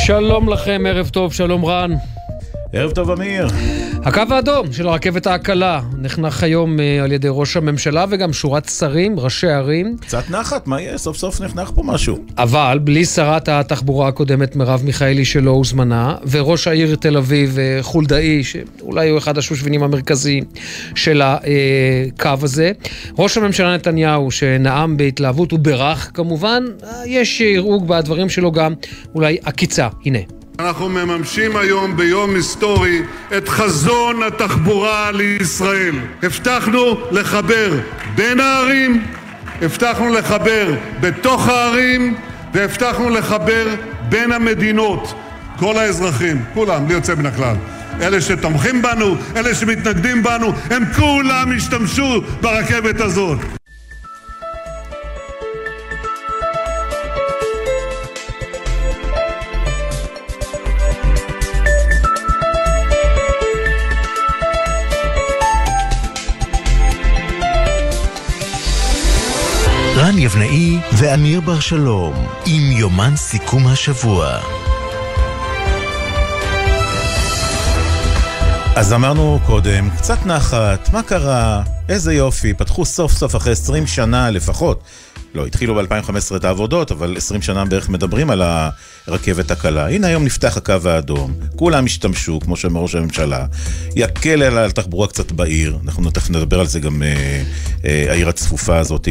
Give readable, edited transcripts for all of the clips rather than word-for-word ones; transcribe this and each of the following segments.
שלום לכם, ערב טוב, שלום רן. ערב טוב אמיר. הקו האדום של הרכבת הקלה נחנך היום על ידי ראש הממשלה וגם שורת שרים, ראשי ערים. קצת נחת, מה יהיה? סוף סוף נחנך פה משהו. אבל בלי שרת התחבורה הקודמת מרב מיכאלי שלא הוזמנה, וראש העיר תל אביב חולדאי, שאולי הוא אחד השושבינים המרכזיים של הקו הזה. ראש הממשלה נתניהו שנאם בהתלהבות וברך כמובן, יש עירוג בדברים שלו גם אולי עקיצה, הנה. אנחנו מממשים היום ביום היסטורי את חזון התחבורה לישראל. הבטחנו לחבר בין הערים, הבטחנו לחבר בתוך הערים, והבטחנו לחבר בין המדינות. כל האזרחים, כולם, בלי יוצא מן הכלל. אלה שתומכים בנו, אלה שמתנגדים בנו, הם כולם השתמשו ברכבת הזאת. רן יבנאי ואמיר בר שלום עם יומן סיכום השבוע. אז אמרנו קודם, קצת נחת, מה קרה? איזה יופי, פתחו סוף סוף אחרי 20 שנה לפחות. לא, התחילו ב-2015 את העבודות, אבל 20 שנה בערך מדברים על הרכבת הקלה. הנה היום נפתח הקו האדום, כולם השתמשו, כמו שאומר ראש הממשלה, יקל על התחבורה קצת בעיר, אנחנו תכף נדבר על זה גם העיר הצפופה הזאת.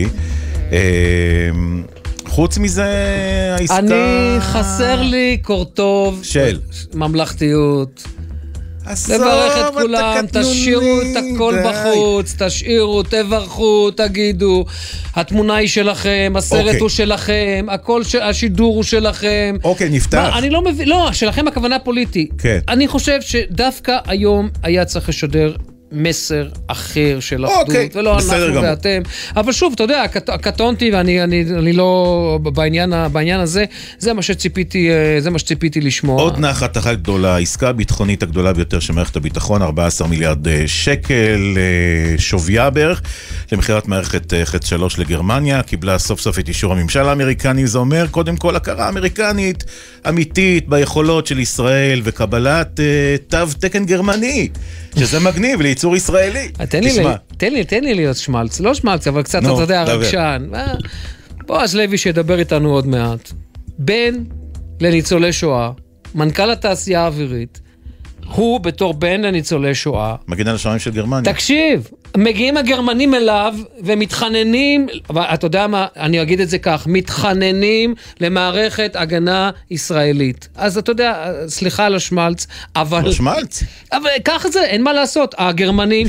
חוץ מזה העסקה... אני חסר לי קורטוב של ממלכתיות. לברך את כולם, תשאירו את הכל בחוץ, תשאירו, תברכו, תגידו, התמונה היא שלכם, הסרט הוא שלכם, השידור הוא שלכם. אוקיי, נפתח. אני לא מבין, לא, שלכם הכוונה פוליטי. אני חושב שדווקא היום היה צריך לשדר מסר אחר של אחדות, ולא אנחנו ואתם. אבל שוב, אתה יודע, קטונתי, ואני לא בעניין הזה, זה מה שציפיתי לשמוע. עוד נחת אחת גדולה, העסקה הביטחונית הגדולה ביותר של מערכת הביטחון, 14 מיליארד שקל, שוויה בערך, למחירת מערכת חץ 3 לגרמניה, קיבלה סוף סוף את אישור הממשל האמריקני, זה אומר קודם כל הכרה אמריקנית, אמיתית, ביכולות של ישראל, וקבלת תו תקן גרמני, שזה מגניב לייצור ישראלי. תן לי להיות שמלץ, לא שמלץ, אבל קצת, אתה יודע, רגשן. בועז לוי שידבר איתנו עוד מעט. בן לניצולי שואה, מנכ"ל התעשייה האווירית, הוא בתור בן לניצולי שואה. מגן על השמיים של גרמניה. תקשיב, מגיעים הגרמנים אליו ומתחננים, אתה יודע מה, אני אגיד את זה כך, מתחננים למערכת הגנה ישראלית. אז אתה יודע, סליחה על השמלץ, אבל... השמלץ? אבל ככה זה, אין מה לעשות. הגרמנים,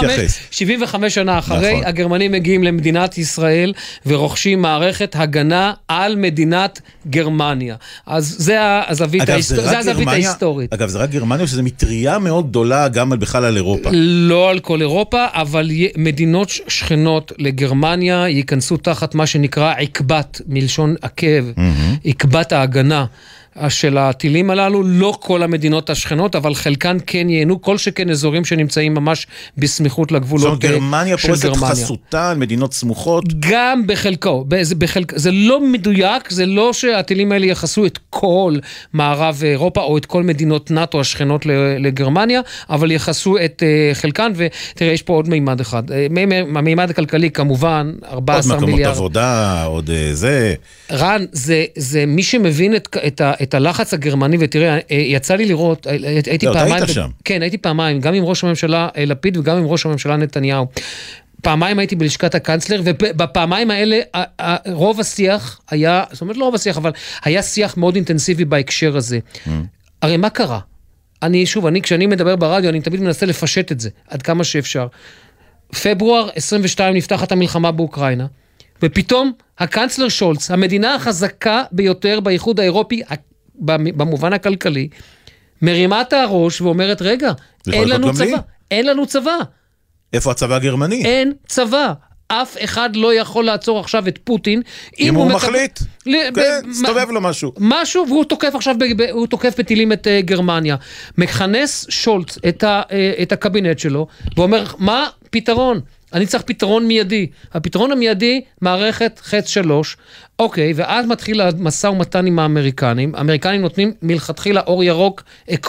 75 שנה אחרי, נכון. הגרמנים מגיעים למדינת ישראל ורוכשים מערכת הגנה על מדינת גרמניה. אז זה הזווית ההיסטורית. אגב, זה רק גרמניה שזה מטריה מאוד גדולה גם בכלל על אירופה. לא על כל אירופה, אבל מדינות שכנות לגרמניה ייכנסו תחת מה שנקרא עקבת, מלשון עקב, עקבת ההגנה של הטילים הללו. לא כל המדינות השכנות, אבל חלקן כן ייהנו, כל שכן אזורים שנמצאים ממש בסמיכות לגבולות של גרמניה. גרמניה פורסת חסותה על מדינות סמוכות? גם בחלקו. זה לא מדויק, זה לא שהטילים האלה יחסו את כל מערב אירופה, או את כל מדינות נאטו השכנות לגרמניה, אבל יחסו את חלקן, ותראה, יש פה עוד מימד אחד. המימד הכלכלי, כמובן, 14 מיליארד. עוד מקומות עבודה, עוד זה. רן, זה מי שמבין את הלחץ הגרמני, ותראה, יצא לי לראות, הייתי פעמיים, כן, הייתי פעמיים, גם עם ראש הממשלה לפיד וגם עם ראש הממשלה נתניהו. פעמיים הייתי בלשכת הקנצלר, ובפעמיים האלה רוב השיח היה, זאת אומרת לא רוב השיח, אבל היה שיח מאוד אינטנסיבי בהקשר הזה. הרי מה קרה? כשאני מדבר ברדיו, אני תמיד מנסה לפשט את זה, עד כמה שאפשר. פברואר 22 נפתחת המלחמה באוקראינה, ופתאום הקנצלר שולץ, המדינה החזקה ביותר באיחוד האירופי, במובן הכלכלי, מרימה את הראש ואומרת, רגע, אין לנו צבא. איפה הצבא הגרמני? אין צבא. אף אחד לא יכול לעצור עכשיו את פוטין. אם הוא מחליט, סתובב לו משהו. משהו, והוא תוקף עכשיו, הוא תוקף בטילים את גרמניה. מכנס שולץ את הקבינט שלו, ואומר, מה פתרון? אני צריך פתרון מיידי. הפתרון המיידי, מערכת חץ 3, אוקיי, ואז מתחיל המשא ומתן עם האמריקנים. האמריקנים נותנים מלכתחילה אור ירוק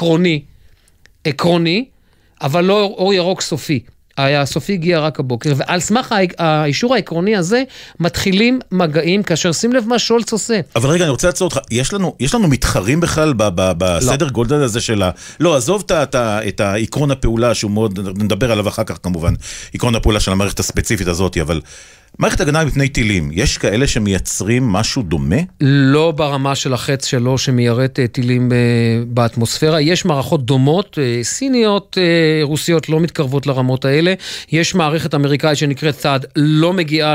עקרוני, אבל לא אור ירוק סופי. הסופי הגיע רק הבוקר, ועל סמך האישור העקרוני הזה, מתחילים מגעים, כאשר שים לב מה שולץ עושה. אבל רגע, אני רוצה לעצור אותך, יש לנו מתחרים בכלל בסדר גודל הזה של לא, עזוב את העקרון הפעולה, שהוא מאוד, נדבר עליו אחר כך כמובן, עקרון הפעולה של המערכת הספציפית הזאת, אבל מערכת הגנה מפני טילים, יש כאלה שמייצרים משהו דומה? לא ברמה של החץ שלו שמיירט טילים באטמוספירה, יש מערכות דומות, סיניות, רוסיות לא מתקרבות לרמות האלה, יש מערכת אמריקאית שנקראת צעד, לא מגיעה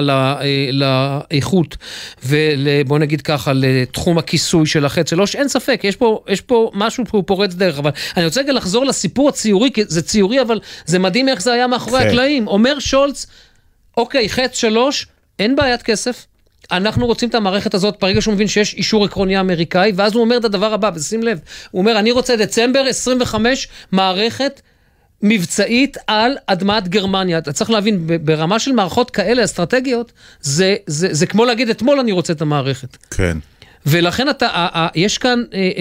לאיכות, ובוא נגיד ככה, לתחום הכיסוי של החץ שלו, שאין ספק, יש פה משהו פורץ דרך, אבל אני רוצה רגע לחזור לסיפור הציורי, כי זה ציורי, אבל זה מדהים איך זה היה מאחורי הקלעים, אומר שולץ, אוקיי, חץ 3, אין בעיית כסף, אנחנו רוצים את המערכת הזאת, ברגע שהוא מבין שיש אישור עקרוני אמריקאי, ואז הוא אומר את הדבר הבא, ושים לב, הוא אומר, אני רוצה דצמבר 25 מערכת מבצעית על אדמת גרמניה. אתה צריך להבין, ברמה של מערכות כאלה, אסטרטגיות, זה כמו להגיד, אתמול אני רוצה את המערכת. כן. ולכן יש כאן,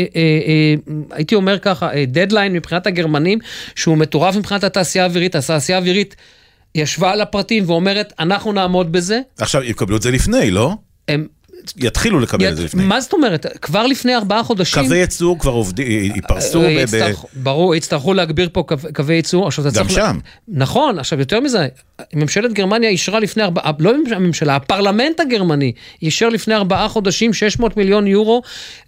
הייתי אומר ככה, דדליין מבחינת הגרמנים, שהוא מטורף מבחינת התעשייה האווירית, התעשייה האווירית, ישבה על הפרטים ואומרת, אנחנו נעמוד בזה. עכשיו, יקבלו את זה לפני, לא? הם יתחילו לקבל את זה לפני. מה זאת אומרת? כבר לפני 4 חודשים... קווי ייצור כבר ייפרסו ברור, יצטרכו להגביר פה קווי ייצור. גם שם. נכון, עכשיו יותר מזה, ממשלת גרמניה אישרה לפני 4... לא הממשלה, הפרלמנט הגרמני אישר לפני 4 חודשים 600 מיליון יורו,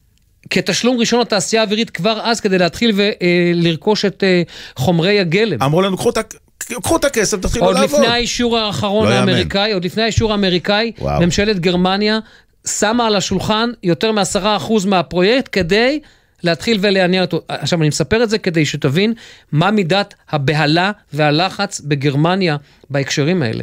כתשלום ראשון לתעשייה האווירית כבר אז, כדי להתחיל ולרכוש את חומרי הגלם. אמרו לנו, קחו את הכסף, תתחילו לעבוד. עוד לפני האישור האחרון האמריקאי, עוד לפני האישור האמריקאי, ממשלת גרמניה שמה על השולחן יותר מ10% מהפרויקט, כדי להתחיל ולעניין אותו. עכשיו, אני מספר את זה כדי שתבין מה מידת הבהלה והלחץ בגרמניה בהקשרים האלה.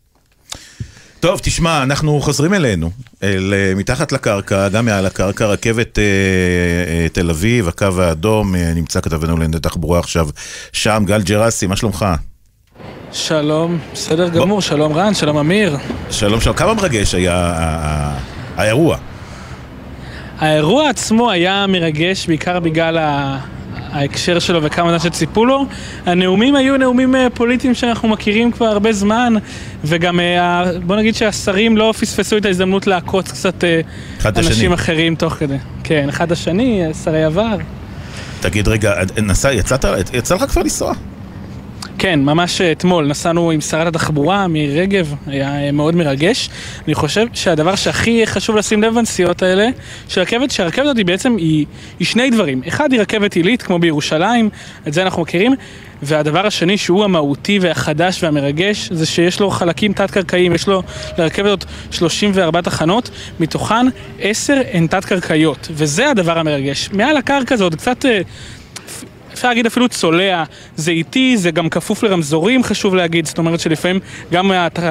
טוב, תשמע, אנחנו חוזרים אלינו, מתחת לקרקע, גם מעל הקרקע, רכבת תל אביב, הקו האדום, נמצא כתבנו לענייני תחבורה עכשיו, שם, גל ג'רסי, מה שלומך? שלום, בסדר גמור, שלום רן, שלום אמיר. שלום, כמה מרגש היה האירוע? האירוע עצמו היה מרגש, בעיקר בגלל ההקשר שלו וכמה אנשים שציפו לו. הנאומים היו נאומים פוליטיים שאנחנו מכירים כבר הרבה זמן, וגם בוא נגיד שהשרים לא פספסו את ההזדמנות לעקוץ קצת אנשים אחרים תוך כדי. כן, אחד השני, שרי עבר. תגיד רגע, יצא לך כבר לנסוע? כן, ממש אתמול נסענו עם שרת התחבורה, מירי רגב, היה מאוד מרגש. אני חושב שהדבר שהכי חשוב לשים לב בנסיעות האלה, שהרכבת הזאת בעצם היא שני דברים. אחד היא רכבת עילית, כמו בירושלים, את זה אנחנו מכירים, והדבר השני שהוא המהותי והחדש והמרגש, זה שיש לו חלקים תת-קרקעיים, יש לו לרכבת הזאת 34 תחנות, מתוכן 10 הן תת-קרקעיות, וזה הדבר המרגש. מעל הקרקע זה עוד קצת... אפשר להגיד אפילו צולע, זה איטי, זה גם כפוף לרמזורים, חשוב להגיד, זאת אומרת שלפעמים גם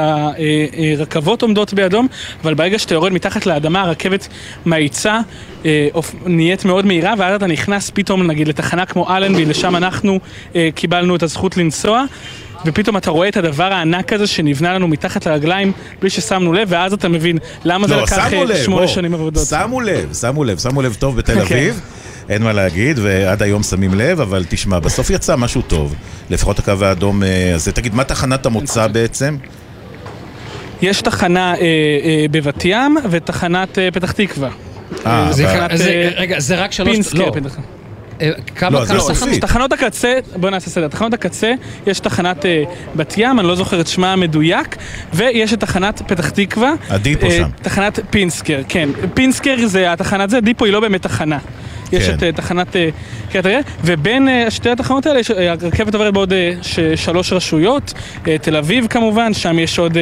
הרכבות עומדות באדום, אבל ברגע שאתה יורד מתחת לאדמה, הרכבת מאיצה, נהיית מאוד מהירה, ואז אתה נכנס פתאום, נגיד, לתחנה כמו אלנבי, לשם אנחנו קיבלנו את הזכות לנסוע, ופתאום אתה רואה את הדבר הענק הזה שנבנה לנו מתחת לרגליים, בלי ששמנו לב, ואז אתה מבין למה זה לקח 8 שנים עבודות. שמו לב טוב בתל אביב. אין מה להגיד, ועד היום שמים לב, אבל תשמע, בסוף יצא משהו טוב, לפחות הקו האדום הזה. תגיד, מה תחנת המוצא בעצם? יש תחנה בבת ים, ותחנת פתח תקווה. רגע, זה רק 3... לא, תחנות הקצה, בוא נעשה סדר, תחנות הקצה, יש תחנת בת ים, אני לא זוכר את שמה המדויק, ויש את תחנת פתח תקווה. הדיפו שם. תחנת פינסקר, כן. פינסקר זה התחנת זה, דיפו היא לא באמת תחנה. יש את תחנת קריית אריה, ובין שתי התחנות האלה, הרכבת עוברת בעוד 3 רשויות, תל אביב כמובן, שם יש עוד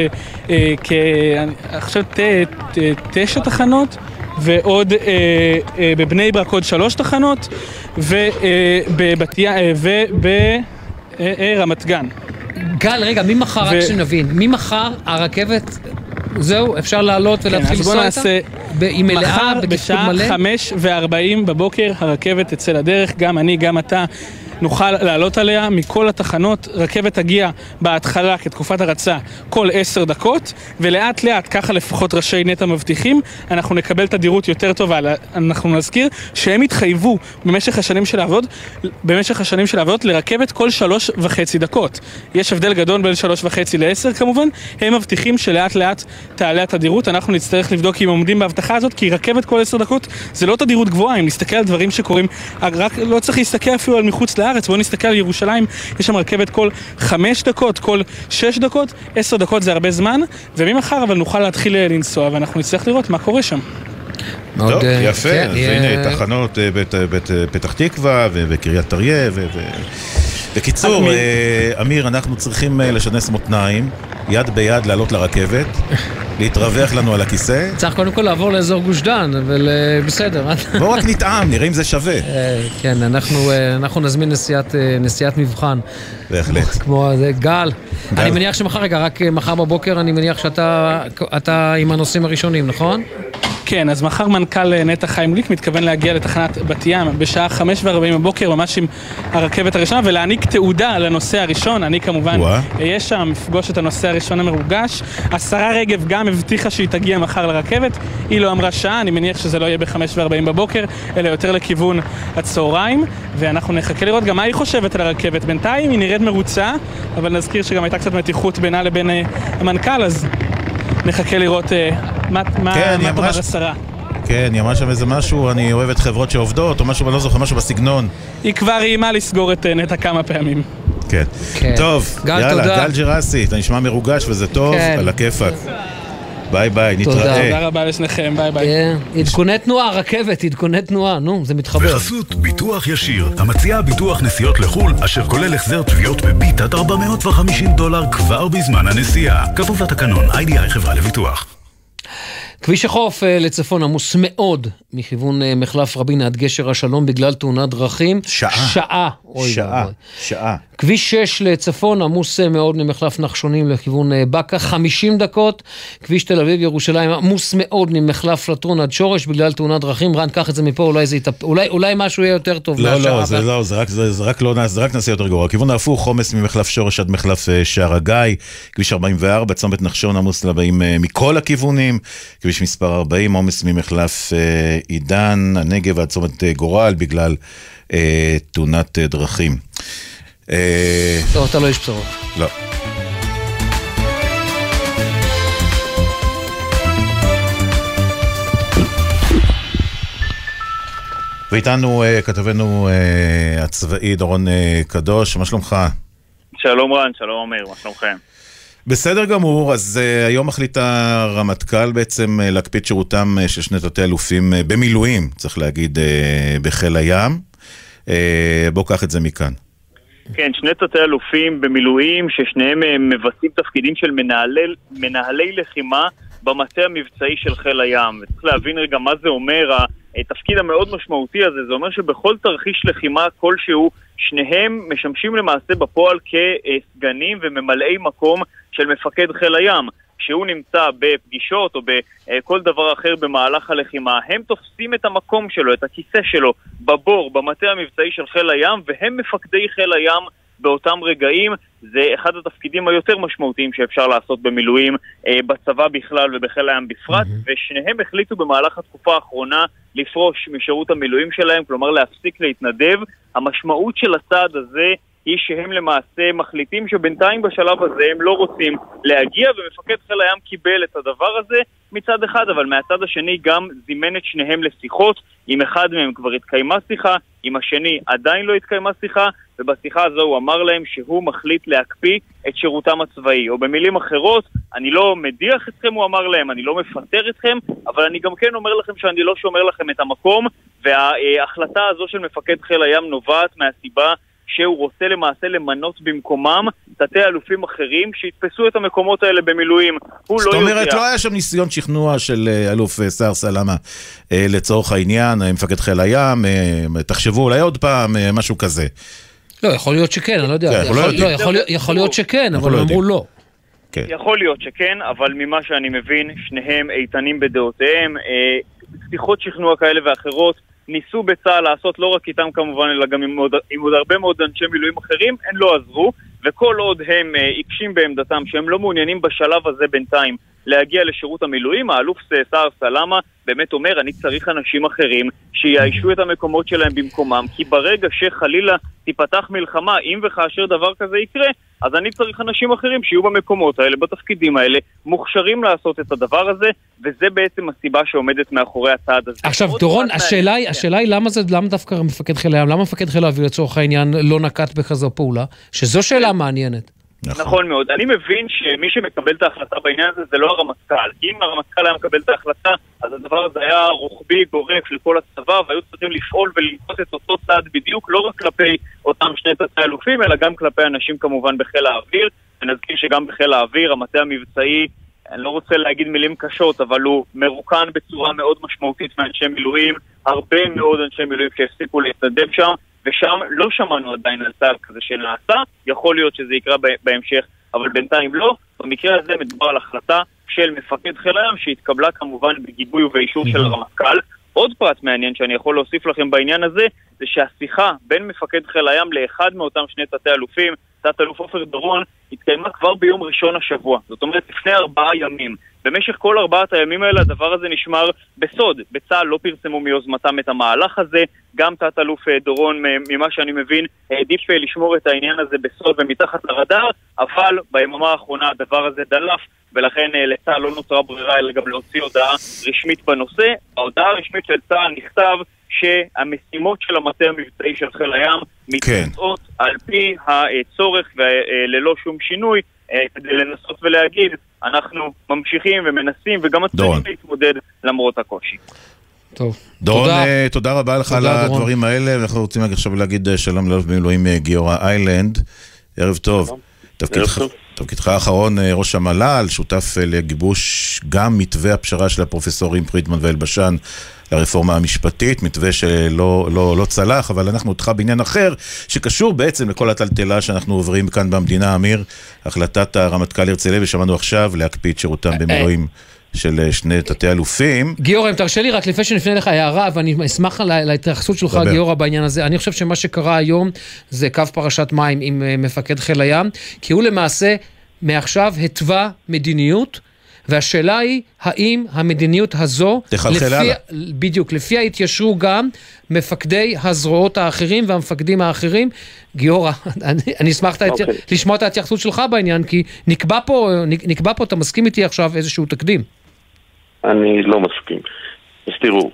עכשיו 9 תחנות, ועוד בבני ברק עוד 3 תחנות, וברמת גן. גל, רגע, מי מחר, רק שנבין, מי מחר הרכבת, זהו, אפשר לעלות ולהתחיל לנסוע איתה? היא מלאה, בתפקוד מלא? בשעה 5:40 בבוקר הרכבת תצא לדרך, גם אני, גם אתה. נוכל לעלות עליה מכל התחנות. רכבת תגיע בהתחלה כתקופת הרצה כל 10 דקות, ולאט לאט, ככה לפחות ראשי נטע מבטיחים, אנחנו נקבל תדירות יותר טובה. אנחנו נזכיר שהם התחייבו במשך השנים של העבודות לרכבת כל 3.5 דקות. יש הבדל גדול בין 3.5 ל-10 כמובן. הם מבטיחים שלאט לאט תעלה התדירות. אנחנו נצטרך לבדוק אם עומדים בהבטחה הזאת, כי רכבת כל 10 דקות זה לא תדירות גבוהה. אם נסתכל על דברים שקורים, רק לא צריך להסתכל אפילו על מחוץ לארץ. בואו נסתכל על ירושלים, יש שם רכבת כל 5 דקות, כל 6 דקות, 10 דקות זה הרבה זמן, וממחר אבל נוכל להתחיל לנסוע, ואנחנו נצטרך לראות מה קורה שם. טוב, יפה, אז הנה תחנות פתח תקווה וקריית אריה בקיצור, אמיר, אנחנו צריכים לשנס מותניים, יד ביד לעלות לרכבת, להתרווח לנו על הכיסא. צריך קודם כל לעבור לאזור גוש דן, אבל בסדר. בואו רק נטעם, נראה אם זה שווה. כן, אנחנו נזמין נסיעת מבחן. בהחלט. כמו גל. אני מניח שמחר, רגע, רק מחר בבוקר, אני מניח שאתה עם הנושאים הראשונים, נכון? כן, אז מחר מנכ"ל נטע חיים גליק מתכוון להגיע לתחנת בת ים בשעה 5:40 בבוקר, ממש עם הרכבת הראשונה, ולהעניק תעודה לנושא הראשון. אני כמובן אהיה שם, מפגוש את הנושא הראשון המרוגש. השרה רגב גם הבטיחה שהיא תגיע מחר לרכבת, היא לא אמרה שעה, אני מניח שזה לא יהיה ב5:40 בבוקר, אלא יותר לכיוון הצהריים, ואנחנו נחכה לראות גם מה היא חושבת על הרכבת. בינתיים היא נראית מרוצה, אבל נזכיר שגם הייתה קצת מתיחות בינה לבין המנכ"ל, אז נחכה לראות מה תאמר השרה. כן, היא אמרה שם איזה משהו, אני אוהבת חברות שעובדות, או משהו, אני לא זוכר, משהו בסגנון. היא כבר איימה לסגור את נטע כמה פעמים. כן. טוב, יאללה, גל ג'רסי, אתה נשמע מרוגש וזה טוב, על הכיפק. ביי ביי, נתראה. תודה רבה לשניכם, ביי ביי. עדכוני תנועה, רכבת, עדכוני תנועה, נו, זה מתחבר. בחסות ביטוח ישיר, המציעה ביטוח נסיעות לחול, אשר כולל החזר תביעות בביט עד $450 כבר בזמן הנסיעה. כפוף לתקנון, IDI חברה לביטוח. כביש החוף לצפון עמוס מאוד מכיוון מחלף רבין עד גשר השלום בגלל תאונת דרכים. שעה. כביש 6 לצפון עמוס מאוד ממחלף נחשונים לכיוון בקה, 50 דקות. כביש תל אביב ירושלים עמוס מאוד ממחלף לטרון עד שורש בגלל תאונת דרכים. רן, קח את זה מפה, אולי משהו יהיה יותר טוב. לא, זה רק נעשה יותר גרוע. כיוון ההפוך, עומס ממחלף שורש עד מחלף שער הגיא. כביש 44, צומת נחשון עמוס לבאים מכל הכיוונים. כביש מספר 40, עומס ממחלף עידן, הנגב עד צומת גורל בגלל תאונת דרכים. לא, אתה לא איש בשורות. לא. ואיתנו כתבנו הצבאי דורון קדוש, מה שלומך? שלום רן, שלום אמיר, מה שלומכם? בסדר גמור, אז היום מחליטה רמטכ"ל בעצם להקפיד שירותם של 2 תתי-אלופים במילואים, צריך להגיד, בחיל הים. בוא קח את זה מכאן. כן, 2 תתי-אלופים במילואים ששניהם מבצעים תפקידים של מנהלי לחימה במטה המבצעי של חיל הים. וצריך להבין רגע מה זה אומר, התפקיד המאוד משמעותי הזה, זה אומר שבכל תרחיש לחימה כלשהו, שניהם משמשים למעשה בפועל כסגנים וממלאי מקום של מפקד חיל הים. כשהוא נמצא בפגישות או בכל דבר אחר במהלך הלחימה, הם תופסים את המקום שלו, את הכיסא שלו, בבור, במטה המבצעי של חיל הים, והם מפקדי חיל הים באותם רגעים. זה אחד התפקידים היותר משמעותיים שאפשר לעשות במילואים בצבא בכלל ובחיל הים בפרט, ושניהם החליטו במהלך התקופה האחרונה לפרוש משירות המילואים שלהם, כלומר להפסיק להתנדב. המשמעות של הצעד הזה היא שהם למעשה מחליטים שבינתיים בשלב הזה הם לא רוצים להגיע, ומפקד חיל הים קיבל את הדבר הזה מצד אחד, אבל מהצד השני גם זימן את שניהם לשיחות. עם אחד מהם כבר התקיימה שיחה, עם השני עדיין לא התקיימה שיחה, ובשיחה הזו הוא אמר להם שהוא מחליט להקפיא את שירותם הצבאי. או במילים אחרות, אני לא מדיח אתכם, הוא אמר להם, אני לא מפטר אתכם, אבל אני גם כן אומר לכם שאני לא שומר לכם את המקום, וההחלטה הזו של מפקד חיל הים נובעת מהסיבה שהוא רוצה למעשה למנות במקומם תתי אלופים אחרים שיתפסו את המקומות האלה במילואים. זאת אומרת, לא היה שם ניסיון שכנוע של אלוף סער סלמה לצורך העניין, מפקד חיל הים, תחשבו אולי עוד פעם, משהו כזה. לא, יכול להיות שכן, אני לא יודע. יכול להיות שכן, אבל אמרו לא. יכול להיות שכן, אבל ממה שאני מבין, שניהם איתנים בדעותיהם, שיחות שכנוע כאלה ואחרות, ניסו בצה"ל לעשות לא רק איתם כמובן, אלא גם עם עוד הרבה מאוד אנשי מילואים אחרים, הם לא עזרו, וכל עוד הם עיקשים בעמדתם שהם לא מעוניינים בשלב הזה בינתיים להגיע לשירות המילואים, האלוף סער סלמה באמת אומר, אני צריך אנשים אחרים שיאיישו את המקומות שלהם במקומם, כי ברגע שחלילה תיפתח מלחמה, אם וכאשר דבר כזה יקרה, אז אני צריך אנשים אחרים שיהיו במקומות האלה, בתפקידים האלה, מוכשרים לעשות את הדבר הזה, וזה בעצם הסיבה שעומדת מאחורי הצעד הזה. עכשיו, דורון, השאלה היא למה דווקא מפקד חיל הים, למה מפקד חיל האוויר לצורך העניין לא נקט בכזו פעולה? שזו שאלה מעניינת. נכון מאוד. אני מבין שמי שמקבל את ההחלטה בעניין הזה זה לא הרמטכ"ל. אם הרמטכ"ל היה מקבל את ההחלטה, אז הדבר הזה היה רוחבי, גורף לכל הצבא, והיו צריכים לפעול ולנקוט את אותו צעד בדיוק, לא רק כלפי אותם שני תתי-אלופים, אלא גם כלפי אנשים כמובן בחיל האוויר. ונזכיר שגם בחיל האוויר, המטה המבצעי, אני לא רוצה להגיד מילים קשות, אבל הוא מרוקן בצורה מאוד משמעותית מאנשי מילואים, הרבה מאוד אנשי מילואים שהפסיקו להתנדב שם, ושם לא שמענו עדיין על צעד כזה שנעשה, יכול להיות שזה יקרה בהמשך, אבל בינתיים לא. במקרה הזה מדובר על החלטה של מפקד חיל הים, שהתקבלה כמובן בגיבוי ובאישור של הרמטכ"ל. עוד פרט מעניין שאני יכול להוסיף לכם בעניין הזה, זה שהשיחה בין מפקד חיל הים לאחד מאותם שני תתי-אלופים, תת-אלוף עופר דורון, התקיימה כבר ביום ראשון השבוע. זאת אומרת, לפני 4 ימים. במשך כל 4 הימים האלה הדבר הזה נשמר בסוד. בצה"ל לא פרסמו מיוזמתם את המהלך הזה. גם תת-אלוף דורון, ממה שאני מבין, העדיף לשמור את העניין הזה בסוד ומתחת לרדאר, אבל ביממה האחרונה הדבר הזה דלף, ולכן לצה"ל לא נוצרה ברירה אלא גם להוציא הודעה רשמית בנושא. ההודעה הרשמית של צה"ל נכתב שהמשימות של המטה המבצעי של חיל הים מתבצעות על פי הצורך וללא שום שינוי, כדי לנסות ולהגיד, אנחנו ממשיכים ומנסים וגם מצליחים להתמודד למרות הקושי. טוב, דורון, תודה רבה לך על הדברים האלה. אנחנו רוצים עכשיו להגיד שלום לאלוף במילואים גיורא איילנד. ערב טוב. תפקידך האחרון ראש המל"ל, שותף לגיבוש גם מתווה הפשרה של הפרופסורים פרידמן ואלבשן לרפורמה המשפטית, מתווה שלא צלח, אבל אנחנו אותך בעניין אחר, שקשור בעצם לכל הטלטלה שאנחנו עוברים כאן במדינה. אמיר, החלטת הרמטכ"ל הרצליה, ושמענו עכשיו להקפיד שירותם במילואים של שני תתי-אלופים. גיורא, אם תרשה לי רק לפני שנפנה לך הערה, ואני אשמח להתייחסות שלך, גיורא, בעניין הזה. אני חושב שמה שקרה היום זה קו פרשת מים עם מפקד חיל הים, כי הוא למעשה מעכשיו התווה מדיניות, והשאלה היא, האם המדיניות הזו, בדיוק, לפי התיישרו גם מפקדי הזרועות האחרים והמפקדים האחרים. גיורא, אני אשמח לשמוע את ההתייחסות שלך בעניין, כי נקבע פה, אתה מסכים איתי עכשיו איזשהו תקדים? אני לא מסכים. אז תראו,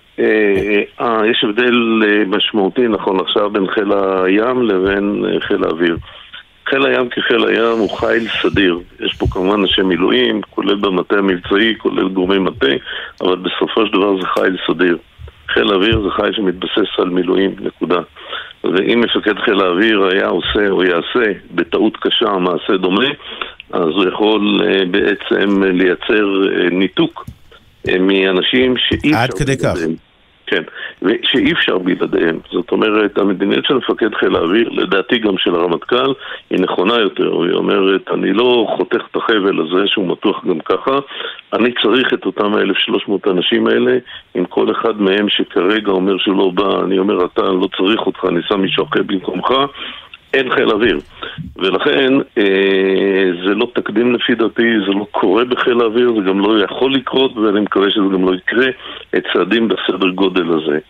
יש הבדל משמעותי נכון עכשיו בין חיל הים לבין חיל האוויר. חיל הים כחיל הים הוא חיל סדיר. יש פה כמובן אנשי מילואים, כולל במטה המבצעי, כולל גורמי מטה, אבל בסופו של דבר זה חיל סדיר. חיל האוויר זה חיל שמתבסס על מילואים, נקודה. ואם מפקד חיל האוויר היה עושה או יעשה בטעות קשה מעשה דומה, אז הוא יכול בעצם לייצר ניתוק מאנשים שאי אפשר... עד כדי כך. כן, ושאי אפשר בלעדיהם. זאת אומרת, המדיניות של מפקד חיל האוויר, לדעתי גם של הרמטכ"ל, היא נכונה יותר. היא אומרת, אני לא חותך את החבל הזה שהוא מתוח גם ככה, אני צריך את אותם 1,300 אנשים האלה, עם כל אחד מהם שכרגע אומר שהוא לא בא, אני אומר, אתה לא צריך אותך, אני שם מישהו אחר במקומך, אין חיל אוויר. ולכן זה לא תקדים לפי דעתי, זה לא קורה בחיל האוויר, זה גם לא יכול לקרות, ואני מקווה שזה גם לא יקרה, את צעדים בסדר גודל הזה.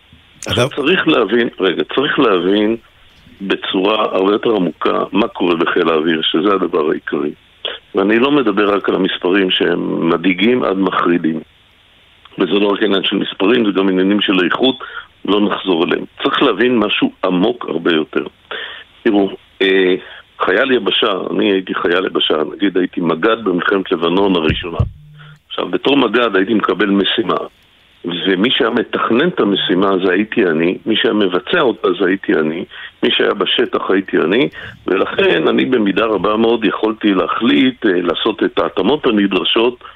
צריך להבין בצורה הרבה יותר עמוקה מה קורה בחיל האוויר, שזה הדבר העיקרי. ואני לא מדבר רק על המספרים שהם מדאיגים עד מחרידים. וזה לא רק עניין של מספרים, זה גם עניינים של איכות, לא נחזור אליהם. צריך להבין משהו עמוק הרבה יותר. תראו, חייל יבשה, אני הייתי חייל יבשה, נגיד הייתי מג"ד במלחמת לבנון הראשונה. עכשיו, בתור מג"ד הייתי מקבל משימה, ומי שהיה מתכנן את המשימה זה הייתי אני, מי שהיה מבצע אותה זה הייתי אני, מי שהיה בשטח הייתי אני, ולכן אני במידה רבה מאוד יכולתי להחליט, לעשות את ההתאמות הנדרשות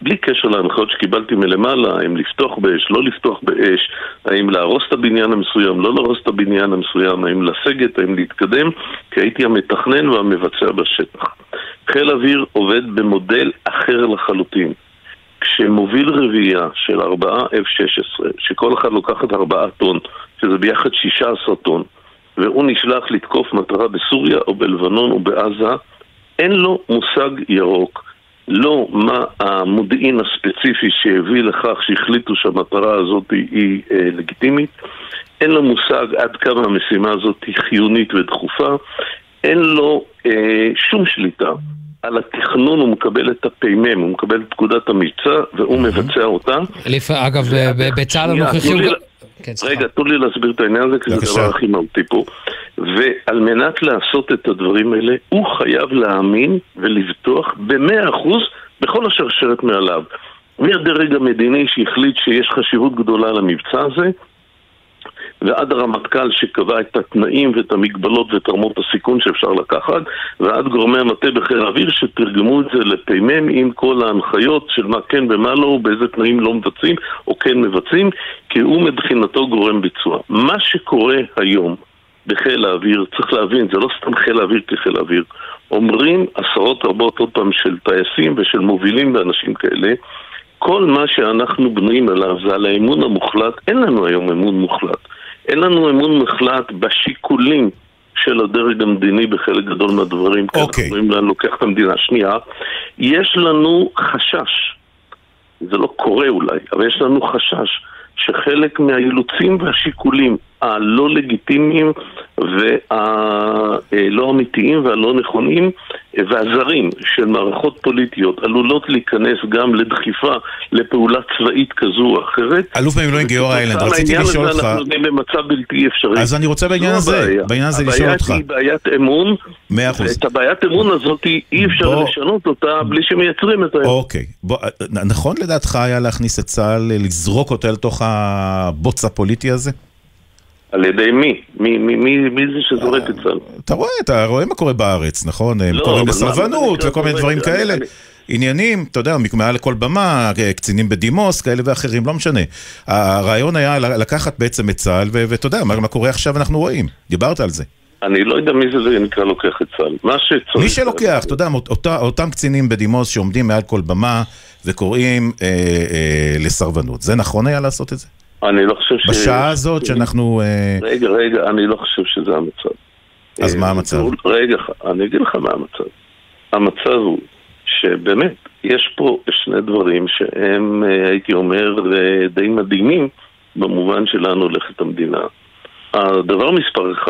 בלי קשר להנחיות שקיבלתי מלמעלה, האם לפתוח באש, לא לפתוח באש, האם להרוס את הבניין המסוים, לא להרוס את הבניין המסוים, האם לסגת, האם להתקדם, כי הייתי המתכנן והמבצע בשטח. חיל אוויר עובד במודל אחר לחלוטין. כשמוביל רביעייה של 4 F-16, שכל אחד לוקחת 4 טון, שזה ביחד 16 טון, והוא נשלח לתקוף מטרה בסוריה או בלבנון או בעזה, אין לו מושג ירוק. לא מה המודיעין הספציפי שהביא לכך שהחליטו שהמטרה הזאת היא לגיטימית, אין לו מושג עד כמה המשימה הזאת היא חיונית ודחופה, אין לו שום שליטה על התכנון. הוא מקבל את הפיימם, הוא מקבל את פקודת המבצע והוא מבצע אותה. אגב, בצה"ל הנוכחי... רגע, תנו לי להסביר את העניין הזה, כי זה הדבר הכי מהותי פה. ועל מנת לעשות את הדברים האלה, הוא חייב להאמין ולבטוח ב100% בכל השרשרת מעליו. מהדרג המדיני שהחליט שיש חשיבות גדולה למבצע הזה, ועד הרמטכ"ל שקבע את התנאים ואת המגבלות ואת רמות הסיכון שאפשר לקחת, ועד גורמי המטה בחיל האוויר שתרגמו את זה לפיימם עם כל ההנחיות של מה כן ומה לא, באיזה תנאים לא מבצעים או כן מבצעים, כי הוא מבחינתו גורם ביצוע. מה שקורה היום בחיל האוויר, צריך להבין, זה לא סתם חיל האוויר כחיל האוויר. אומרים עשרות רבות עוד פעם של טייסים ושל מובילים ואנשים כאלה, כל מה שאנחנו בנויים עליו זה על האמון המוחלט. אין לנו היום אמון מוחלט. אין לנו אמון מוחלט בשיקולים של הדרג המדיני בחלק גדול מהדברים. אוקיי. אנחנו אומרים לוקח את המדינה. שנייה, יש לנו חשש, זה לא קורה אולי, אבל יש לנו חשש שחלק מהאילוצים והשיקולים הלא לגיטימיים והלא אמיתיים והלא נכונים והזרים של מערכות פוליטיות עלולות להיכנס גם לדחיפה לפעולה צבאית כזו או אחרת. אלוף במילואים גיורא איילנד, רציתי לשאול אותך... אנחנו במצב בלתי אפשרי. אז אני רוצה בעניין הזה לשאול אותך. הבעיה היא בעיית אמון, 100%. ואת הבעיית אמון הזאת אי אפשר לשנות אותה בלי שמייצרים את האמון. אוקיי, נכון לדעתך היה להכניס את צה"ל, לזרוק אותה לתוך הבוץ הפוליטי הזה? על ידי מי? מי זה שזורק את צה"ל? אתה רואה מה קורה בארץ, נכון? הם קוראים לסרבנות וכל מיני דברים כאלה. עניינים, אתה יודע, מעל לכל במה, קצינים בדימוס, כאלה ואחרים, לא משנה. הרעיון היה לקחת בעצם את צה"ל, ואתה יודע, מה קורה עכשיו אנחנו רואים. דיברת על זה. אני לא יודע מי זה נקרא לוקח את צה"ל. מי שלוקח, אתה יודע, אותם קצינים בדימוס שעומדים מעל כל במה וקוראים לסרבנות. זה נכון היה לעשות את זה? אני לא חושב בשעה הזאת שאנחנו... רגע, אני לא חושב שזה המצב. אז מה המצב? רגע, אני אגיד לך מה המצב. המצב הוא שבאמת יש פה שני דברים שהם, הייתי אומר, די מדהימים במובן שלנו הולכת המדינה. הדבר מספר 1,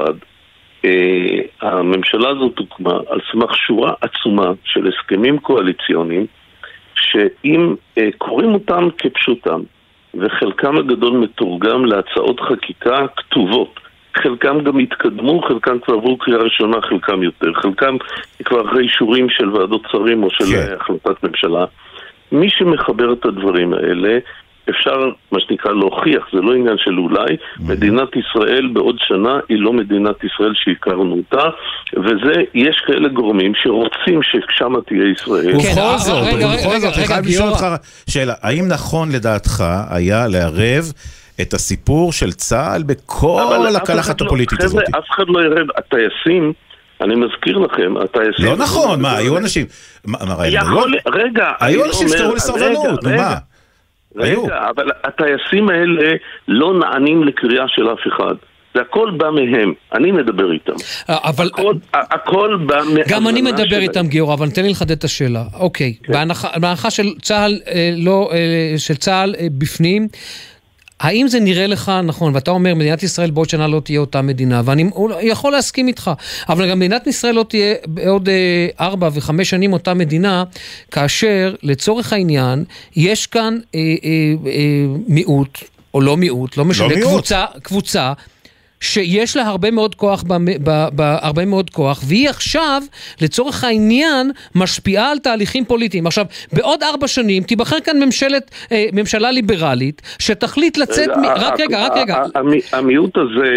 הממשלה הזאת הוקמה על סמך שורה עצומה של הסכמים קואליציוניים שאם קוראים אותם כפשוטם, וחלקם הגדול מתורגם להצעות חקיקה כתובות. חלקם גם התקדמו, חלקם כבר עברו קריאה ראשונה, חלקם יותר. חלקם כבר אחרי אישורים של ועדות שרים או של החלטת ממשלה. מי שמחבר את הדברים האלה, אפשר, מה שנקרא, להוכיח, זה לא עניין של אולי, מדינת ישראל בעוד שנה היא לא מדינת ישראל שהכרנו אותה, וזה, יש כאלה גורמים שרוצים ששם תהיה ישראל. ובכל זאת, אני חייב לשאול אותך שאלה, האם נכון לדעתך היה לערב את הסיפור של צה"ל בכל הקלחת הפוליטית הזאת? אף אחד לא ירב, הטייסים, אני מזכיר לכם, הטייסים... לא נכון, מה, היו אנשים... רגע, היו אנשים שקראו לסרבנות, נו מה? רגע, אבל הטייסים האלה לא נענים לקריאה של אף אחד. זה הכל בא מהם, אני מדבר איתם. אבל... הכל בא מהבנה שלהם. גם אני מדבר איתם, גיורא, אבל תן לי לחדד את השאלה. אוקיי, בהנחה של צה"ל בפנים, האם זה נראה לך נכון, ואתה אומר, מדינת ישראל בעוד שנה לא תהיה אותה מדינה, ואני יכול להסכים איתך, אבל גם מדינת ישראל לא תהיה בעוד 4 ו5 שנים אותה מדינה, כאשר לצורך העניין, יש כאן מיעוט, או לא מיעוט, לא משנה, קבוצה, שיש לה הרבה מאוד כוח, והיא עכשיו, לצורך העניין, משפיעה על תהליכים פוליטיים. עכשיו, בעוד 4 שנים, תיבחר כאן ממשלה ליברלית, שתחליט לצאת... רק רגע. המיעוט הזה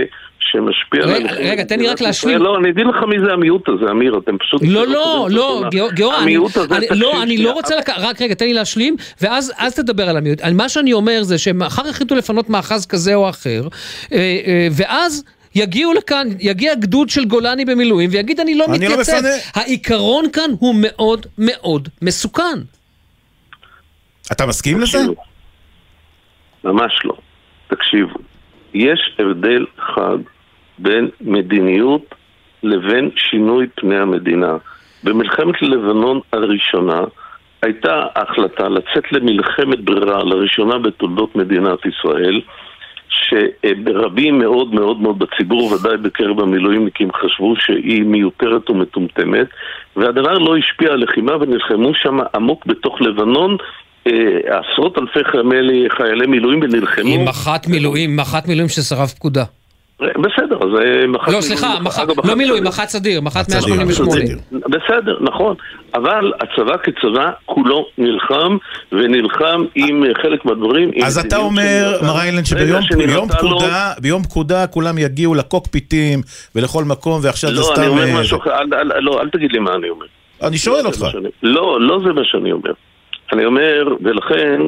שמשפיע על... רגע, תן לי רק להשלים. לא, אני אגיד לך מי זה המיעוט הזה, אמיר, אתם פשוט... לא, גיאורא, אני לא רוצה רק רגע, תן לי להשלים, ואז תדבר על המיעוט. מה שאני אומר זה שמחר החליטו לפנות מאחז כזה או אחר, ואז יגיעו לכאן, יגיע גדוד של גולני במילואים, ויגיד אני לא מתייצב. העיקרון כאן הוא מאוד מאוד מסוכן. אתה מסכים לזה? ממש לא. תקשיבו. יש הבדל חד בין מדיניות לבין שינוי פני המדינה. במלחמת לבנון הראשונה הייתה החלטה לצאת למלחמת ברירה לראשונה בתולדות מדינת ישראל, שברבים מאוד מאוד מאוד בציבור, ודאי בקרב המילואימניקים, חשבו שהיא מיותרת ומטומטמת, והדבר לא השפיע על לחימה ונלחמו שם עמוק בתוך לבנון, עשרות אלפי חיילי מילואים ונלחמו. עם מח"ט מילואים ששרף פקודה. בסדר, אז מח"ט... לא, סליחה, לא מילואים, מח"ט סדיר, מח"ט 188. בסדר, נכון. אבל הצבא כצבא כולו נלחם, ונלחם עם חלק מהדברים. אז אתה אומר, מר איילנד, שביום פקודה כולם יגיעו לקוקפיטים ולכל מקום, ועכשיו זה סתם... לא, אני אומר משהו, לא, אל תגיד לי מה אני אומר. אני שואל אותך. לא זה מה שאני אומר. אני אומר, ולכן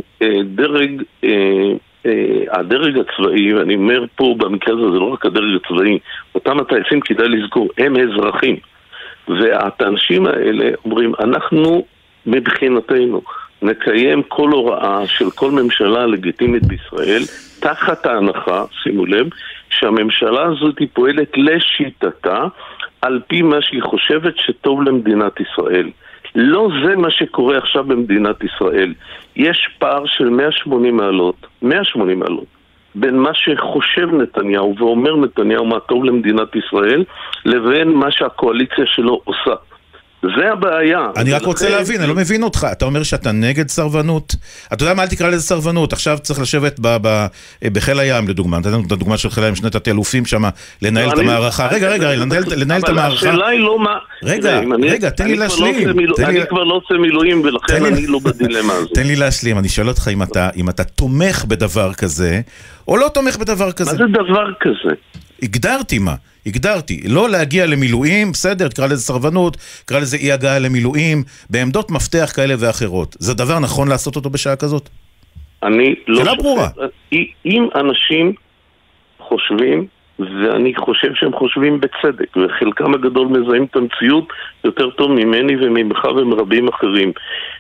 הדרג הצבאי, ואני אומר פה במקרה הזה, זה לא רק הדרג הצבאי, אותם הטייסים כדאי לזכור, הם אזרחים. והאנשים האלה אומרים, אנחנו מבחינתנו נקיים כל הוראה של כל ממשלה לגיטימית בישראל, תחת ההנחה, שימו לב, שהממשלה הזאת היא פועלת לשיטתה, על פי מה שהיא חושבת שטוב למדינת ישראל. לא זה מה שקורה עכשיו במדינת ישראל. יש פער של 180 מעלות, בין מה שחושב נתניהו ואומר נתניהו מה טוב למדינת ישראל, לבין מה שהקואליציה שלו עושה. זה הבעיה. אני רק רוצה להבין, אני לא מבין אותך. אתה אומר שאתה נגד סרבנות. אתה יודע מה, אל תקרא לזה סרבנות. עכשיו צריך לשבת בחיל הים, לדוגמה. נתנו את הדוגמה של חיל הים, שני תתי-אלופים שם, לנהל את המערכה. רגע, לנהל את המערכה. השאלה היא לא מה... רגע, תן לי להשלים. אני כבר לא עושה מילואים, ולכן אני לא בדילמה הזאת. תן לי להשלים. אני שואל אותך אם אתה תומך בדבר כזה, או לא תומך בדבר כזה. מה זה דבר כזה? הגדרתי, לא להגיע למילואים, בסדר, קרא לזה סרבנות, קרא לזה אי הגעה למילואים, בעמדות מפתח כאלה ואחרות. זה דבר נכון לעשות אותו בשעה כזאת? אני לא... שאלה ברורה. אם אנשים חושבים, ואני חושב שהם חושבים בצדק, וחלקם הגדול מזהים את המציאות יותר טוב ממני וממך ומרבים אחרים,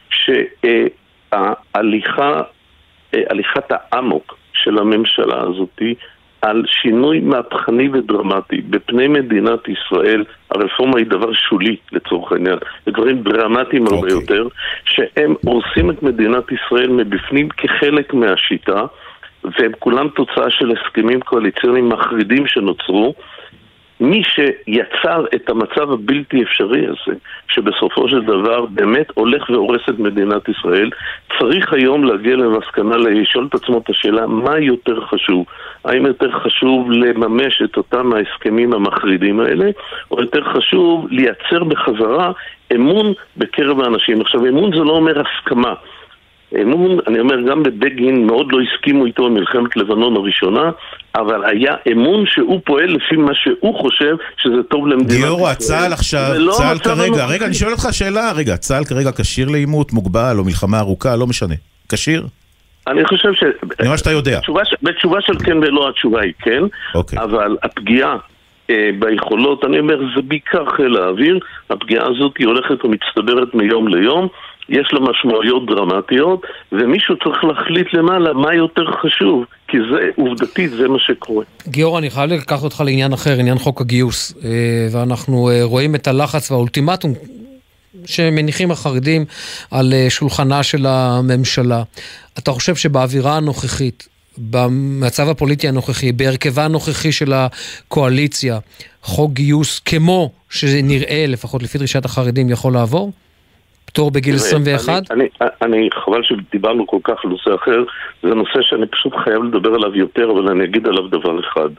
שהליכת העמוק של הממשלה הזאת על שינוי מהפכני ודרמטי בפני מדינת ישראל, הרפורמה היא דבר שולי לצורך העניין, דברים דרמטיים הרבה יותר, שהם הורסים את מדינת ישראל מבפנים כחלק מהשיטה, והם כולם תוצאה של הסכמים קואליציוניים מחרידים שנוצרו. מי שיצר את המצב הבלתי אפשרי הזה, שבסופו של דבר באמת הולך והורס את מדינת ישראל, צריך היום להגיע למסקנה, לשאול את עצמו את השאלה, מה יותר חשוב? האם יותר חשוב לממש את אותם ההסכמים המחרידים האלה, או יותר חשוב לייצר בחזרה אמון בקרב האנשים? עכשיו, אמון זה לא אומר הסכמה. אמון, אני אומר, גם בבגין מאוד לא הסכימו איתו במלחמת לבנון הראשונה, אבל היה אמון שהוא פועל לפי מה שהוא חושב שזה טוב למדינת ישראל. גיורא, צה"ל עכשיו, צה"ל כרגע, רגע, אני שואל אותך שאלה, רגע, צה"ל כרגע כשיר לעימות, מוגבל או מלחמה ארוכה, לא משנה. כשיר? אני חושב ש... אני אומר שאתה יודע. בתשובה של כן ולא, התשובה היא כן, אבל הפגיעה ביכולות, אני אומר, זה בעיקר חיל האוויר, הפגיעה הזאת היא הולכת ומצטברת מיום ליום, יש לה משמעויות דרמטיות, ומישהו צריך להחליט למעלה מה יותר חשוב, כי זה עובדתית, זה מה שקורה. גיורא, אני חייב לקחת אותך לעניין אחר, עניין חוק הגיוס, ואנחנו רואים את הלחץ והאולטימטום שמניחים החרדים על שולחנה של הממשלה. אתה חושב שבאווירה הנוכחית, במצב הפוליטי הנוכחי, בהרכבה הנוכחי של הקואליציה, חוק גיוס כמו שנראה, לפחות לפי דרישת החרדים, יכול לעבור? פטור בגיל 21? אני חבל שדיברנו כל כך על נושא אחר, זה נושא שאני פשוט חייב לדבר עליו יותר, אבל אני אגיד עליו דבר אחד.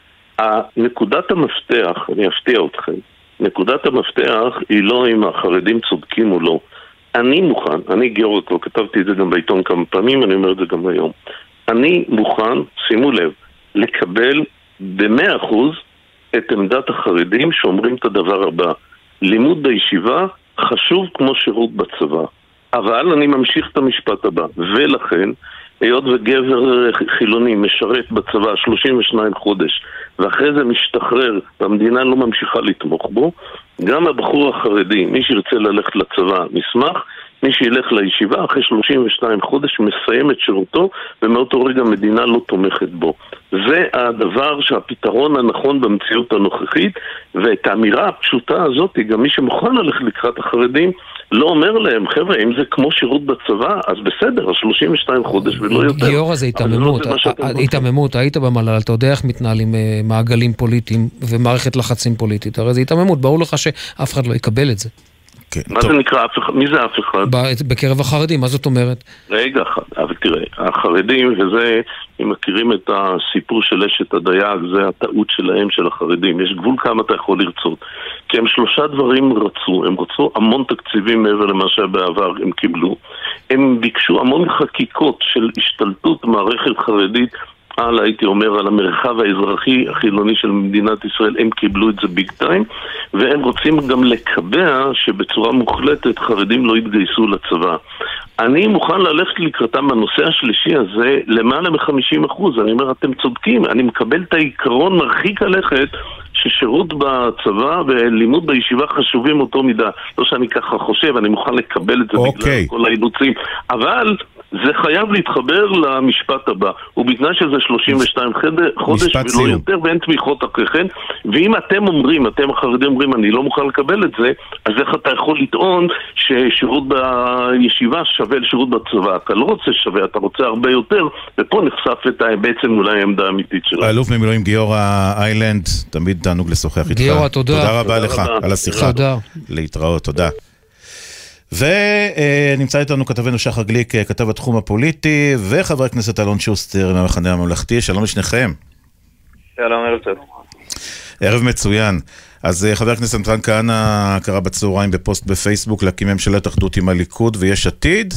נקודת המפתח, אני אפתיע אתכם, נקודת המפתח היא לא אם החרדים צודקים או לא. אני מוכן, אני גיורא, כבר כתבתי את זה גם בעיתון כמה פעמים, אני אומר את זה גם היום. אני מוכן, שימו לב, לקבל ב100% את עמדת החרדים שאומרים את הדבר הבא: לימוד בישיבה חשוב כמו שירות בצבא. אבל אני ממשיך את המשפט הבא, ולכן, היות וגבר חילוני משרת בצבא 32 חודש, ואחרי זה משתחרר, והמדינה לא ממשיכה לתמוך בו, גם הבחור החרדי, מי שירצה ללכת לצבא, נשמח, מי שילך לישיבה, אחרי 32 חודש מסיים את שירותו, ומאותו רגע המדינה לא תומכת בו. זה הדבר שהפתרון הנכון במציאות הנוכחית, ואת האמירה הפשוטה הזאת, גם מי שמוכן ללכת לקראת החרדים, לא אומר להם, חבר'ה, אם זה כמו שירות בצבא, אז בסדר, 32 חודש ולא יותר. גיורא, זה התעממות, היית במל"ל, אתה יודע איך מתנהלים מעגלים פוליטיים ומערכת לחצים פוליטית, הרי זה התעממות, ברור לך שאף אחד לא יקבל את זה. מה זה נקרא אף אחד? מי זה אף אחד? בקרב החרדים, מה זאת אומרת? רגע אחד, אבל תראה, החרדים, וזה, אם מכירים את הסיפור של אשת הדייג, זה הטעות שלהם, של החרדים. יש גבול כמה אתה יכול לרצות. כי הם 3 דברים רצו. הם רצו המון תקציבים מעבר למה שבעבר הם קיבלו. הם ביקשו המון חקיקות של השתלטות מערכת חרדית הייתי אומר, על המרחב האזרחי החילוני של מדינת ישראל. הם קיבלו את זה ביג טיים, והם רוצים גם לקבע שבצורה מוחלטת חרדים לא יתגייסו לצבא. אני מוכן ללכת לקראתם בנושא השלישי הזה למעלה מ-50%. אני אומר, אתם צודקים, אני מקבל את העיקרון מרחיק הלכת ששירות בצבא ולימוד בישיבה חשובים אותו מידה. לא שאני ככה חושב, אני מוכן לקבל את זה בגלל כל האילוצים, אבל זה חייב להתחבר למשפט הבא, ובתנאי שזה 32 חודש ולא יותר, ואין תמיכות אחרי כן. ואם אתם אומרים, אתם החרדים אומרים, אני לא מוכן לקבל את זה, אז איך אתה יכול לטעון ששירות בישיבה שווה לשירות בצבא? אתה לא רוצה שווה, אתה רוצה הרבה יותר, ופה נחשפת בעצם אולי העמדה האמיתית שלנו. האלוף במילואים גיורא איילנד, תמיד תענוג לשוחח איתך. גיורא, תודה. תודה רבה לך על השיחה. תודה. להתראות, תודה. ונמצא איתנו כתבנו שחר גליק, כתב התחום הפוליטי, וחבר הכנסת אלון שוסטר מהמחנה הממלכתי. שלום לשניכם. שלום, ערב טוב. ערב מצוין. אז חבר הכנסת מתן כהנא קרא בצהריים בפוסט בפייסבוק להקים ממשלת אחדות עם הליכוד ויש עתיד.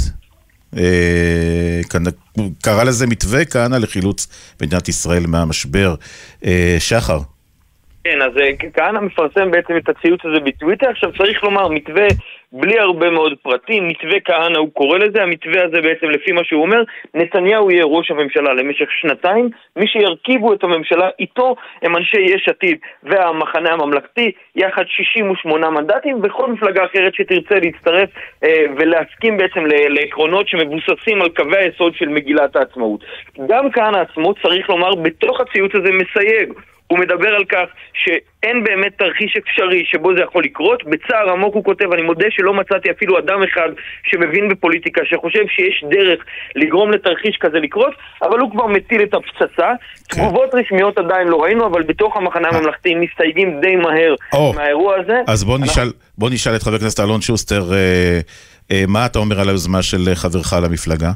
קרא לזה מתווה כהנא לחילוץ מדינת ישראל מהמשבר. שחר. כן, אז כהנא מפרסם בעצם את הציוץ הזה בטוויטר. עכשיו צריך לומר, מתווה בלי הרבה מאוד פרטים, מתווה כהנא הוא קורא לזה. המתווה הזה בעצם לפי מה שהוא אומר, נתניהו יהיה ראש הממשלה למשך 2, מי שירכיבו את הממשלה איתו הם אנשי יש עתיד והמחנה הממלכתי, יחד 68 מנדטים, וכל מפלגה אחרת שתרצה להצטרף ולהסכים בעצם לעקרונות שמבוססים על קווי היסוד של מגילת העצמאות. גם כהנא עצמו, צריך לומר, בתוך הציוץ הזה מסייג. הוא מדבר על כך שאין באמת תרחיש אפשרי שבו זה יכול לקרות. בצער עמוק הוא כותב, אני מודה שלא מצאתי אפילו אדם אחד שמבין בפוליטיקה, שחושב שיש דרך לגרום לתרחיש כזה לקרות, אבל הוא כבר מטיל את הפצצה. תגובות רשמיות עדיין לא ראינו, אבל בתוך המחנה הממלכתי מסתייגים די מהר מהאירוע הזה. אז בוא נשאל את חבר הכנסת אלון שוסטר, מה אתה אומר על היוזמה של חברך למפלגה?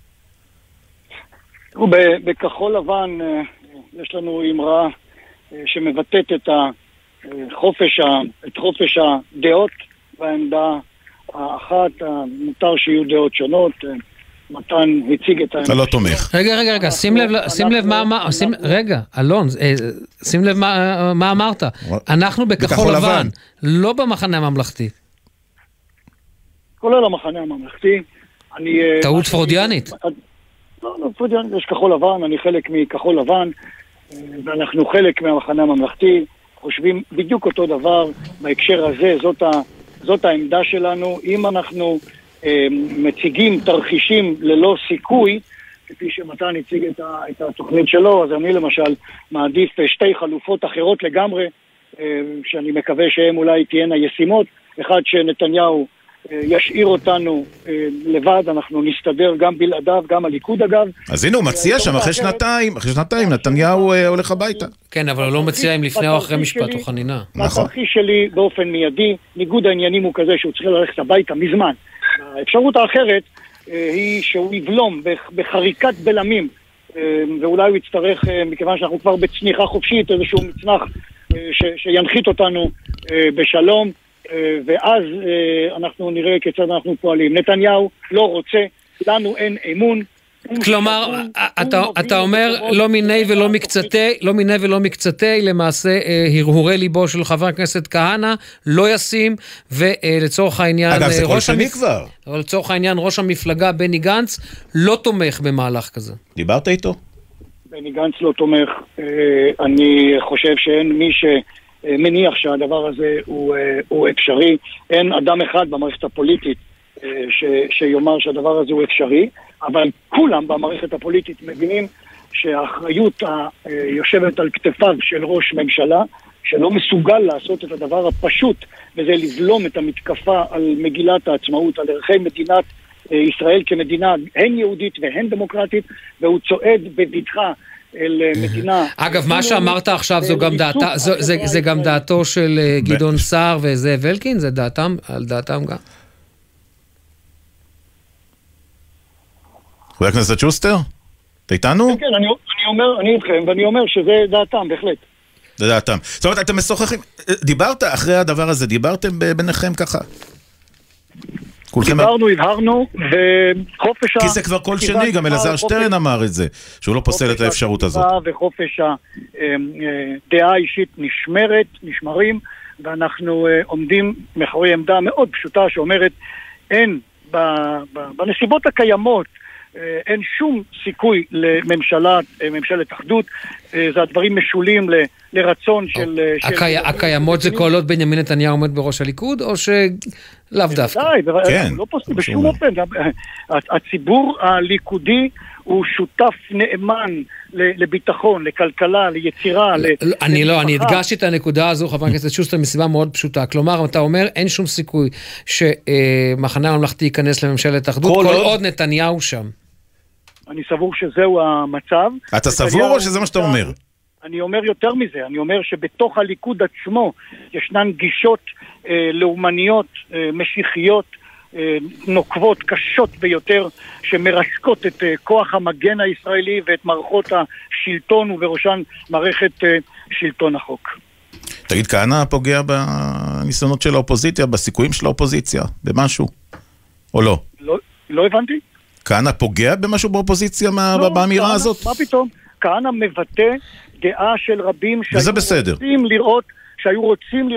בכחול לבן יש לנו אמרה שמבטאת את חופש הדעות, והעמדה האחת, מותר שיהיו דעות שונות. מתן הציג את אתה לא תומך. רגע, שים לב מה, רגע, אלון, שים לב מה אמרת. אנחנו בכחול לבן, לא במחנה הממלכתי. כולל המחנה הממלכתי. טעות פרודיאנית. לא, פרודיאנית, יש כחול לבן, אני חלק מכחול לבן, ואנחנו חלק מהמחנה הממלכתי, חושבים בדיוק אותו דבר בהקשר הזה. זאת העמדה שלנו. אם אנחנו מציגים תרחישים ללא סיכוי, כפי שמתן הציג את התוכנית שלו, אז אני למשל מעדיף 2 חלופות אחרות לגמרי, שאני מקווה שהן אולי תהיינה ישימות. אחד, שנתניהו ישאיר אותנו לבד, אנחנו נסתדר גם בלעדיו, גם הליכוד אגב. אז הנה הוא מציע שם אחרי שנתיים נתניהו הולך הביתה. כן, אבל הוא לא מציע אם לפני או אחרי משפט או חנינה. התרחיש שלי באופן מיידי, ניגוד העניינים הוא כזה שהוא צריך ללכת הביתה מזמן. האפשרות האחרת היא שהוא יבלום בחריקת בלמים, ואולי הוא יצטרך, מכיוון שאנחנו כבר בצניחה חופשית, איזשהו מצנח שינחית אותנו בשלום, ואז אנחנו נראה כיצד אנחנו פועלים. נתניהו לא רוצה, לנו אין אמון, כלומר, אתה אומר, לא מיני ולא מקצתי, למעשה הרהורי ליבו של חבר הכנסת כהנא, לא ישים, ולצורך העניין, אגב, זה כל שני כבר. לצורך העניין, ראש המפלגה, בני גנץ, לא תומך במהלך כזה. דיברת איתו? בני גנץ לא תומך. אני חושב שאין מי שמניח שהדבר הזה הוא אפשרי. אין אדם אחד במערכת הפוליטית שיאמר שהדבר הזה הוא אפשרי, אבל כולם במערכת הפוליטית מבינים שהאחריות היושבת על כתפיו של ראש ממשלה, שלא מסוגל לעשות את הדבר הפשוט, וזה לבלום את המתקפה על מגילת העצמאות, על ערכי מדינת ישראל כמדינה הן יהודית והן דמוקרטית, והוא צועד בבטחה אל מדינה... אגב, מה שאמרת עכשיו זה גם דעתו של גדעון סער וזאב אלקין? זה על דעתם גם? חבר הכנסת שוסטר? אתה איתנו? כן, אני איתכם, ואני אומר שזה דעתם, בהחלט. זה דעתם. זאת אומרת, אתם משוחחים, דיברת אחרי הדבר הזה, דיברתם ביניכם ככה? דיברנו, הבהרנו, וחופש... כי זה כבר כל שני, גם אלעזר שטרן אמר את זה, שהוא לא פוסל את האפשרות הזאת. וחופש הדעה האישית נשמרים, ואנחנו עומדים מאחורי עמדה מאוד פשוטה שאומרת, אין בנסיבות הקיימות, אין שום סיכוי לממשלת אחדות, זה הדברים משולים לרצון של... הקיימות זה כל עוד בנימין נתניהו עומד בראש הליכוד, או שלאו דווקא? כן. לא פוסט בשום אופן. הציבור הליכודי הוא שותף נאמן לביטחון, לכלכלה, ליצירה. אני הדגשתי את הנקודה הזו, חבר הכנסת שוסטר, מסיבה מאוד פשוטה. כלומר, אתה אומר, אין שום סיכוי שמחנה הממלכתי ייכנס לממשלת אחדות, כל עוד נתניהו שם. אני סבור שזהו המצב. אתה סבור או שזה מה שאתה אומר? אני אומר יותר מזה, אני אומר שבתוך הליכוד עצמו ישנן גישות לאומניות, משיחיות, נוקבות, קשות ביותר, שמרסקות את כוח המגן הישראלי ואת מערכות השלטון, ובראשן מערכת שלטון החוק. תגיד, כהנא פוגע בניסיונות של האופוזיציה, בסיכויים של האופוזיציה, במשהו? או לא? לא הבנתי. כהנא פוגע במשהו באופוזיציה באמירה הזאת? מה פתאום? כהנא מבטא דעה של רבים שהיו רוצים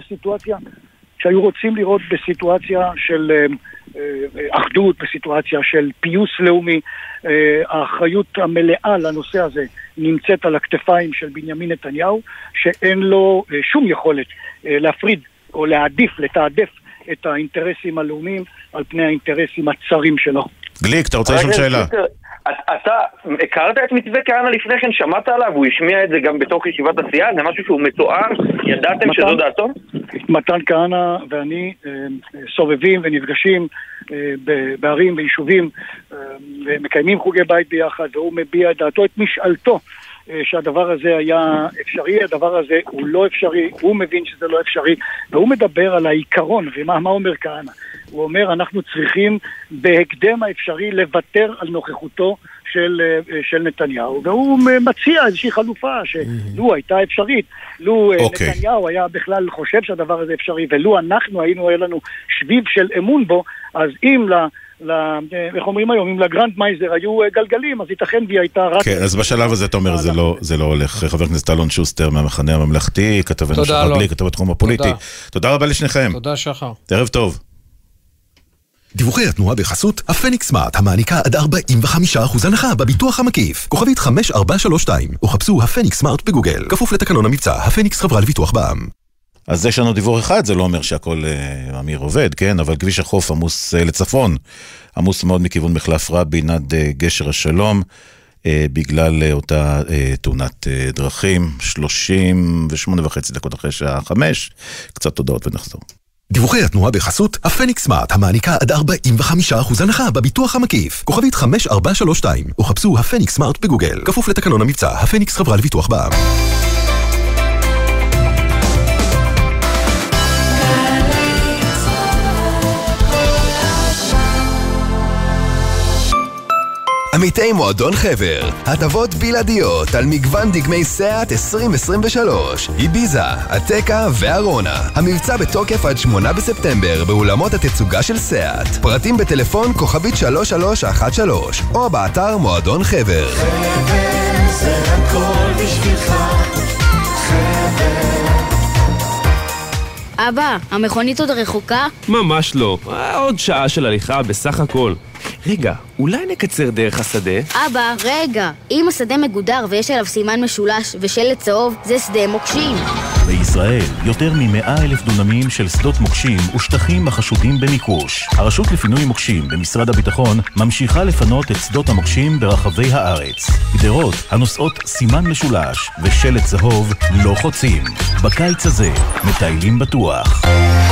לראות בסיטואציה של אחדות, בסיטואציה של פיוס לאומי. האחריות המלאה לנושא הזה נמצאת על הכתפיים של בנימין נתניהו, שאין לו שום יכולת להפריד או לתעדף את האינטרסים הלאומיים על פני האינטרסים הצרים שלו. גליק, אתה רוצה לשאול שאלה? אתה הכרת את מתווה כהנא לפני כן, שמעת עליו, הוא השמיע את זה גם בתוך ישיבת הסיעה, זה משהו שהוא מתואר, ידעתם שזו דעתו? מתן כהנא ואני סובבים ונפגשים בערים ויישובים ומקיימים חוגי בית ביחד, והוא מביע את דעתו, את משאלתו שהדבר הזה היה אפשרי, הדבר הזה הוא לא אפשרי, הוא מבין שזה לא אפשרי, והוא מדבר על העיקרון. ומה אומר כהנא? הוא אומר, אנחנו צריכים בהקדם האפשרי לוותר על נוכחותו של נתניהו, והוא מציע איזושהי חלופה שלו הייתה אפשרית, לו נתניהו היה בכלל חושב שהדבר הזה אפשרי, ולו היה לנו שביב של אמון בו, אז אם איך אומרים היום, אם לגרנד מייזר היו גלגלים, אז ייתכן והיא הייתה רק... כן, אז בשלב הזה אתה אומר, זה לא הולך. חבר הכנסת אלון שוסטר מהמחנה הממלכתי, כתבנו שחר גליק, כתב בתחום הפוליטי. תודה רבה לשניכם. תודה שחר. ערב טוב. דיווחי התנועה בחסות הפניקס סמארט, המעניקה עד 45% הנחה בביטוח המקיף. כוכבית 5432, או חפשו הפניקס סמארט בגוגל. כפוף לתקנון המבצע, הפניקס חברה לביטוח בע"מ. אז יש לנו דיווח אחד, זה לא אומר שהכל אמיר עובד, כן? אבל כביש החוף עמוס לצפון, עמוס מאוד מכיוון מחלף רבין עד גשר השלום, בגלל אותה תאונת דרכים, 38.5 דקות אחרי שעה 5, קצת תודעות ונחזור. דיווחי התנועה בחסות הפניקס סמארט, המעניקה עד 45% הנחה בביטוח המקיף. כוכבית 5432, או חפשו הפניקס סמארט בגוגל. כפוף לתקנון המבצע, הפניקס חברה לביטוח בע"מ. עמיתי מועדון חבר, הטבות בלעדיות על מגוון דגמי סאט 2023, איביזה, אטקה וארונה. המבצע בתוקף עד 8 בספטמבר באולמות התצוגה של סאט. פרטים בטלפון כוכבית 3313 או באתר מועדון חבר. חבר זה הכל בשבילך, חבר. אבא, המכונית עוד רחוקה? ממש לא, עוד שעה של הליכה בסך הכל. רגע, אולי נקצר דרך השדה? אבא, רגע, אם השדה מגודר ויש עליו סימן משולש ושלט צהוב, זה שדה מוקשים. בישראל, יותר מ100,000 דונמים של שדות מוקשים ושטחים החשודים במיקוש. הרשות לפינוי מוקשים במשרד הביטחון ממשיכה לפנות את שדות המוקשים ברחבי הארץ. גדרות הנושאות סימן משולש ושלט צהוב לא חוצים. בקיץ הזה, מטיילים בטוח.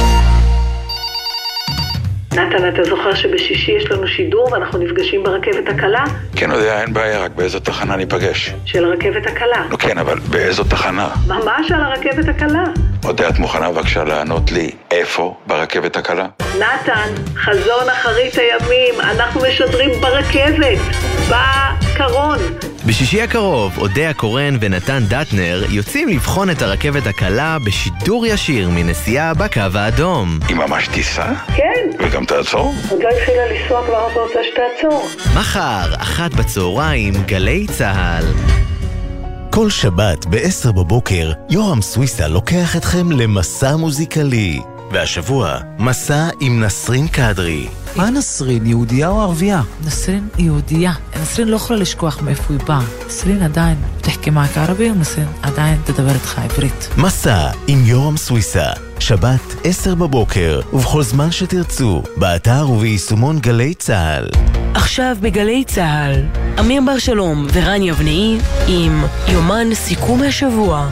נתן, אתה זוכר שבשישי יש לנו שידור ואנחנו נפגשים ברכבת הקלה? כן, יודע, אין בעיה, רק באיזו תחנה ניפגש. של הרכבת הקלה. לא, כן, אבל באיזו תחנה? ממש על הרכבת הקלה. יודע, את מוכנה בבקשה לענות לי איפה ברכבת הקלה? נתן, חזון אחרית הימים, אנחנו משדרים ברכבת, בקרון. בשישי הקרוב, אודיה קורן ונתן דטנר יוצאים לבחון את הרכבת הקלה בשידור ישיר מנסיעה בקו האדום. היא ממש טיסה? כן. וגם תעצור? עוד לא התחילה לנסוע, כבר אתה רוצה שתעצור. מחר, 1 בצהריים, גלי צהל. כל שבת ב-10 בבוקר, יורם סוויסה לוקח אתכם למסע מוזיקלי. והשבוע, מסע עם נסרין קדרי. מה נסרין, יהודייה או ערבייה? נסרין יהודייה. נסרין לא יכולה לשכוח מאיפה היא באה. נסרין עדיין תחכי מעק ערבי, ונסרין עדיין תדבר איתך עברית. מסע עם יורם סוויסה. שבת 10 בבוקר, ובכל זמן שתרצו, באתר וביישומון גלי צהל. עכשיו בגלי צהל, אמיר בר שלום ורן יבנאי עם יומן סיכום השבוע.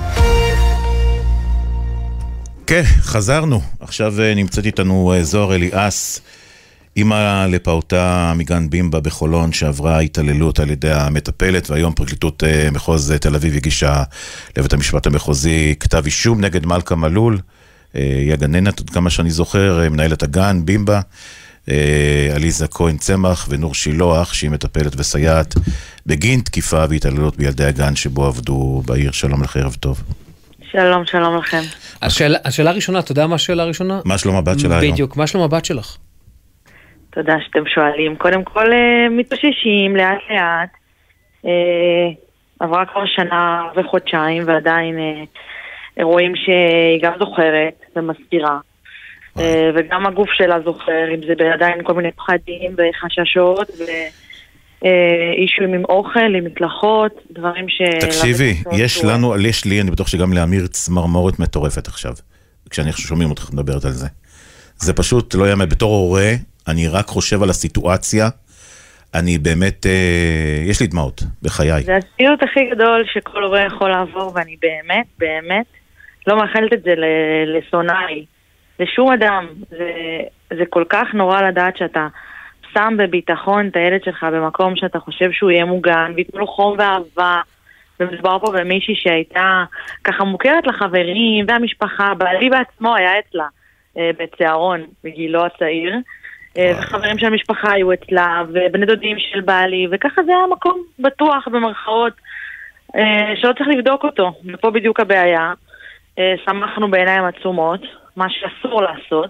כן, חזרנו. עכשיו נמצאת איתנו זוהר אליאס, אמא לפעוטה מגן בימבה בחולון שעברה התעללות על ידי המטפלת, והיום פרקליטות מחוז תל אביב הגישה לבית המשפט המחוזי כתב אישום נגד מלכה מלול, היא הגננת, עוד כמה שאני זוכר, מנהלת הגן בימבה, עליזה כהן צמח ונור שילוח, שהיא מטפלת וסייעת בגין תקיפה והתעללות בילדי הגן שבו עבדו בעיר. שלום לך, ערב טוב. שלום, שלום לכם. השאלה הראשונה, אתה יודע מה השאלה הראשונה? מה שלום הבת שלה היום? בדיוק, מה שלום הבת שלך? תודה שאתם שואלים. קודם כל, מתאוששים לאט לאט. עברה כבר שנה וחודשיים, ועדיין רואים שהיא גם זוכרת ומסבירה. וגם הגוף שלה זוכר, אם זה עדיין כל מיני פחדים וחששות אישויים עם אוכל, עם מתלחות, דברים ש... תקשיבי, יש לי, אני בטוח שגם לאמיר צמרמורת מטורפת עכשיו, כשאנחנו שומעים אותך מדברת על זה. זה פשוט לא יאמן, בתור הורה, אני רק חושב על הסיטואציה, אני באמת, יש לי דמעות בחיי. זה הסיוט הכי גדול שכל הורה יכול לעבור, ואני באמת, באמת, לא מאחלת את זה לסונאי, לשום אדם. זה כל כך נורא לדעת שאתה שם בביטחון את הילד שלך במקום שאתה חושב שהוא יהיה מוגן, ויתנו לו חום ואהבה, ומדבר פה במישהי שהייתה ככה מוכרת לחברים והמשפחה, בעלי בעצמו היה אצלה בצהרון בגילו הצעיר, וחברים של המשפחה היו אצלה, ובני דודים של בעלי, וככה זה היה מקום בטוח במרכאות, שלא צריך לבדוק אותו, ופה בדיוק הבעיה. שמחנו בעיניים עצומות, מה שאסור לעשות.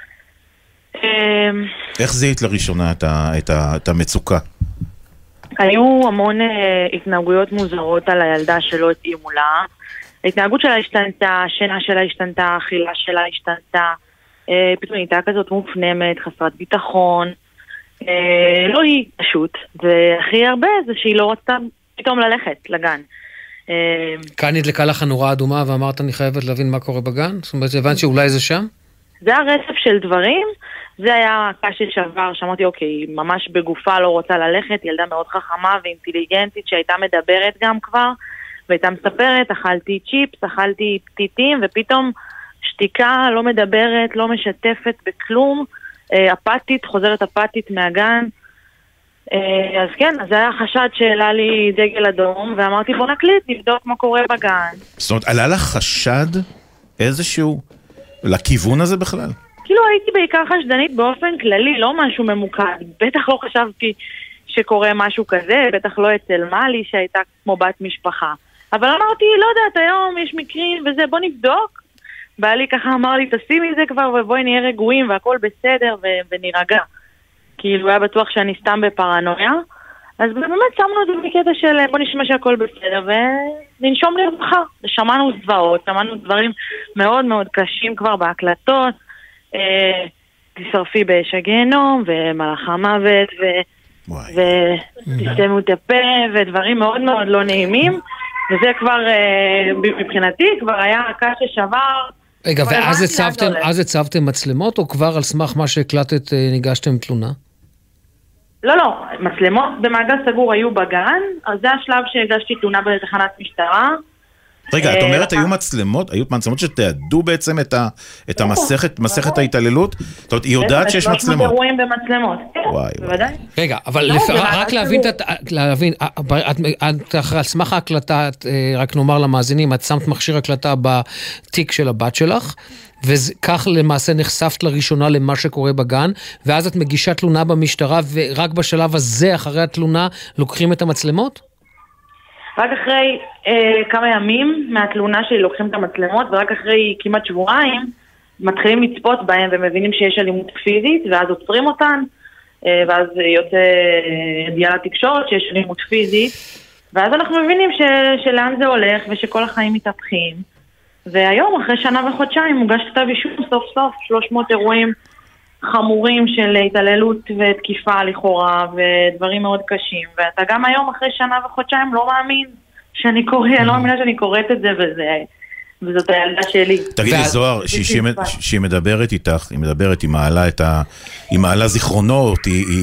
איך זיהית לראשונה את המצוקה? היו המון התנהגויות מוזרות על הילדה שלא התאימו לה. ההתנהגות שלה השתנתה, השינה שלה השתנתה, האכילה שלה השתנתה. פתאום הייתה כזאת מופנמת, חסרת ביטחון. לא היא פשוט. והכי הרבה זה שהיא לא רצתה פתאום ללכת לגן. כאן נדלקה לך נורה אדומה ואמרת אני חייבת להבין מה קורה בגן? זאת אומרת, הבנת שאולי זה שם? זה הרצף של דברים. זה היה הקש שעבר, שאמרתי, אוקיי, ממש בגופה לא רוצה ללכת, ילדה מאוד חכמה ואינטליגנטית שהייתה מדברת גם כבר, והייתה מספרת, אכלתי צ'יפס, אכלתי פתיתים, ופתאום שתיקה, לא מדברת, לא משתפת בכלום, אפתית, חוזרת אפתית מהגן. אז כן, אז זה היה חשד שהעלה לי דגל אדום, ואמרתי בוא נקליט, נבדוק מה קורה בגן. זאת אומרת, עלה לך חשד איזשהו לכיוון הזה בכלל? כאילו הייתי בעיקר חשדנית באופן כללי, לא משהו ממוקד. בטח לא חשבתי שקורה משהו כזה, בטח לא אצל מלי שהייתה כמו בת משפחה. אבל אמרתי, לא יודעת, היום יש מקרים וזה, בוא נבדוק. בעלי ככה אמר לי, תשימי את זה כבר ובואי נהיה רגועים והכל בסדר ונירגע. כאילו היה בטוח שאני סתם בפרנויה. אז באמת שמנו את זה בקטע של בוא נשמע שהכל בסדר וננשום לרווחה. שמענו זוועות, שמענו דברים מאוד מאוד קשים כבר בהקלטות. תשרפי באש הגיהנום ומלאך המוות ותסתמו את הפה ודברים מאוד מאוד לא נעימים. וזה כבר מבחינתי כבר היה הקש ששבר. רגע, ואז הצבתם מצלמות או כבר על סמך מה שהקלטת ניגשתם תלונה? לא, מצלמות במעגל סגור היו בגן, אז זה השלב שהגשתי תלונה בתחנת משטרה. רגע, את אומרת היו מצלמות שתעדו בעצם את מסכת ההתעללות? זאת אומרת, היא יודעת שיש מצלמות. אירועים במצלמות. וואי. בוודאי. רגע, אבל רק להבין, את על סמך ההקלטה, רק נאמר למאזינים, את שמת מכשיר הקלטה בתיק של הבת שלך, וכך למעשה נחשפת לראשונה למה שקורה בגן, ואז את מגישה תלונה במשטרה, ורק בשלב הזה, אחרי התלונה, לוקחים את המצלמות? רק אחרי כמה ימים מהתלונה שלי לוקחים את המצלמות, ורק אחרי כמעט שבועיים מתחילים לצפות בהם ומבינים שיש אלימות פיזית, ואז עוצרים אותן, ואז יוצא ידיעה לתקשורת שיש אלימות פיזית, ואז אנחנו מבינים שלאן זה הולך ושכל החיים מתהפכים. והיום, אחרי שנה וחודשיים, מוגש כתב אישום סוף סוף 300 אירועים חמורים של התעללות ותקיפה לכאורה ודברים מאוד קשים. ואתה גם היום, אחרי שנה וחודשיים, לא מאמין שאני קורא, אני לא מאמינה שאני קוראת את זה וזאת הילדה שלי. תגידי זוהר, שהיא מדברת איתך, היא מעלה זיכרונות,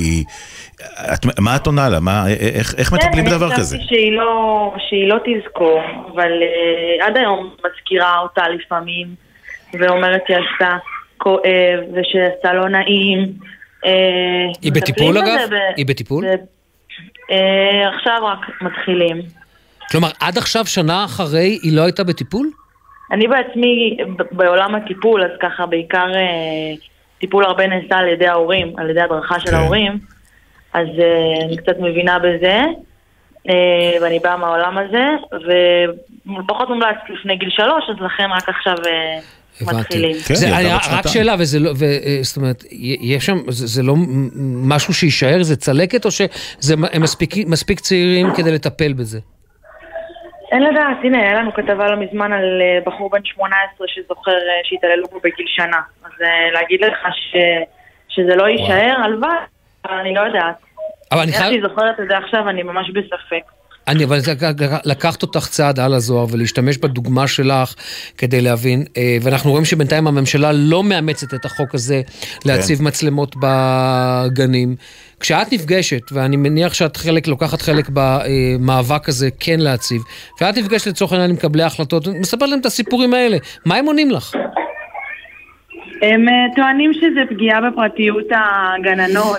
מה את עונה לה? איך מטפלים בדבר כזה? אני חושבת שהיא לא תזכור, אבל עד היום מזכירה אותה לפעמים, ואומרת שעשתה כואב, ושעשתה לא נעים. היא בטיפול אגב? היא בטיפול? עכשיו רק מתחילים. כלומר, עד עכשיו, שנה אחרי, היא לא הייתה בטיפול? אני בעצמי בעולם הטיפול, אז ככה בעיקר טיפול הרבה נעשה על ידי ההורים, על ידי הדרכה של ההורים, אז אני קצת מבינה בזה, ואני באה מהעולם הזה, ופחות מומלץ לפני גיל 3, אז לכן רק עכשיו מתחילים. רק שאלה, זאת אומרת, יש שם, זה לא משהו שישאר, זה צלקת, או שהם מספיק צעירים כדי לטפל בזה? אין לדעת, הנה, היה לנו כתבה לא מזמן על בחור בן 18 שזוכר שהתעללו בו בגיל שנה. אז להגיד לך שזה לא יישאר, הלוואי, אני לא יודעת. איך שהיא זוכרת את זה עכשיו, אני ממש בספק. אבל לקחת אותך צעד על הזוהר ולהשתמש בדוגמה שלך כדי להבין, ואנחנו רואים שבינתיים הממשלה לא מאמצת את החוק הזה להציב מצלמות בגנים. כשאת נפגשת, ואני מניח שאת לוקחת חלק במאבק הזה כן להציב, כשאת נפגשת לצורך העניין עם מקבלי ההחלטות, מספר להם את הסיפורים האלה, מה הם עונים לך? הם טוענים שזה פגיעה בפרטיות הגננות,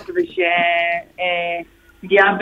ושפגיעה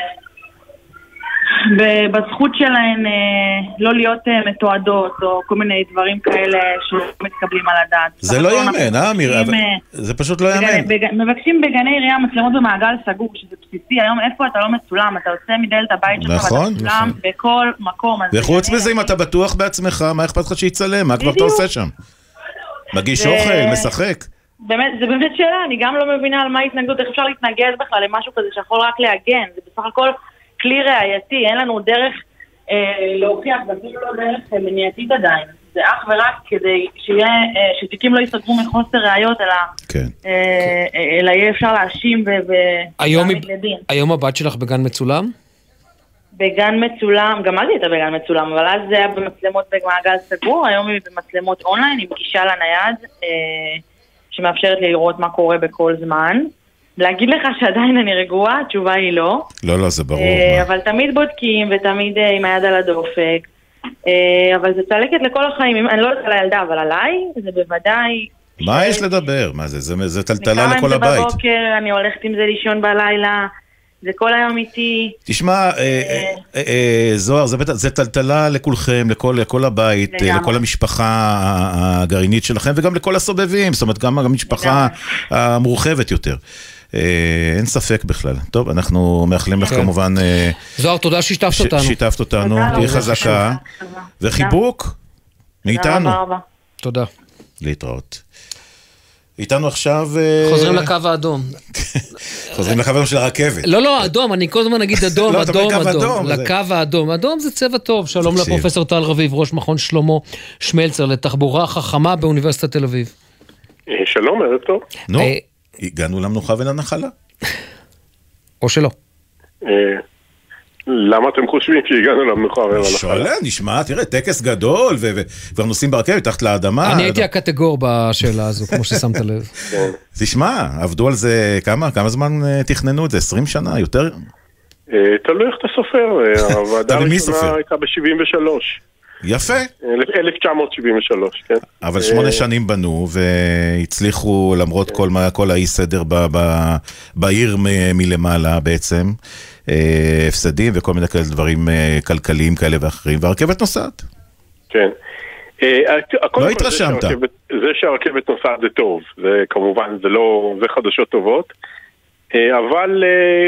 בזכות שלהן לא להיות מתועדות, או כל מיני דברים כאלה שלא מתקבלים על הדעת. זה לא יאמן, אמיר, זה פשוט לא יאמן. מבקשים בגני עירייה מצלמות במעגל סגור, שזה בסיסי, היום איפה אתה לא מצולם, אתה יוצא מדלת הבית שלך, ואתה מצולם בכל מקום. וחוץ מזה, אם אתה בטוח בעצמך, מה אכפת לך שיצלם? מה כבר אתה עושה שם? מגיש אוכל, משחק? באמת, זה באמת שאלה, אני גם לא מבינה על מה התנגדות, איך אפשר להתנגד בכלל למשהו כזה שיכול רק להגן, זה בסך הכל כלי ראייתי, אין לנו דרך להוכיח, ואפילו לא דרך מניעתית עדיין. זה אך ורק כדי שתיקים לא יסגרו מחוסר ראיות, אלא יהיה אפשר להאשים ולהעמיד לדין. היום הבת שלך בגן מצולם? בגן מצולם, גם אז הייתה בגן מצולם, אבל אז זה היה במצלמות במעגל סגור, היום היא במצלמות אונליין, עם גישה לנייד, שמאפשרת לי לראות מה קורה בכל זמן. להגיד לך שעדיין אני רגועה, התשובה היא לא. לא, זה ברור. אבל תמיד בודקים ותמיד עם היד על הדופק. אבל זה צלקת לכל החיים, אני לא יודעת על הילדה, אבל עליי זה בוודאי... מה יש לדבר? מה זה? זה טלטלה לכל הבית. מכמה בבוקר, אני הולכת עם זה לישון בלילה, זה כל היום איתי. תשמע, זוהר, זה טלטלה לכולכם, לכל הבית, לכל המשפחה הגרעינית שלכם, וגם לכל הסובבים, זאת אומרת, גם המשפחה המורחבת יותר. אין ספק בכלל. טוב, אנחנו מאחלים לך כמובן... זוהר, תודה ששיתפת אותנו. שיתפת אותנו, תהיה חזקה. וחיבוק מאיתנו. תודה. להתראות. איתנו עכשיו... חוזרים לקו האדום. חוזרים לקו האדום של הרכבת. לא, אדום, אני כל הזמן אגיד אדום, אדום. לקו האדום. אדום זה צבע טוב. שלום לפרופסור טל רביב, ראש מכון שלמה שמלצר לתחבורה חכמה באוניברסיטת תל אביב. שלום, ערב טוב. נו, הגענו למנוחה ולנחלה. או שלא. למה אתם חושבים שהגענו למנוחה ולנחלה? שואלה, נשמע, תראה, טקס גדול, וכבר נוסעים ברכבת, תחת לאדמה. אני הייתי הקטגור בשאלה הזו, כמו ששמת לב. תשמע, עבדו על זה כמה זמן תכננו את זה? 20 שנה? יותר? תלוי איך אתה סופר. הוועדה הראשונה הייתה ב-73. יפה. 1973, כן. אבל 8 שנים בנו, והצליחו למרות כל האי סדר בעיר מלמעלה בעצם, הפסדים וכל מיני כאלה דברים כלכליים כאלה ואחרים, והרכבת נוסעת. כן. לא התרשמת. זה שהרכבת נוסעת זה טוב, זה כמובן, זה חדשות טובות, אבל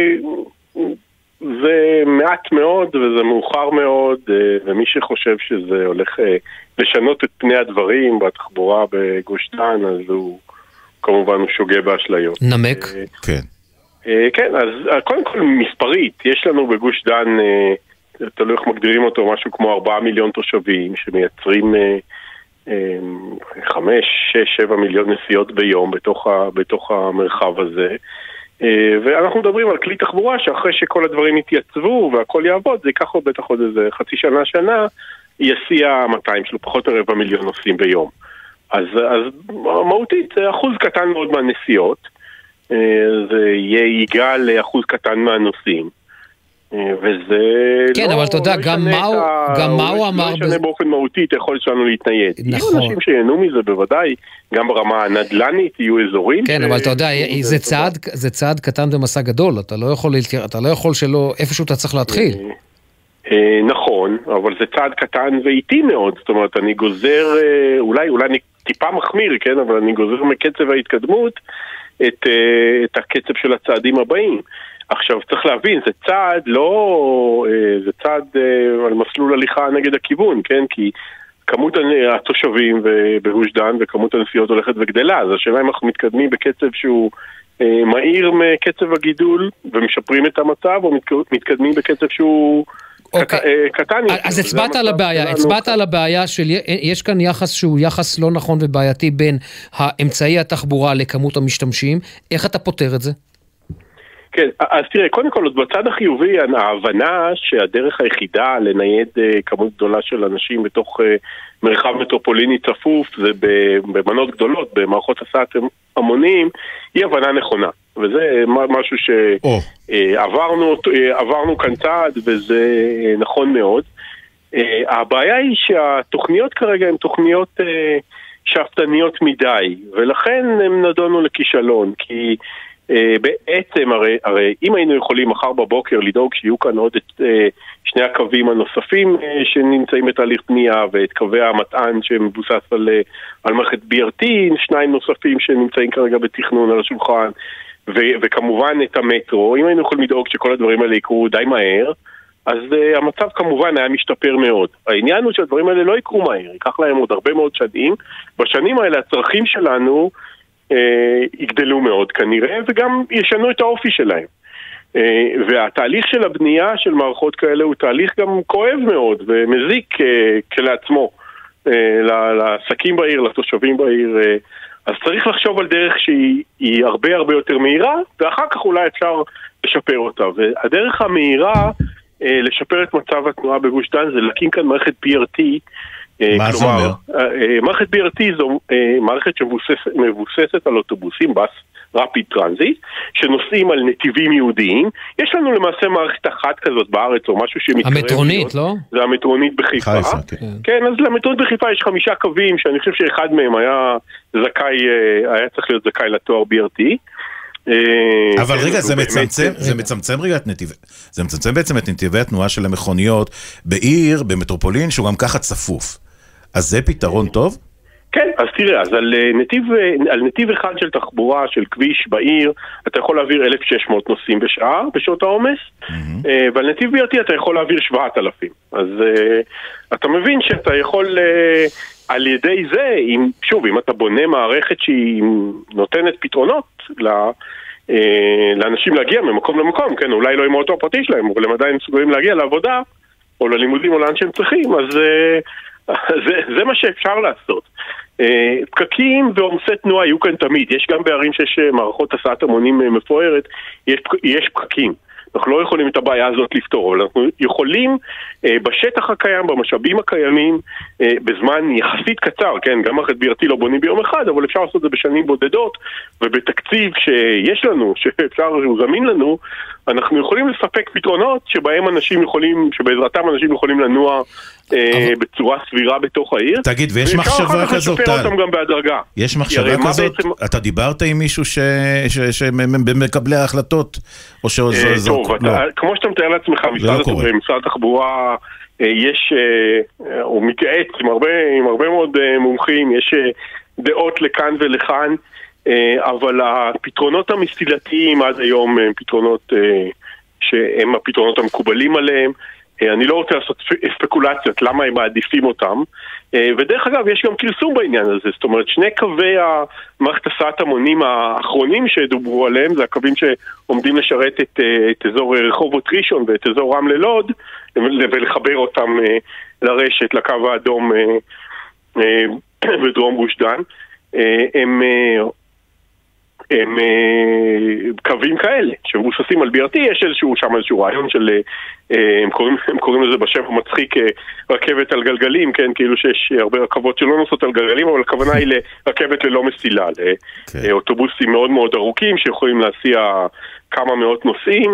זה מעט מאוד וזה מאוחר מאוד, ומי שחושב שזה הולך לשנות את פני הדברים בתחבורה בגוש דן, אז הוא כמובן הוא שוגה באשליות. נמק? כן. כן, אז קודם כל מספרית, יש לנו בגוש דן, תלוי איך מגדירים אותו, משהו כמו 4 מיליון תושבים שמייצרים 5, 6, 7 מיליון נסיעות ביום בתוך המרחב הזה. ואנחנו מדברים על כלי תחבורה שאחרי שכל הדברים יתייצבו והכל יעבוד, זה ייקח בטח עוד איזה חצי שנה, יסיע 200 שלו פחות מ4 מיליון נוסעים ביום. אז מהותית זה אחוז קטן מאוד מהנסיעות, זה ייגע לאחוז קטן מהנוסעים, וזה כן, אבל אתה יודע, גם מה הוא אמר... לא ישנה באופן מהותי את היכולת שלנו להתנייד. נכון. יהיו אנשים שיהנו מזה בוודאי, גם ברמה הנדל"נית יהיו אזורים... כן, אבל אתה יודע, זה צעד קטן במסע גדול, אתה לא יכול שלא, איפשהו אתה צריך להתחיל. נכון, אבל זה צעד קטן ואיטי מאוד, זאת אומרת, אני גוזר, אולי אני טיפה מחמיר, כן, אבל אני גוזר מקצב ההתקדמות את הקצב של הצעדים הבאים. עכשיו צריך להבין, זה צעד זה צעד על מסלול הליכה נגד הכיוון, כן? כי כמות התושבים בגוש דן וכמות הנסיעות הולכת וגדלה, אז השאלה אם אנחנו מתקדמים בקצב שהוא מהיר מקצב הגידול ומשפרים את המצב, או מתקדמים בקצב שהוא קטן. אז הצבעת על הבעיה יש כאן יחס שהוא יחס לא נכון ובעייתי בין האמצעי התחבורה לכמות המשתמשים, איך אתה פותר את זה? כן, אז תראה, קודם כל, בצד החיובי, ההבנה שהדרך היחידה לנייד כמות גדולה של אנשים בתוך מרחב מטרופוליני צפוף, זה במנות גדולות, במערכות הסעת המונים, היא הבנה נכונה. וזה משהו שעברנו כאן צעד, וזה נכון מאוד. הבעיה היא שהתוכניות כרגע הן תוכניות שאפתניות מדי, ולכן הם נדונו לכישלון, כי בעצם הרי אם היינו יכולים מחר בבוקר לדאוג שיהיו כאן עוד את שני הקווים הנוספים שנמצאים בתהליך בנייה ואת קווי המטען שמבוסס על מערכת BRT, 2 נוספים שנמצאים כרגע בתכנון על השולחן, וכמובן את המטרו, אם היינו יכולים לדאוג שכל הדברים האלה יקרו די מהר, אז המצב כמובן היה משתפר מאוד. העניין הוא שהדברים האלה לא יקרו מהר, ייקח להם עוד הרבה מאוד שנים. בשנים האלה הצרכים שלנו יגדלו מאוד כנראה, וגם ישנו את האופי שלהם. והתהליך של הבנייה של מערכות כאלה הוא תהליך גם כואב מאוד ומזיק כשלעצמו לעסקים בעיר, לתושבים בעיר. אז צריך לחשוב על דרך שהיא הרבה הרבה יותר מהירה, ואחר כך אולי אפשר לשפר אותה. והדרך המהירה לשפר את מצב התנועה בגוש דן זה להקים כאן מערכת BRT. מה זה אומר? מערכת BRT זו מערכת שמבוססת על אוטובוסים, בס רפיד טרנזיט, שנוסעים על נתיבים יהודיים. יש לנו למעשה מערכת אחת כזאת בארץ, או משהו שמתקרב. המטרונית, לא? זה המטרונית בחיפה. כן, אז למטרונית בחיפה יש 5 קווים, שאני חושב שאחד מהם היה צריך להיות זכאי לתואר BRT. אבל רגע, זה מצמצם רגע את נתיבי, זה מצמצם בעצם את נתיבי התנועה של המכוניות בעיר, במטרופולין, שהוא גם ככה צפוף. אז זה פתרון טוב? כן, אז תראה, אז על נתיב אחד של תחבורה, של כביש בעיר, אתה יכול להעביר 1,600 נוסעים בשעה, בשעות העומס, ועל נתיב BRT אתה יכול להעביר 7,000. אז אתה מבין שאתה יכול, על ידי זה, אם אתה בונה מערכת שהיא נותנת פתרונות לאנשים להגיע ממקום למקום, כן, אולי לא עם האוטו הפרטי שלהם, אבל הם עדיין מסוגלים להגיע לעבודה, או ללימודים או לאן שהם צריכים, אז זה מה שאפשר לעשות. פקקים ועומסי תנועה יהיו כאן תמיד. יש גם בערים שיש מערכות הסעת המונים מפוארת, יש פקקים. אנחנו לא יכולים את הבעיה הזאת לפתור, אבל אנחנו יכולים בשטח הקיים, במשאבים הקיימים, בזמן יחסית קצר, כן, גם מערכת BRT לא בונים ביום אחד, אבל אפשר לעשות את זה בשנים בודדות, ובתקציב שיש לנו, שהוא זמין לנו, אנחנו יכולים לספק פתרונות שבהם אנשים יכולים, שבעזרתם אנשים יכולים לנוע בצורה סבירה בתוך העיר. תגיד, ויש מחשבה כזאת, יש מחשבה כזאת? אתה דיברת עם מישהו שמקבלי ההחלטות? טוב, כמו שאתה מתאר לעצמך, משרד התחבורה הוא מתייעץ עם הרבה מאוד מומחים, יש דעות לכאן ולכאן, אבל הפתרונות המסילתיים עד היום הם פתרונות שהם הפתרונות המקובלים עליהם. אני לא רוצה לעשות ספקולציות למה הם מעדיפים אותם, ודרך אגב יש גם כרסום בעניין הזה, זאת אומרת שני קווי המערכת הסעת המונים האחרונים שדוברו עליהם, זה הקווים שעומדים לשרת את אזור רחובות ראשון ואת אזור רמלה לוד, ולחבר אותם לרשת, לקו האדום בדרום גוש דן, הם קווים כאלה שמבוססים על BRT. יש שם איזשהו רעיון של, הם קוראים לזה בשם המצחיק רכבת על גלגלים, כן, כאילו שיש הרבה רכבות שלא נוסעות על גלגלים, אבל הכוונה היא לרכבת ללא מסילה, לאוטובוסים מאוד מאוד ארוכים שיכולים להסיע כמה מאות נוסעים,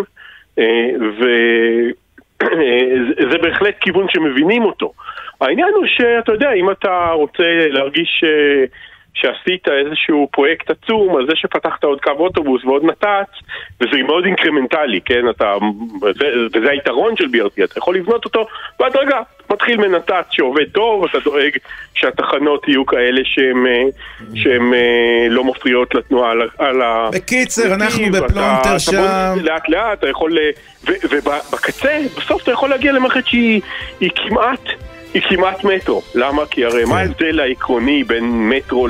וזה בהחלט כיוון שמבינים אותו. העניין הוא שאתה יודע, אם אתה רוצה להרגיש שעשית איזשהו פרויקט עצום, אז זה שפתחת עוד קו אוטובוס ועוד נת"צ, וזה מאוד אינקרמנטלי, כן? וזה היתרון של BRT, אתה יכול לבנות אותו בהדרגה. מתחיל מנת"צ שעובד טוב, אתה דואג שהתחנות יהיו כאלה שהן לא מפריעות לתנועה על ה... בקיצר, אנחנו בפלונטר שם. לאט לאט, אתה יכול... ובקצה, בסוף אתה יכול להגיע למערכת שהיא כמעט מטרו. למה? כי הרי מה ההבדל העקרוני בין מטרו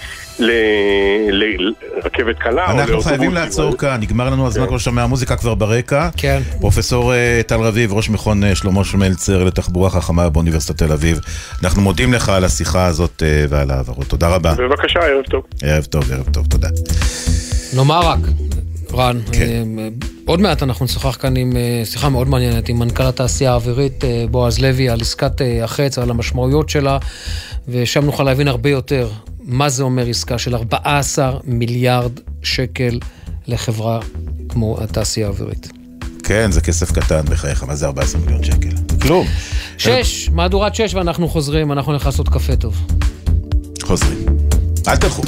לרכבת קלה? אנחנו חייבים לעצור כאן, נגמר לנו הזמן, כל שומע המוזיקה כבר ברקע. פרופסור טל רביב, ראש מכון שלמה שמלצר לתחבורה חכמה באוניברסיטת תל אביב. אנחנו מודים לך על השיחה הזאת ועל העברות. תודה רבה. בבקשה, ערב טוב. ערב טוב, תודה. נאמר רק, רן, עוד מעט אנחנו נשוחח כאן עם שיחה מאוד מעניינת עם מנכ"ל התעשייה האווירית בועז לוי על עסקת החץ, על המשמעויות שלה, ושם נוכל להבין הרבה יותר מה זה אומר עסקה של 14 מיליארד שקל לחברה כמו התעשייה האווירית. כן, זה כסף קטן בחייך, מה זה 14 מיליון שקל? כלום. 6, מהדורת 6 ואנחנו חוזרים, אנחנו נלך לעשות קפה טוב. חוזרים. אל תלכו.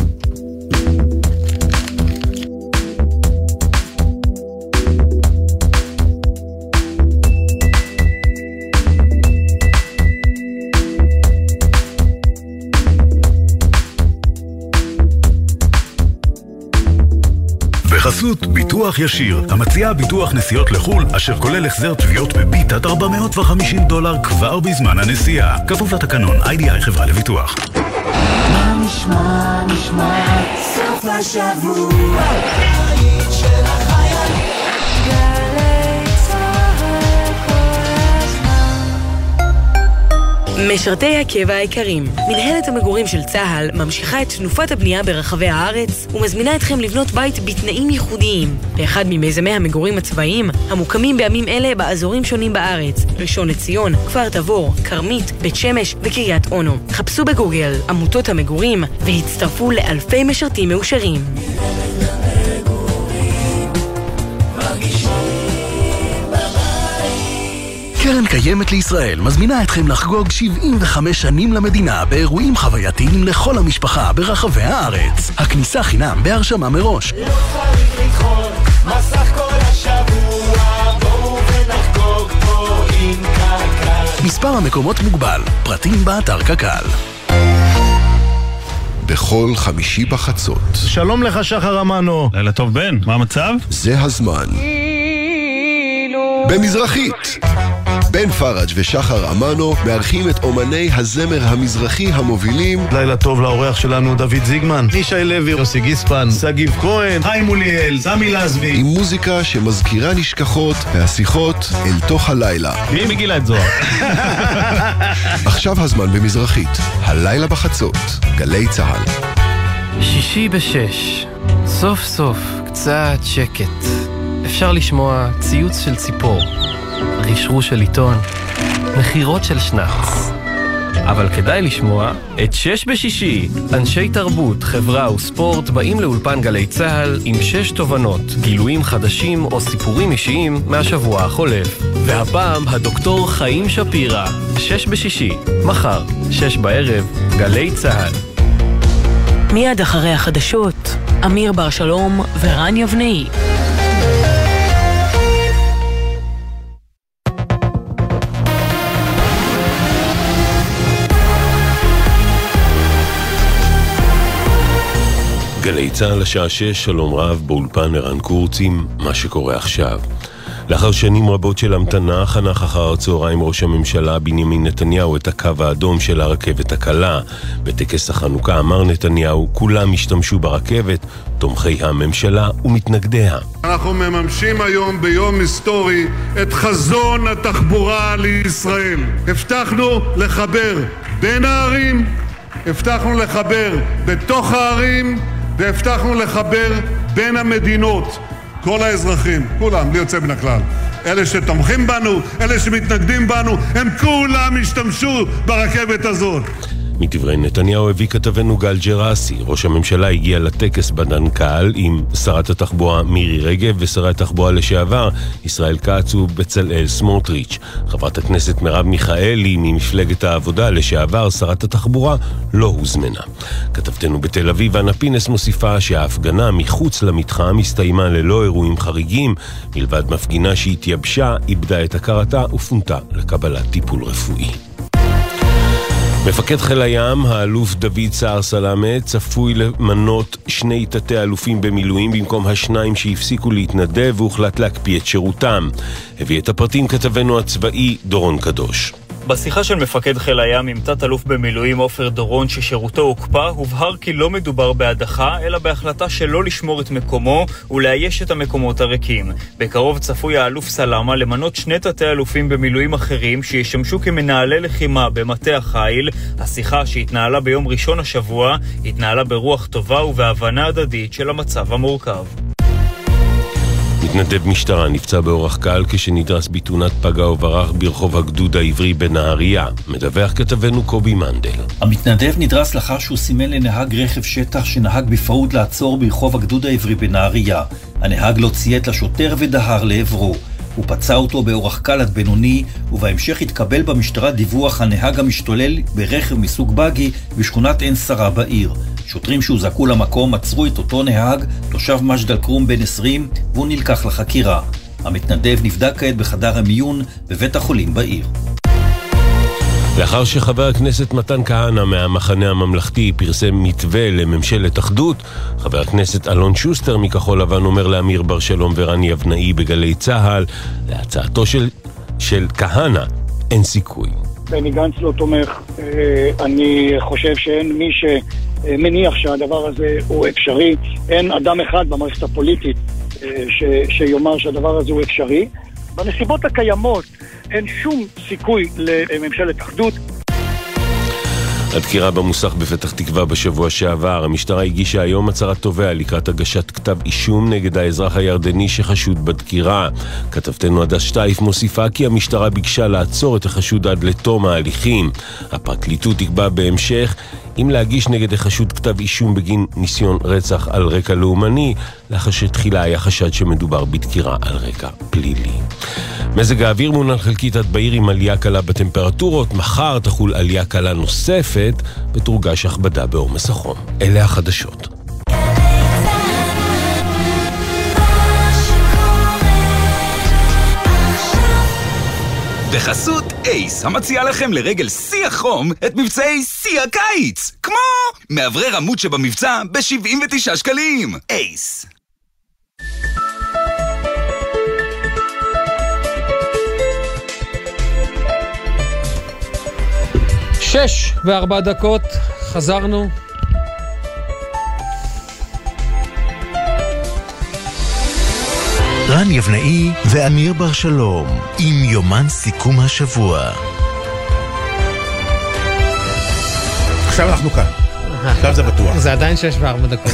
בחסות ביטוח ישיר, המציעה ביטוח נסיעות לחול, אשר כולל החזר תביעות בביט עד $450 כבר בזמן הנסיעה. כפוף לתקנון, IDI חברה לביטוח. מה נשמע, סוף השבוע, היית של החיילים. משרתי הקבע היקרים, מנהלת המגורים של צה"ל ממשיכה את תנופת הבנייה ברחבי הארץ ומזמינה אתכם לבנות בית בתנאים ייחודיים באחד ממיזמי המגורים הצבאיים המוקמים בימים אלה באזורים שונים בארץ: ראשון לציון, כפר תבור, כרמית, בית שמש וקריית אונו. חפשו בגוגל עמותות המגורים והצטרפו לאלפי משרתים מאושרים. קרן קיימת לישראל מזמינה אתכם לחגוג 75 שנים למדינה באירועים חווייתיים לכל המשפחה ברחבי הארץ. הכניסה חינם בהרשמה מראש. לא צריך לדחות, מסך כל השבוע, בואו ונחגוג פה עם קק"ל. מספר המקומות מוגבל, פרטים באתר קק"ל. בכל חמישי בחצות. שלום לך שחר אמנו. לילה טוב בן, מה המצב? זה הזמן. במזרחית. בן פרג' ושחר אמנו מארחים את אומני הזמר המזרחי המובילים. לילה טוב לאורח שלנו דוד זיגמן, ישי לוי, יוסי גיספן, סגיב כהן, חיים מוליאל, סמי לזבי. עם מוזיקה שמזכירה נשכחות והשיחות אל תוך הלילה. מי מגילה את זוהר? עכשיו הזמן במזרחית, הלילה בחצות, גלי צהל. שישי בשש, סוף סוף קצת שקט. אפשר לשמוע ציוץ של ציפור, רשרוש של עיתון, מחירות של שנץ. אבל כדאי לשמוע את שש בשישי. אנשי תרבות, חברה וספורט באים לאולפן גלי צהל עם 6 תובנות, גילויים חדשים או סיפורים אישיים מהשבוע החולף. והפעם הדוקטור חיים שפירא. 6 בשישי, מחר, 6 בערב, גלי צהל. מיד אחרי החדשות, אמיר בר שלום ורן יבנאי. גלי צהל השעה 6, שלום רב, באולפן ערן קורצים, מה שקורה עכשיו. לאחר שנים רבות של המתנה, חנך אחר הצהריים ראש הממשלה בנימין נתניהו את הקו האדום של הרכבת הקלה. בטקס החנוכה אמר נתניהו, כולם השתמשו ברכבת, תומכי הממשלה ומתנגדיה. אנחנו מממשים היום ביום היסטורי את חזון התחבורה לישראל. הבטחנו לחבר בין הערים, הבטחנו לחבר בתוך הערים, והבטחנו לחבר בין המדינות. כל האזרחים, כולם, בלי יוצא מן הכלל. אלה שתומכים בנו, אלה שמתנגדים בנו, הם כולם השתמשו ברכבת הזאת. מדברי נתניהו הביא כתבנו גל ג'רסי. ראש הממשלה הגיע לטקס בדנקל עם שרת התחבורה מירי רגב ושרת התחבורה לשעבר ישראל כץ ובצלאל סמוטריץ'. חברת הכנסת מרב מיכאלי ממפלגת העבודה לשעבר שרת התחבורה לא הוזמנה. כתבתנו בתל אביב אנה פינס מוסיפה שההפגנה מחוץ למתחם הסתיימה ללא אירועים חריגים, מלבד מפגינה שהתייבשה, איבדה את הכרתה ופונתה לקבלת טיפול רפואי. מפקד חיל הים, האלוף דוד סער סלאמה, צפוי למנות 2 תתי אלופים במילואים במקום השניים שהפסיקו להתנדב והוחלט להקפיא את שירותם. הביא את הפרטים כתבנו הצבאי דורון קדוש. בשיחה של מפקד חיל הים עם תת אלוף במילואים עופר דורון ששירותו הוקפא, הובהר כי לא מדובר בהדחה, אלא בהחלטה שלא לשמור את מקומו ולאייש את המקומות הריקים. בקרוב צפוי האלוף סלאמה למנות 2 תתי אלופים במילואים אחרים שישמשו כמנהלי לחימה במטה החיל. השיחה שהתנהלה ביום ראשון השבוע התנהלה ברוח טובה ובהבנה הדדית של המצב המורכב. מתנדב משטרה נפצע באורח קל כשנדרס בתאונת פגע וברח ברחוב הגדוד העברי בנהריה. מדווח כתבנו קובי מנדל. המתנדב נדרס לאחר שהוא סימן לנהג רכב שטח שנהג בפראות לעצור ברחוב הגדוד העברי בנהריה. הנהג לא ציית לשוטר ודהר לעברו. הוא פצע אותו באורח קל עד בינוני, ובהמשך התקבל במשטרה דיווח הנהג המשתולל ברכב מסוג בגי בשכונת עין שרה בעיר. שוטרים שהוזעקו למקום עצרו את אותו נהג, תושב מג'דל כרום בן 20, והוא נלקח לחקירה. המתנדב נבדק כעת בחדר המיון בבית החולים בעיר. לאחר שחבר הכנסת מתן כהנא מהמחנה הממלכתי פרסם מתווה לממשלת אחדות, חבר הכנסת אלון שוסטר מכחול לבן אומר לאמיר בר שלום ורן יבנאי בגלי צהל, להצעתו של כהנא אין סיכוי. בני גנץ לא תומך. אני חושב שאין מי שמניח שהדבר הזה הוא אפשרי. אין אדם אחד במערכת הפוליטית שיאמר שהדבר הזה הוא אפשרי. בנסיבות הקיימות אין שום סיכוי לממשלת אחדות. הדקירה במוסך בפתח תקווה בשבוע שעבר. המשטרה הגישה היום הצהרת תובע לקראת הגשת כתב אישום נגד האזרח הירדני שחשוד בדקירה. כתבתנו הדס שטייף מוסיפה כי המשטרה ביקשה לעצור את החשוד עד לתום ההליכים. הפרקליטות תקבע בהמשך אם להגיש נגד החשוד כתב אישום בגין ניסיון רצח על רקע לאומני, לאחר שתחילה היה חשד שמדובר בדקירה על רקע פלילי. מזג האוויר מונן חלקית עד בעיר עם עלייה קלה בטמפרטורות. מחר תחול עלייה קלה נוספת ותורגש הכבדה בעומס החום. אלה החדשות. בחסות אייס, המציע לכם לרגל שיא החום את מבצעי שיא הקיץ. כמו מאוורר עמוד שבמבצע ב-79 שקלים. אייס. 6:04, חזרנו. רן יבנאי ואמיר בר שלום עם יומן סיכום השבוע. עכשיו אנחנו כאן. עכשיו זה בטוח. זה עדיין 6:04.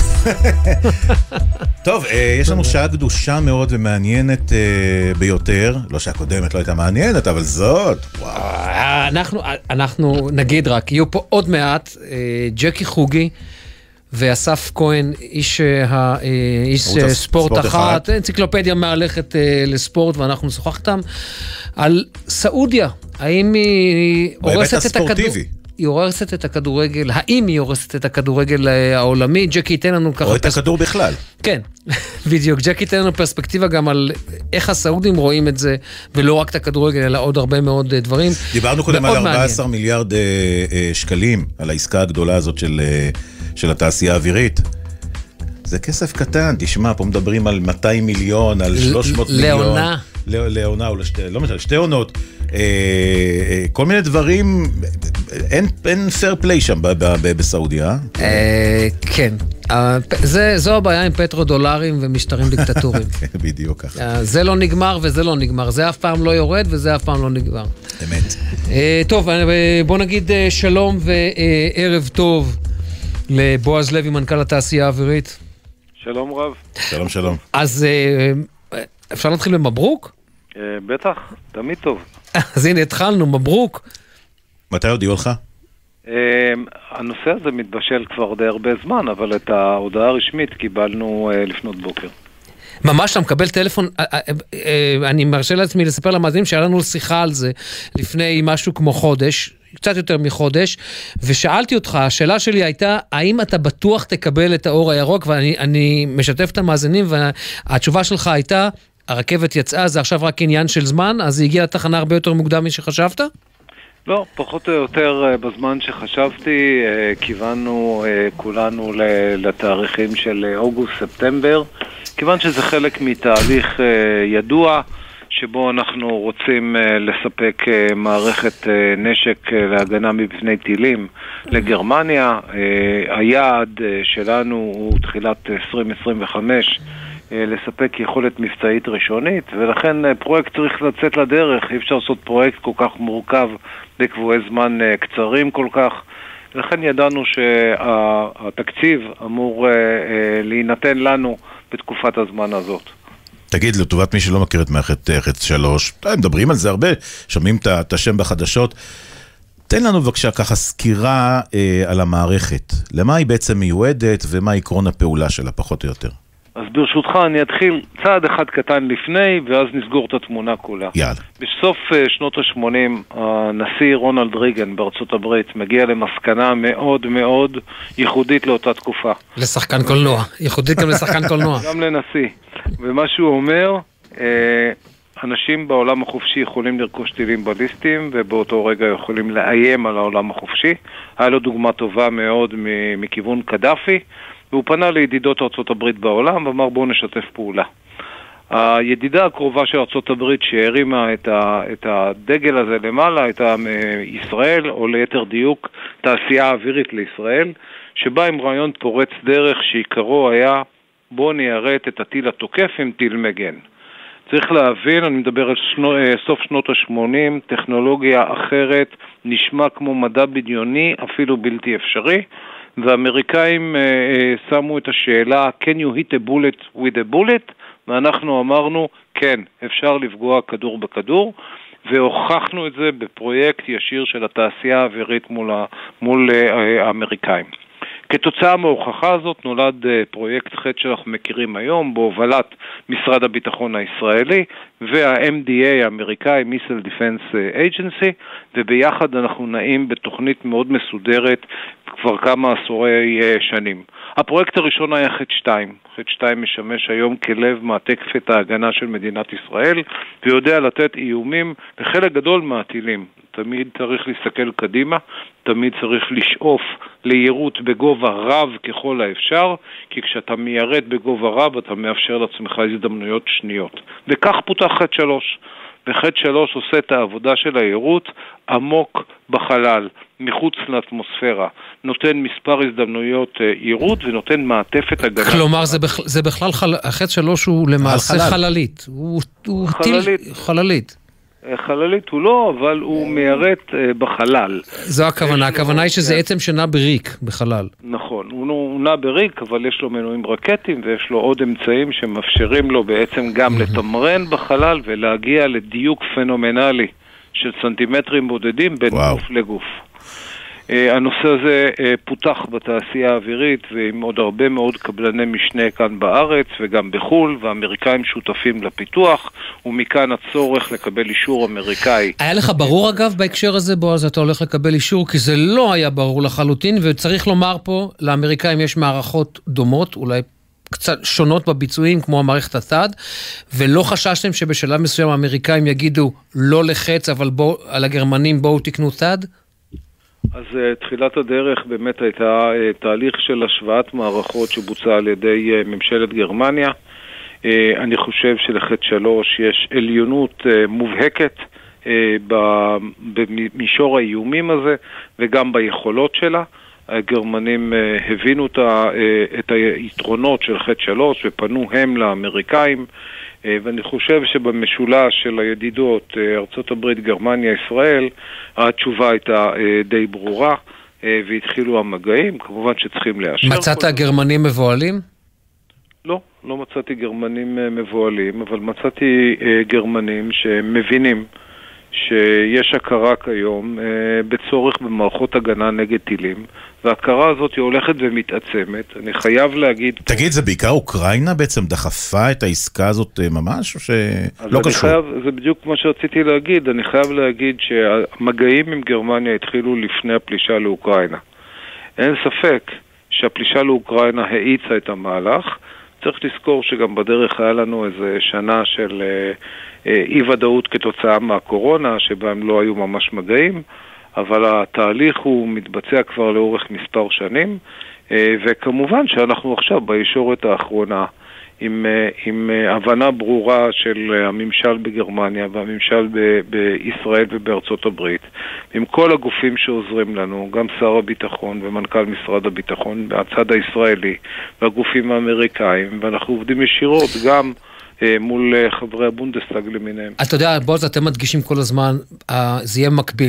טוב, יש לנו שעה קדושה מאוד ומעניינת ביותר. לא שהקודמת לא הייתה מעניינת, אבל זאת, וואו. אנחנו נגיד רק, יהיו פה עוד מעט ג'קי חוגי ואסף כהן, איש ספורט אחת, אנציקלופדיה מהלכת לספורט, ואנחנו נשוחח איתם על סעודיה. האם היא הורסת את הכדור... היא הורסת את הכדורגל, האם היא הורסת את הכדורגל העולמי? ג'קי ייתן לנו ככה... או את הכדור בכלל. כן, בדיוק. ג'קי ייתן לנו פרספקטיבה גם על איך הסעודים רואים את זה, ולא רק את הכדורגל, אלא עוד הרבה מאוד דברים. דיברנו קודם על 14 מיליארד שקלים, על העסקה הגדולה הזאת של התעשייה האווירית. זה כסף קטן, תשמע, פה מדברים על 200 מיליון, על 300 מיליון. לעונה. לעונה או לא משנה, שתי עונות. כל מיני דברים, אין פייר פליי שם בסעודיה. כן. זו הבעיה עם פטרודולרים ומשטרים דיקטטוריים. בדיוק ככה. זה לא נגמר וזה לא נגמר. זה אף פעם לא יורד וזה אף פעם לא נגמר. אמת. טוב, בוא נגיד שלום וערב טוב לבועז לוי, מנכ"ל התעשייה האווירית. שלום רב. שלום, שלום. אז אפשר להתחיל במברוק? בטח, תמיד טוב. אז הנה, התחלנו, מברוק. מתי הודיעו לך? הנושא הזה מתבשל כבר די הרבה זמן, אבל את ההודעה הרשמית קיבלנו לפנות בוקר. ממש, אתה מקבל טלפון, אני מרשה לעצמי לספר למאזינים שהיה לנו שיחה על זה לפני משהו כמו חודש, קצת יותר מחודש, ושאלתי אותך, השאלה שלי הייתה, האם אתה בטוח תקבל את האור הירוק, ואני משתף את המאזינים, והתשובה שלך הייתה, הרכבת יצאה, זה עכשיו רק עניין של זמן, אז היא הגיעה לתחנה הרבה יותר מוקדם משחשבת? לא, פחות או יותר בזמן שחשבתי, כיוונו כולנו לתאריכים של אוגוסט-ספטמבר, כיוון שזה חלק מתהליך ידוע, שבו אנחנו רוצים לספק מערכת נשק להגנה מפני טילים לגרמניה. היעד שלנו הוא תחילת 2025 לספק יכולת מבצעית ראשונית, ולכן פרויקט צריך לצאת לדרך. אי אפשר לעשות פרויקט כל כך מורכב בקבועי זמן קצרים כל כך. לכן ידענו שהתקציב אמור להינתן לנו בתקופת הזמן הזאת. תגיד, לטובת מי שלא מכיר את מערכת חץ 3, מדברים על זה הרבה, שומעים את השם בחדשות. תן לנו בבקשה ככה סקירה על המערכת. למה היא בעצם מיועדת ומה עקרון הפעולה שלה, פחות או יותר? אז ברשותך אני אתחיל צעד אחד קטן לפני, ואז נסגור את התמונה כולה. יאללה. בסוף שנות ה-80, הנשיא רונלד ריגן בארצות הברית מגיע למסקנה מאוד מאוד ייחודית לאותה תקופה. לשחקן קולנוע, ייחודית גם לשחקן קולנוע. גם לנשיא. ומה שהוא אומר, אנשים בעולם החופשי יכולים לרכוש טילים בליסטיים, ובאותו רגע יכולים לאיים על העולם החופשי. היה לו דוגמה טובה מאוד מכיוון קדאפי, והוא פנה לידידות ארצות הברית בעולם ואמר בואו נשתף פעולה. הידידה הקרובה של ארצות הברית שהרימה את הדגל הזה למעלה הייתה ישראל, או ליתר דיוק תעשייה האווירית לישראל, שבא עם רעיון פורץ דרך שעיקרו היה בואו ניירט את הטיל התוקף עם טיל מגן. צריך להבין, אני מדבר על סוף שנות ה-80, טכנולוגיה אחרת, נשמע כמו מדע בדיוני, אפילו בלתי אפשרי, והאמריקאים שמו את השאלה, can you hit a bullet with a bullet? ואנחנו אמרנו, כן, אפשר לפגוע כדור בכדור, והוכחנו את זה בפרויקט ישיר של התעשייה האווירית מול האמריקאים. כתוצאה מההוכחה הזאת נולד פרויקט חץ שאנחנו מכירים היום, בהובלת משרד הביטחון הישראלי וה-MDA האמריקאי, Missile Defense Agency, וביחד אנחנו נעים בתוכנית מאוד מסודרת, כבר כמה עשורי שנים. הפרויקט הראשון היה חד 2. חד 2 משמש היום כלב מעטפת ההגנה של מדינת ישראל, ויודע לתת איומים לחלק גדול מהטילים. תמיד צריך להסתכל קדימה, תמיד צריך לשאוף לירות בגובה רב ככל האפשר, כי כשאתה מיירט בגובה רב אתה מאפשר לעצמך הזדמנויות שניות. וכך פותח חד 3. וחד 3 עושה את העבודה של הירות עמוק בחלל, מחוץ לאטמוספירה, נותן מספר הזדמנויות ירות ונותן מעטפת הגנה. כלומר, זה בכלל, החד 3 הוא למעשה חללית. הוא חללית. חללית הוא לא, אבל הוא מיירט בחלל. זו הכוונה, הכוונה היא שזה עצם שנע בריק בחלל. נכון, הוא נע בריק, אבל יש לו מנועים רקטיים ויש לו עוד אמצעים שמאפשרים לו בעצם גם לתמרן בחלל ולהגיע לדיוק פנומנלי של סנטימטרים בודדים בין גוף לגוף. הנושא הזה פותח בתעשייה האווירית ועם עוד הרבה מאוד קבלני משנה כאן בארץ וגם בחול, והאמריקאים שותפים לפיתוח, ומכאן הצורך לקבל אישור אמריקאי. היה לך ברור אגב בהקשר הזה, בועז, אתה הולך לקבל אישור, כי זה לא היה ברור לחלוטין, וצריך לומר פה, לאמריקאים יש מערכות דומות, אולי קצת שונות בביצועים, כמו המערכת הצד, ולא חששתם שבשלב מסוים האמריקאים יגידו לא לחץ, אבל על הגרמנים בואו תקנו צד? אז תחילת הדרך באמת הייתה תהליך של השוואת מערכות שבוצע על ידי ממשלת גרמניה. אני חושב שלחד 3 יש עליונות מובהקת במישור האיומים הזה וגם ביכולות שלה. הגרמנים הבינו את היתרונות של חד 3 ופנו הם לאמריקאים, ואני חושב שבמשולש של הידידות ארצות הברית, גרמניה, ישראל, התשובה הייתה די ברורה והתחילו המגעים, כמובן שצריכים לאשר. מצאת גרמנים מבועלים? לא, לא מצאתי גרמנים מבועלים, אבל מצאתי גרמנים שמבינים שיש הכרה כיום בצורך במערכות הגנה נגד טילים, וההכרה הזאת היא הולכת ומתעצמת. אני חייב להגיד... תגיד, זה בעיקר אוקראינה בעצם דחפה את העסקה הזאת ממש, או שלא קשור? זה בדיוק מה שרציתי להגיד. אני חייב להגיד שהמגעים עם גרמניה התחילו לפני הפלישה לאוקראינה. אין ספק שהפלישה לאוקראינה האיצה את המהלך. צריך לזכור שגם בדרך היה לנו איזה שנה של אי ודאות כתוצאה מהקורונה, שבהם לא היו ממש מגעים, אבל התהליך הוא מתבצע כבר לאורך מספר שנים, וכמובן שאנחנו עכשיו בישורת האחרונה, עם הבנה ברורה של הממשל בגרמניה והממשל בישראל ובארצות הברית, עם כל הגופים שעוזרים לנו, גם שר הביטחון ומנכ"ל משרד הביטחון מהצד הישראלי והגופים האמריקאים, ואנחנו עובדים ישירות גם מול חברי הבונדסטאג למיניהם. אתה יודע, בועז, אתם מדגישים כל הזמן, זה יהיה מקביל,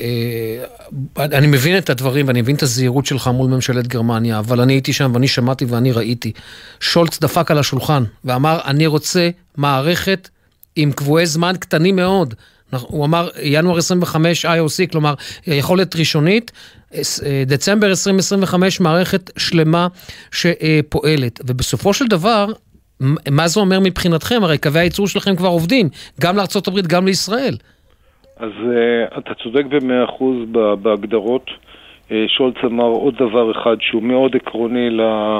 ואני מבין את הדברים, ואני מבין את הזהירות שלך מול ממשלת גרמניה, אבל אני הייתי שם, ואני שמעתי ואני ראיתי. שולץ דפק על השולחן, ואמר, אני רוצה מערכת עם קבועי זמן קטנים מאוד. הוא אמר, ינואר 25 IOC, כלומר, יכולת ראשונית, דצמבר 2025, מערכת שלמה שפועלת. ובסופו של דבר, מה זה אומר מבחינתכם? הרי קווי הייצור שלכם כבר עובדים, גם לארצות הברית, גם לישראל. אז אתה צודק ב100% בהגדרות. שולץ אמר עוד דבר אחד שהוא מאוד עקרוני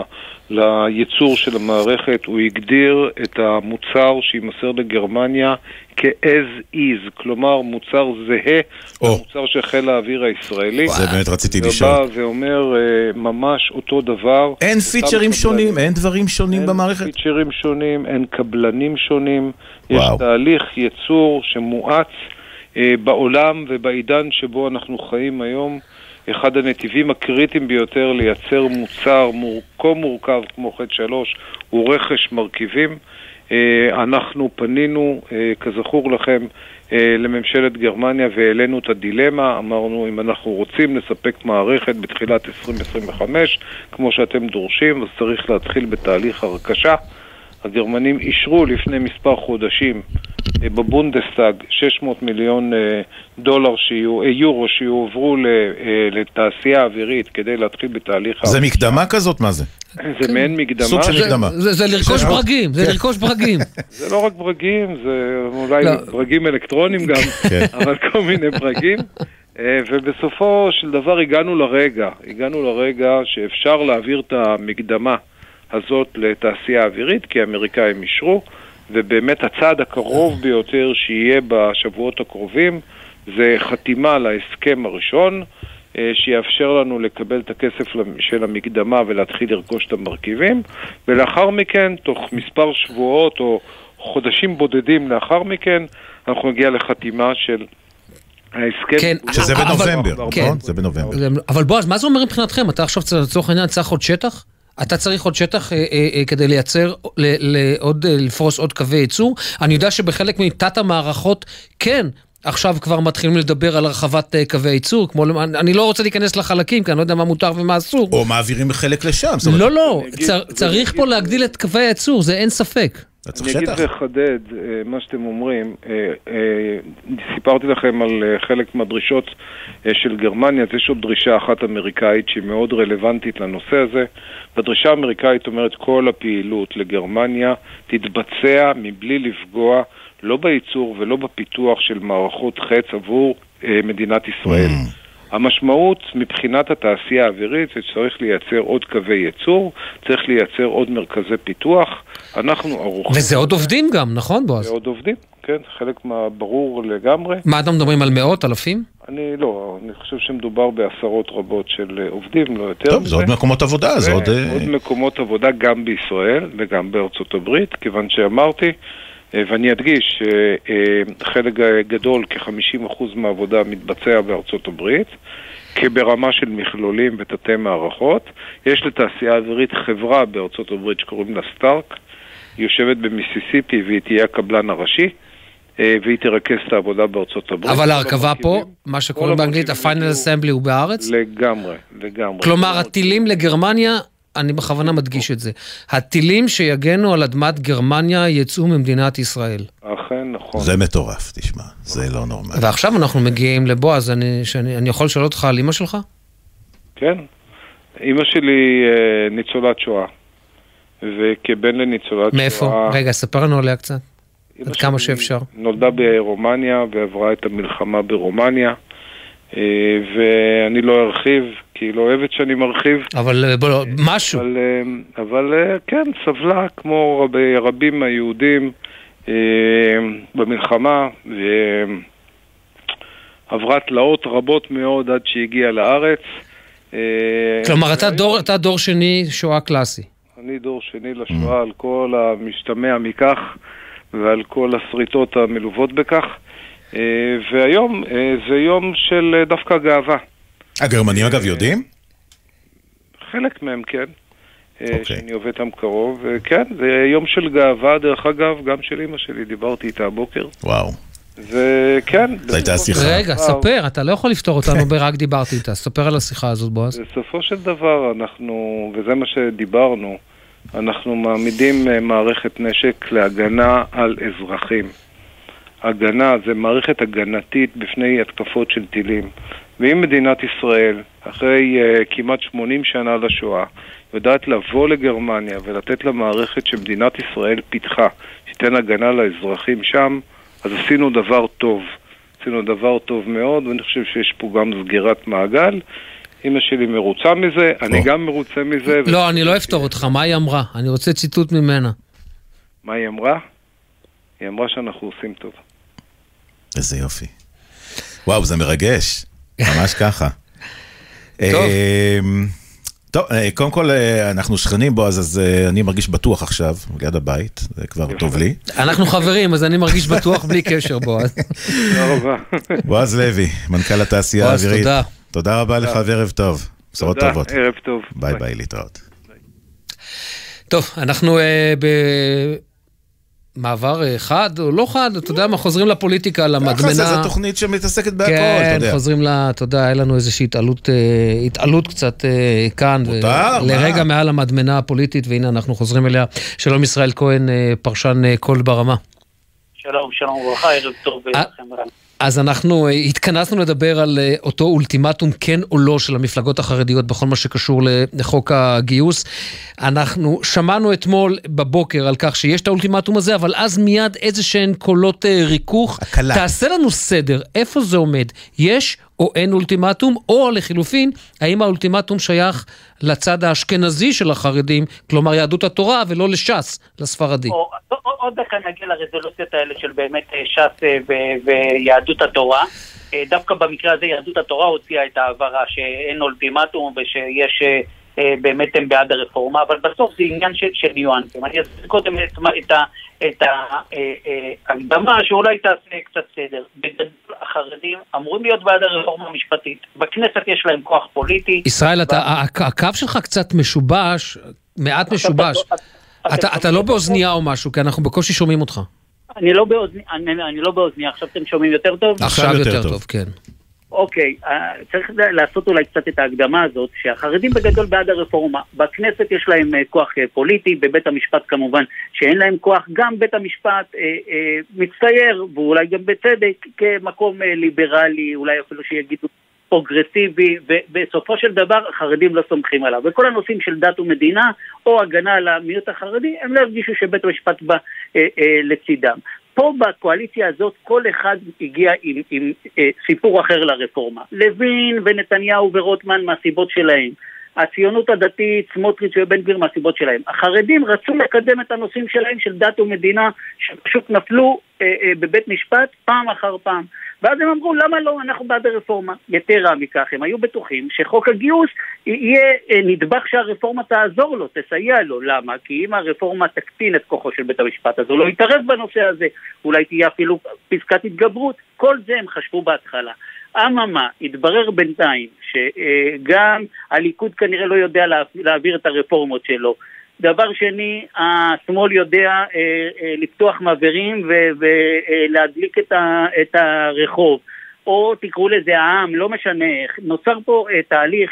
לייצור של המערכת. הוא הגדיר את המוצר שימסר לגרמניה כ-as is, כלומר מוצר זהה למוצר של חיל האוויר הישראלי. זה באמת רציתי לשאול. הוא בא ואומר ממש אותו דבר. אין פיצ'רים שונים, אין דברים שונים במערכת? אין פיצ'רים שונים, אין קבלנים שונים. יש תהליך ייצור שמואץ בעולם ובעידן שבו אנחנו חיים היום. אחד הנתיבים הקריטיים ביותר לייצר מוצר כה מורכב כמו חד 3 הוא רכש מרכיבים. אנחנו פנינו, כזכור לכם, לממשלת גרמניה והעלינו את הדילמה. אמרנו, אם אנחנו רוצים לספק מערכת בתחילת 2025, כמו שאתם דורשים, אז צריך להתחיל בתהליך הרכשה. הגרמנים אישרו לפני מספר חודשים בבונדסטאג 600 מיליון יורו שיועברו לתעשייה אווירית כדי להתחיל בתהליך... זה מקדמה כזאת? מה זה? זה מעין מקדמה. סוג של מקדמה. זה לרכוש ברגים, זה לרכוש ברגים. זה לא רק ברגים, זה אולי ברגים אלקטרונים גם, אבל כל מיני ברגים. ובסופו של דבר הגענו לרגע שאפשר להעביר את המקדמה הזאת לתעשייה אווירית, כי האמריקאים אישרו, ובאמת הצעד הקרוב ביותר שיהיה בשבועות הקרובים, זה חתימה על ההסכם הראשון, שיאפשר לנו לקבל את הכסף של המקדמה ולהתחיל לרכוש את המרכיבים, ולאחר מכן, תוך מספר שבועות או חודשים בודדים לאחר מכן, אנחנו נגיע לחתימה של ההסכם. כן, שזה בנובמבר, נכון? זה בנובמבר. אבל בועז, מה זה אומר מבחינתכם? אתה עכשיו לצורך העניין צריך עוד שטח? אתה צריך עוד שטח כדי לייצר, לפרוס עוד קווי ייצור? אני יודע שבחלק מתת המערכות, כן, עכשיו כבר מתחילים לדבר על הרחבת קווי ייצור, אני לא רוצה להיכנס לחלקים, כי אני לא יודע מה מותר ומה אסור. או מעבירים חלק לשם. לא, צריך פה להגדיל את קווי הייצור, זה אין ספק. אני אגיד וחדד מה שאתם אומרים. סיפרתי לכם על חלק מהדרישות של גרמניה, אז יש עוד דרישה אחת אמריקאית שהיא מאוד רלוונטית לנושא הזה. בדרישה האמריקאית אומרת כל הפעילות לגרמניה תתבצע מבלי לפגוע לא בייצור ולא בפיתוח של מערכות חץ עבור מדינת ישראל. המשמעות מבחינת התעשייה האווירית זה שצריך לייצר עוד קווי ייצור, צריך לייצר עוד מרכזי פיתוח, אנחנו ערוכים. וזה עוד עובדים גם, נכון בועז? זה עוד עובדים, כן, חלק ברור לגמרי. מה אתם מדברים על מאות, אלפים? אני חושב שמדובר בעשרות רבות של עובדים, לא יותר. טוב, זה עוד מקומות עבודה, זה עוד מקומות עבודה גם בישראל וגם בארצות הברית, כיוון שאמרתי, ואני אדגיש שחלק גדול, כ-50% מהעבודה מתבצע בארצות הברית, כברמה של מכלולים ותתי מערכות. יש לתעשייה האווירית חברה בארצות הברית שקוראים לה סטארק, היא יושבת במיסיסיפי והיא תהיה הקבלן הראשי, והיא תרכז את העבודה בארצות הברית. אבל ההרכבה פה, מה שקוראים באנגלית, ה-Final Assembly הוא בארץ? לגמרי. כלומר, הטילים לגרמניה, אני בכוונה מדגיש את זה, הטילים שיגנו על אדמת גרמניה יצאו ממדינת ישראל. אכן, נכון. זה מטורף, תשמע, זה לא נורמל. ועכשיו אנחנו מגיעים לבועז, אני יכול לשאול אותך על אמא שלך? כן. אמא שלי ניצולת שואה, וכבן לניצולת שואה... מאיפה? רגע, ספר לנו עליה קצת. עד כמה שאפשר. נולדה ברומניה ועברה את המלחמה ברומניה, ואני לא ארחיב, כי היא לא אוהבת שאני מרחיב. אבל משהו. אבל כן, סבלה כמו רבים מהיהודים במלחמה, ועברה תלאות רבות מאוד עד שהגיעה לארץ. כלומר, אתה דור שני שואה קלאסי. אני דור שני לשואה על כל המשתמע מכך, ועל כל הסריטות המלוות בכך. והיום זה יום של דווקא גאווה. הגרמנים אגב יודעים? חלק מהם כן, שאני עובד איתם קרוב, כן, זה יום של גאווה, דרך אגב, גם של אמא שלי, דיברתי איתה הבוקר. וואו. וכן. זו הייתה שיחה. רגע, ספר, אתה לא יכול לפתור אותנו ברק דיברתי איתה, ספר על השיחה הזאת בועז. בסופו של דבר אנחנו, וזה מה שדיברנו, אנחנו מעמידים מערכת נשק להגנה על אזרחים. הגנה זה מערכת הגנתית בפני התקפות של טילים. ואם מדינת ישראל, אחרי כמעט 80 שנה לשואה, יודעת לבוא לגרמניה ולתת לה מערכת שמדינת ישראל פיתחה, שתיתן הגנה לאזרחים שם, אז עשינו דבר טוב. עשינו דבר טוב מאוד, ואני חושב שיש פה גם סגירת מעגל. אמא שלי מרוצה מזה, אני גם מרוצה מזה. לא, אני לא אפתור אותך, מה היא אמרה? אני רוצה ציטוט ממנה. מה היא אמרה? היא אמרה שאנחנו עושים טוב. איזה יופי. וואו, זה מרגש. ממש ככה. טוב, קודם כל אנחנו שכנים בו, אז אני מרגיש בטוח עכשיו, ליד הבית, זה כבר טוב לי. אנחנו חברים, אז אני מרגיש בטוח בלי קשר, בועז. תודה רבה. בועז לוי, מנכ"ל התעשייה האווירית. תודה. תודה רבה לך וערב טוב. בשורות טובות. תודה, ערב טוב. ביי ביי, להתראות. טוב, אנחנו במעבר חד או לא חד, אתה יודע מה, חוזרים לפוליטיקה, למדמנה. ככה זה תוכנית שמתעסקת בהכל, אתה יודע. כן, חוזרים אתה יודע, היה לנו איזושהי התעלות קצת כאן, לרגע מעל המדמנה הפוליטית, והנה אנחנו חוזרים אליה. שלום ישראל כהן, פרשן קול ברמה. שלום, שלום וברכה, ערב טוב לכם. אז אנחנו התכנסנו לדבר על אותו אולטימטום כן או לא של המפלגות החרדיות בכל מה שקשור לחוק הגיוס. אנחנו שמענו אתמול בבוקר על כך שיש את האולטימטום הזה, אבל אז מיד איזה שהן קולות ריכוך. תעשה לנו סדר, איפה זה עומד? יש או אין אולטימטום, או לחילופין, האם האולטימטום שייך לצד האשכנזי של החרדים, כלומר יהדות התורה, ולא לש"ס, לספרדי. עוד דקה נגיע לרזולוציות האלה של באמת ש"ס ויהדות התורה. דווקא במקרה הזה יהדות התורה הוציאה את העברה שאין אולטימטום ושיש באמת הם בעד הרפורמה, אבל בסוף זה עניין של ניואנסים. אני אסביר קודם את ההקדמה שאולי תעשה קצת סדר. בגדול החרדים אמורים להיות בעד הרפורמה המשפטית. בכנסת יש להם כוח פוליטי. ישראל, הקו שלך קצת משובש, מעט משובש. אתה לא באוזניה או משהו, כי אנחנו בקושי שומעים אותך. אני לא באוזניה, עכשיו אתם שומעים יותר טוב? עכשיו יותר טוב, כן. אוקיי, צריך לעשות אולי קצת את ההקדמה הזאת, שהחרדים בגדול בעד הרפורמה. בכנסת יש להם כוח פוליטי, בבית המשפט כמובן שאין להם כוח. גם בית המשפט מצטייר, ואולי גם בצדק, כמקום ליברלי, אולי אפילו שיגידו פרוגרסיבי, ובסופו של דבר החרדים לא סומכים עליו. וכל הנושאים של דת ומדינה, או הגנה על המיעוט החרדי, הם לא הרגישו שבית המשפט בא לצידם. פה בקואליציה הזאת כל אחד הגיע עם סיפור אחר לרפורמה. לוין ונתניהו ורוטמן מהסיבות שלהם. הציונות הדתית, סמוטריץ' ובן גביר מהסיבות שלהם. החרדים רצו לקדם את הנושאים שלהם של דת ומדינה, שפשוט נפלו בבית משפט פעם אחר פעם. ואז הם אמרו, למה לא? אנחנו בעד הרפורמה. יתרה מכך, הם היו בטוחים שחוק הגיוס יהיה נדבך שהרפורמה תעזור לו, תסייע לו. למה? כי אם הרפורמה תקטין את כוחו של בית המשפט, אז הוא לא יתערב בנושא הזה. אולי תהיה אפילו פסקת התגברות. כל זה הם חשבו בהתחלה. אממה, התברר בינתיים שגם הליכוד כנראה לא יודע להעביר את הרפורמות שלו. דבר שני, השמאל יודע לפתוח מעברים ולהדליק את הרחוב, או תקראו לזה העם, לא משנה. נוצר פה תהליך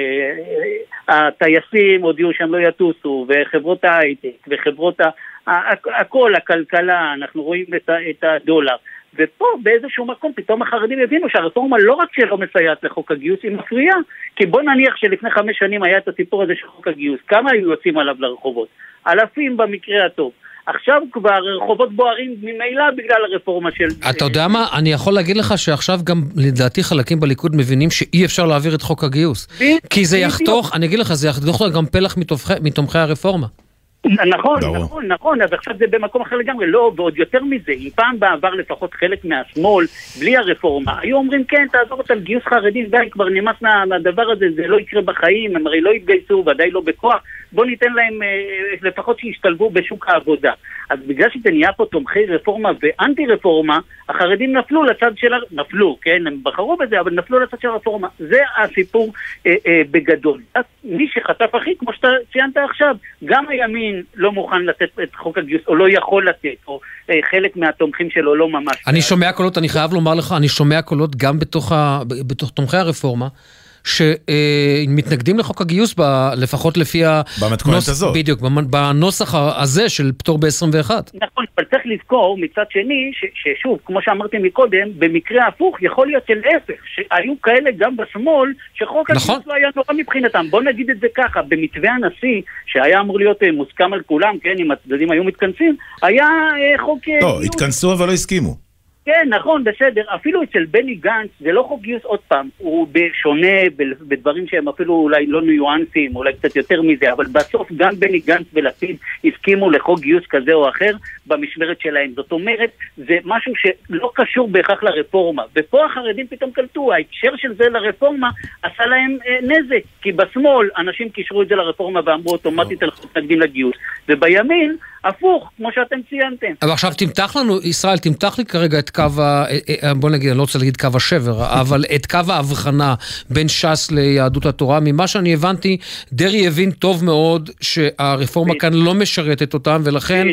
שהטייסים הודיעו שהם לא יטוסו, וחברות ההייטק, וחברות הכל, הכלכלה, אנחנו רואים את הדולר. ופה באיזשהו מקום פתאום החרדים הבינו שהרפורמה לא רק שלא מסייעת לחוק הגיוס, היא מפריעה. כי בוא נניח שלפני 5 שנים היה את הסיפור הזה של חוק הגיוס. כמה היו יוצאים עליו לרחובות? אלפים במקרה הטוב. עכשיו כבר רחובות בוערים ממילא בגלל הרפורמה של... אתה יודע מה? אני יכול להגיד לך שעכשיו גם לדעתי חלקים בליכוד מבינים שאי אפשר להעביר את חוק הגיוס. כי זה יחתוך, אני אגיד לך, זה יחתוך גם פלח מתומכי הרפורמה. נכון, אז עכשיו זה במקום אחר לגמרי, לא, ועוד יותר מזה, אם פעם בעבר לפחות חלק מהשמאל, בלי הרפורמה, היו אומרים כן, תעזור אותם גיוס חרדים, די, כבר נמאס מהדבר הזה, זה לא יקרה בחיים, הם הרי לא יתגייסו, ודאי לא בכוח, בוא ניתן להם לפחות שישתלבו בשוק העבודה. אז בגלל שזה נהיה פה תומכי רפורמה ואנטי רפורמה, החרדים נפלו לצד של... נפלו, כן, הם בחרו בזה, אבל נפלו לצד של הרפורמה. זה הסיפור בגדול. אז מי שחטף הכי, כמו שאתה ציינת עכשיו, גם הימין לא מוכן לתת את חוק הגיוס, או לא יכול לתת, או חלק מהתומכים שלו לא ממש. אני שומע קולות, אני חייב לומר לך, אני שומע קולות גם בתוך תומכי הרפורמה, שמתנגדים לחוק הגיוס לפחות לפי במתכונת הזאת. בדיוק, בנוסח הזה של פטור ב-21. נכון, אבל צריך לזכור מצד שני, ששוב, כמו שאמרתי מקודם, במקרה הפוך יכול להיות של להפך, שהיו כאלה גם בשמאל, שחוק הגיוס לא היה נורא מבחינתם. בוא נגיד את זה ככה, במתווה הנשיא, שהיה אמור להיות מוסכם על כולם, כן, אם הצדדים היו מתכנסים, היה חוק... לא, התכנסו אבל לא הסכימו. כן, נכון, בסדר. אפילו אצל בני גנץ, זה לא חוק גיוס עוד פעם. הוא שונה בדברים שהם אפילו אולי לא ניואנסים, אולי קצת יותר מזה, אבל בסוף גם בני גנץ ולפיד הסכימו לחוק גיוס כזה או אחר במשמרת שלהם. זאת אומרת, זה משהו שלא קשור בהכרח לרפורמה. ופה החרדים פתאום קלטו, ההקשר של זה לרפורמה עשה להם נזק. כי בשמאל אנשים קישרו את זה לרפורמה ואמרו אוטומטית אנחנו מתנגדים לגיוס. ובימין, הפוך, כמו שאתם ציינתם. אבל עכשיו תמתח לנו, ישראל, תמתח לי כרגע את קו, בוא נגיד, אני לא רוצה להגיד קו השבר, אבל את קו ההבחנה בין ש"ס ליהדות התורה. ממה שאני הבנתי, דרי הבין טוב מאוד שהרפורמה כאן לא משרתת אותם,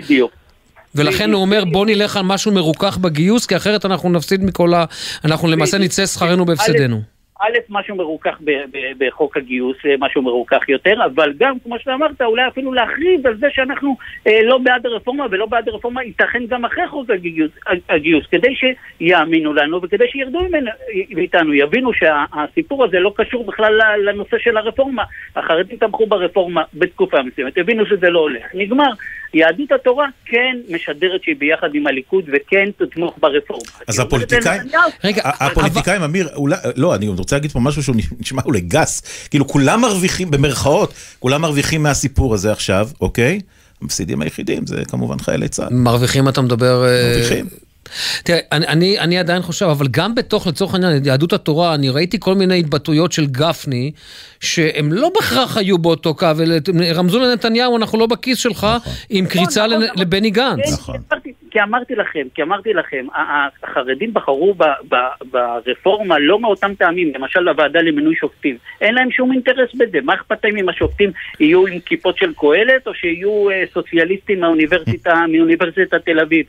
ולכן הוא אומר, בוא נלך על משהו מרוכך בגיוס, כי אחרת אנחנו נפסיד אנחנו למעשה נצא שכרנו בהפסדנו. א', משהו מרוכך בחוק הגיוס, משהו מרוכך יותר, אבל גם, כמו שאתה אמרת, אולי אפילו להכריז על זה שאנחנו לא בעד הרפורמה, ולא בעד הרפורמה ייתכן גם אחרי חוק הגיוס, כדי שיאמינו לנו, וכדי שירדו מאיתנו, יבינו שהסיפור הזה לא קשור בכלל לנושא של הרפורמה. החרדים תמכו ברפורמה בתקופה מסוימת, הבינו שזה לא הולך. נגמר. יהדות התורה כן משדרת שהיא ביחד עם הליכוד, וכן תתמוך ברפורמה. אז הפוליטיקאים, אמיר, לא, אני רוצה להגיד פה משהו שהוא נשמע אולי גס, כאילו כולם מרוויחים, במרכאות, כולם מרוויחים מהסיפור הזה עכשיו, אוקיי? המפסידים היחידים, זה כמובן חיילי צה"ל. מרוויחים, אתה מדבר... מרוויחים. תראה, אני עדיין חושב, אבל גם בתוך, לצורך העניין, יהדות התורה, אני ראיתי כל מיני התבטאויות של גפני, שהם לא בכרח היו באותו קו, רמזו לנתניהו, אנחנו לא בכיס שלך, עם קריצה לבני גנץ. כי אמרתי לכם, החרדים בחרו ברפורמה לא מאותם טעמים, למשל לוועדה למינוי שופטים. אין להם שום אינטרס בזה. מה אכפת להם אם השופטים יהיו עם כיפות של קהלת, או שיהיו סוציאליסטים מאוניברסיטת תל אביב?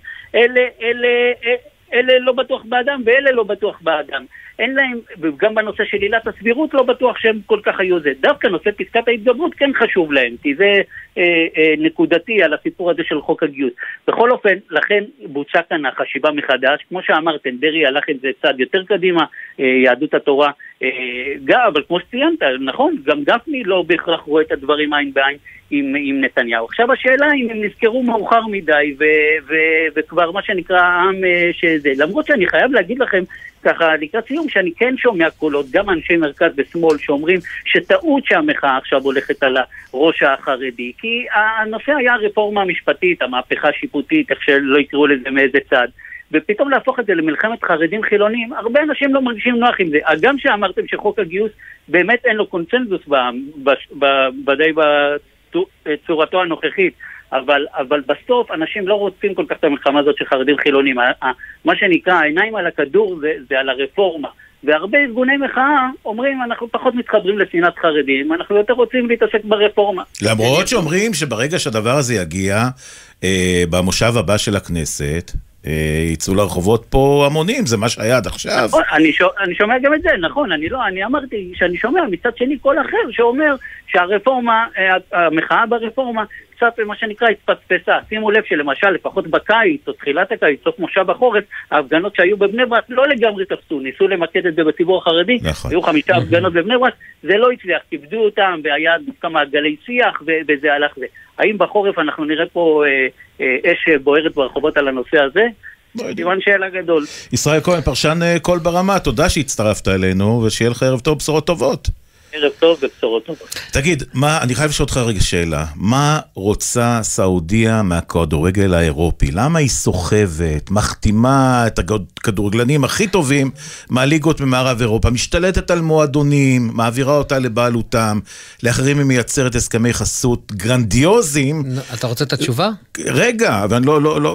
אלה לא בטוח באדם, ואלה לא בטוח באדם. אין להם, וגם בנושא של עילת הסבירות לא בטוח שהם כל כך היו זה. דווקא נושא פסקת ההתגברות כן חשוב להם, כי זה נקודתי על הסיפור הזה של חוק הגיוס. בכל אופן, לכן בוצע כאן החשיבה מחדש. כמו שאמרתם, דרי הלך את זה צעד יותר קדימה, יהדות התורה, אבל כמו שציינת, נכון, גם גפני לא בהכרח רואה את הדברים עין בעין עם נתניהו. עכשיו השאלה אם הם נזכרו מאוחר מדי, וכבר מה שנקרא העם שזה. למרות שאני חייב להגיד לכם, ככה לקראת סיום, שאני כן שומע קולות, גם אנשי מרכז ושמאל, שאומרים שטעות שהמחאה עכשיו הולכת על הראש החרדי, כי הנושא היה הרפורמה המשפטית, המהפכה השיפוטית, איך שלא יקראו לזה מאיזה צד, ופתאום להפוך את זה למלחמת חרדים חילונים, הרבה אנשים לא מרגישים נוח עם זה. גם שאמרתם שחוק הגיוס באמת אין לו קונצנזוס בדי בצורתו הנוכחית, אבל בסוף אנשים לא רוצים כל כך את המלחמה הזאת של חרדים חילונים. מה שנקרא, העיניים על הכדור זה על הרפורמה. והרבה ארגוני מחאה אומרים, אנחנו פחות מתחברים לשנאת חרדים, אנחנו יותר רוצים להתעסק ברפורמה. למרות שאומרים שברגע שהדבר הזה יגיע במושב הבא של הכנסת, יצאו לרחובות פה המונים, זה מה שהיה עד עכשיו. נכון, אני שומע גם את זה, נכון, אני אמרתי שאני שומע מצד שני כל אחר שאומר שהרפורמה, המחאה ברפורמה, קצת מה שנקרא התפספסה. שימו לב שלמשל, לפחות בקיץ או תחילת הקיץ, סוף מושב החורף, ההפגנות שהיו בבני ברק לא לגמרי תפסו, ניסו למקד את זה בציבור החרדי, היו 5 הפגנות בבני ברק, זה לא הצליח, כיבדו אותם, והיה דווקא מעגלי שיח, וזה הלך זה. האם בחורף אנחנו נראה פה אש בוערת ברחובות על הנושא הזה? סימן שאלה גדול. ישראל כהן, פרשן קול ברמה, תודה שהצטרפת אלינו, ושיהיה לך ערב טוב, בשורות טובות. ערב טוב ובשורות טובות. תגיד, אני חייב לשאול אותך רגע שאלה, מה רוצה סעודיה מהכדורגל האירופי? למה היא סוחבת, מחתימה את הכדורגלנים הכי טובים מהליגות ממערב אירופה, משתלטת על מועדונים, מעבירה אותה לבעלותם, לאחרים היא מייצרת הסכמי חסות גרנדיוזיים? אתה רוצה את התשובה? רגע, אבל לא,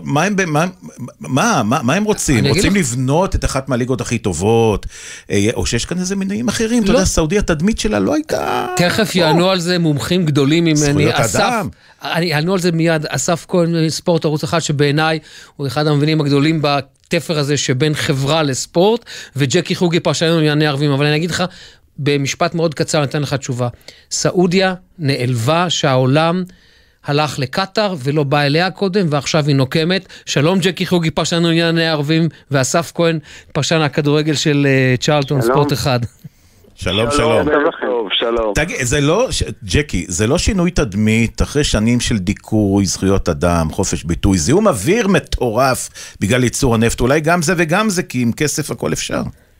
מה הם רוצים? רוצים לבנות את אחת מהליגות הכי טובות, או שיש כאן איזה מינויים אחרים? אתה יודע, סעודיה תדמית שלה לא הייתה... תכף יענו על זה מומחים גדולים ממני. זכויות אדם. יענו על זה מיד, אסף כהן, ספורט ערוץ אחד, שבעיניי הוא אחד המבינים הגדולים בתפר הזה שבין חברה לספורט, וג'קי חוגי פרשן לענייני ערבים. אבל אני אגיד לך, במשפט מאוד קצר, אני אתן לך תשובה. סעודיה נעלבה שהעולם הלך לקטר ולא בא אליה קודם, ועכשיו היא נוקמת. שלום ג'קי חוגי, פרשן לענייני ערבים, ואסף כהן, פרשן הכדורגל של צ'רלטון, ספורט אחד. שלום, שלום. שלום. תגיד, זה לא, ג'קי, זה לא שינוי תדמית אחרי שנים של דיכוי, זכויות אדם, חופש ביטוי, זיהום אוויר מטורף בגלל ייצור הנפט, אולי גם זה וגם זה, כי עם כסף הכל אפשר.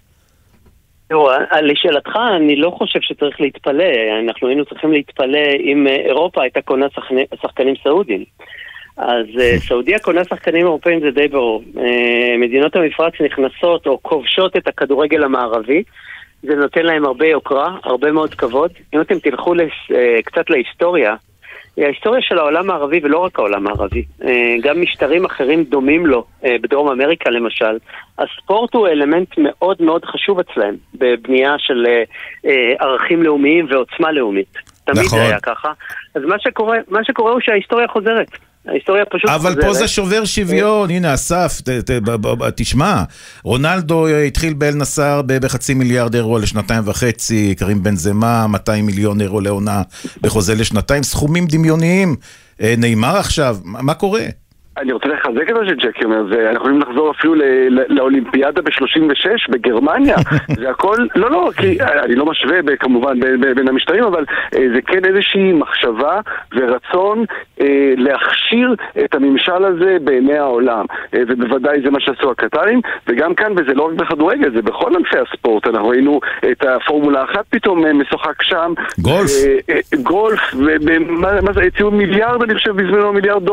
לשאלתך, אני לא חושב שצריך להתפלא, אנחנו היינו צריכים להתפלא אם אירופה הייתה קונה שחקנים סעודים. אז סעודיה קונה שחקנים אירופאים, זה די ברור. מדינות המפרץ נכנסות או כובשות את הכדורגל המערבי, זה נותן להם הרבה יוקרה, הרבה מאוד כבוד. אם אתם תלכו קצת להיסטוריה, ההיסטוריה של העולם הערבי, ולא רק העולם הערבי, גם משטרים אחרים דומים לו, בדרום אמריקה למשל, הספורט הוא אלמנט מאוד מאוד חשוב אצלהם, בבנייה של ערכים לאומיים ועוצמה לאומית. תמיד זה היה ככה. אז מה שקורה הוא שההיסטוריה חוזרת. ההיסטוריה פשוט... אבל פה זה שובר שוויון, הנה אסף, תשמע, רונלדו התחיל באל נסר ב500 מיליארד אירו לשנתיים וחצי, קרים בנזמה, 200 מיליון אירו לעונה בחוזה לשנתיים, סכומים דמיוניים, נאמר עכשיו, מה קורה? אני רוצה לחזק את מה שג'קי אומר, אנחנו יכולים לחזור אפילו לאולימפיאדה ב-36 בגרמניה, זה הכל, לא, כי אני לא משווה כמובן בין המשטרים, אבל זה כן איזושהי מחשבה ורצון להכשיר את הממשל הזה בעיני העולם, ובוודאי זה מה שעשו הקטרים, וגם כאן, וזה לא רק בכדורגל, זה בכל ענפי הספורט, אנחנו ראינו את הפורמולה 1 פתאום משוחק שם, גולף, מה זה, הציעו מיליארד, אני חושב בזמנו $1 מיליארד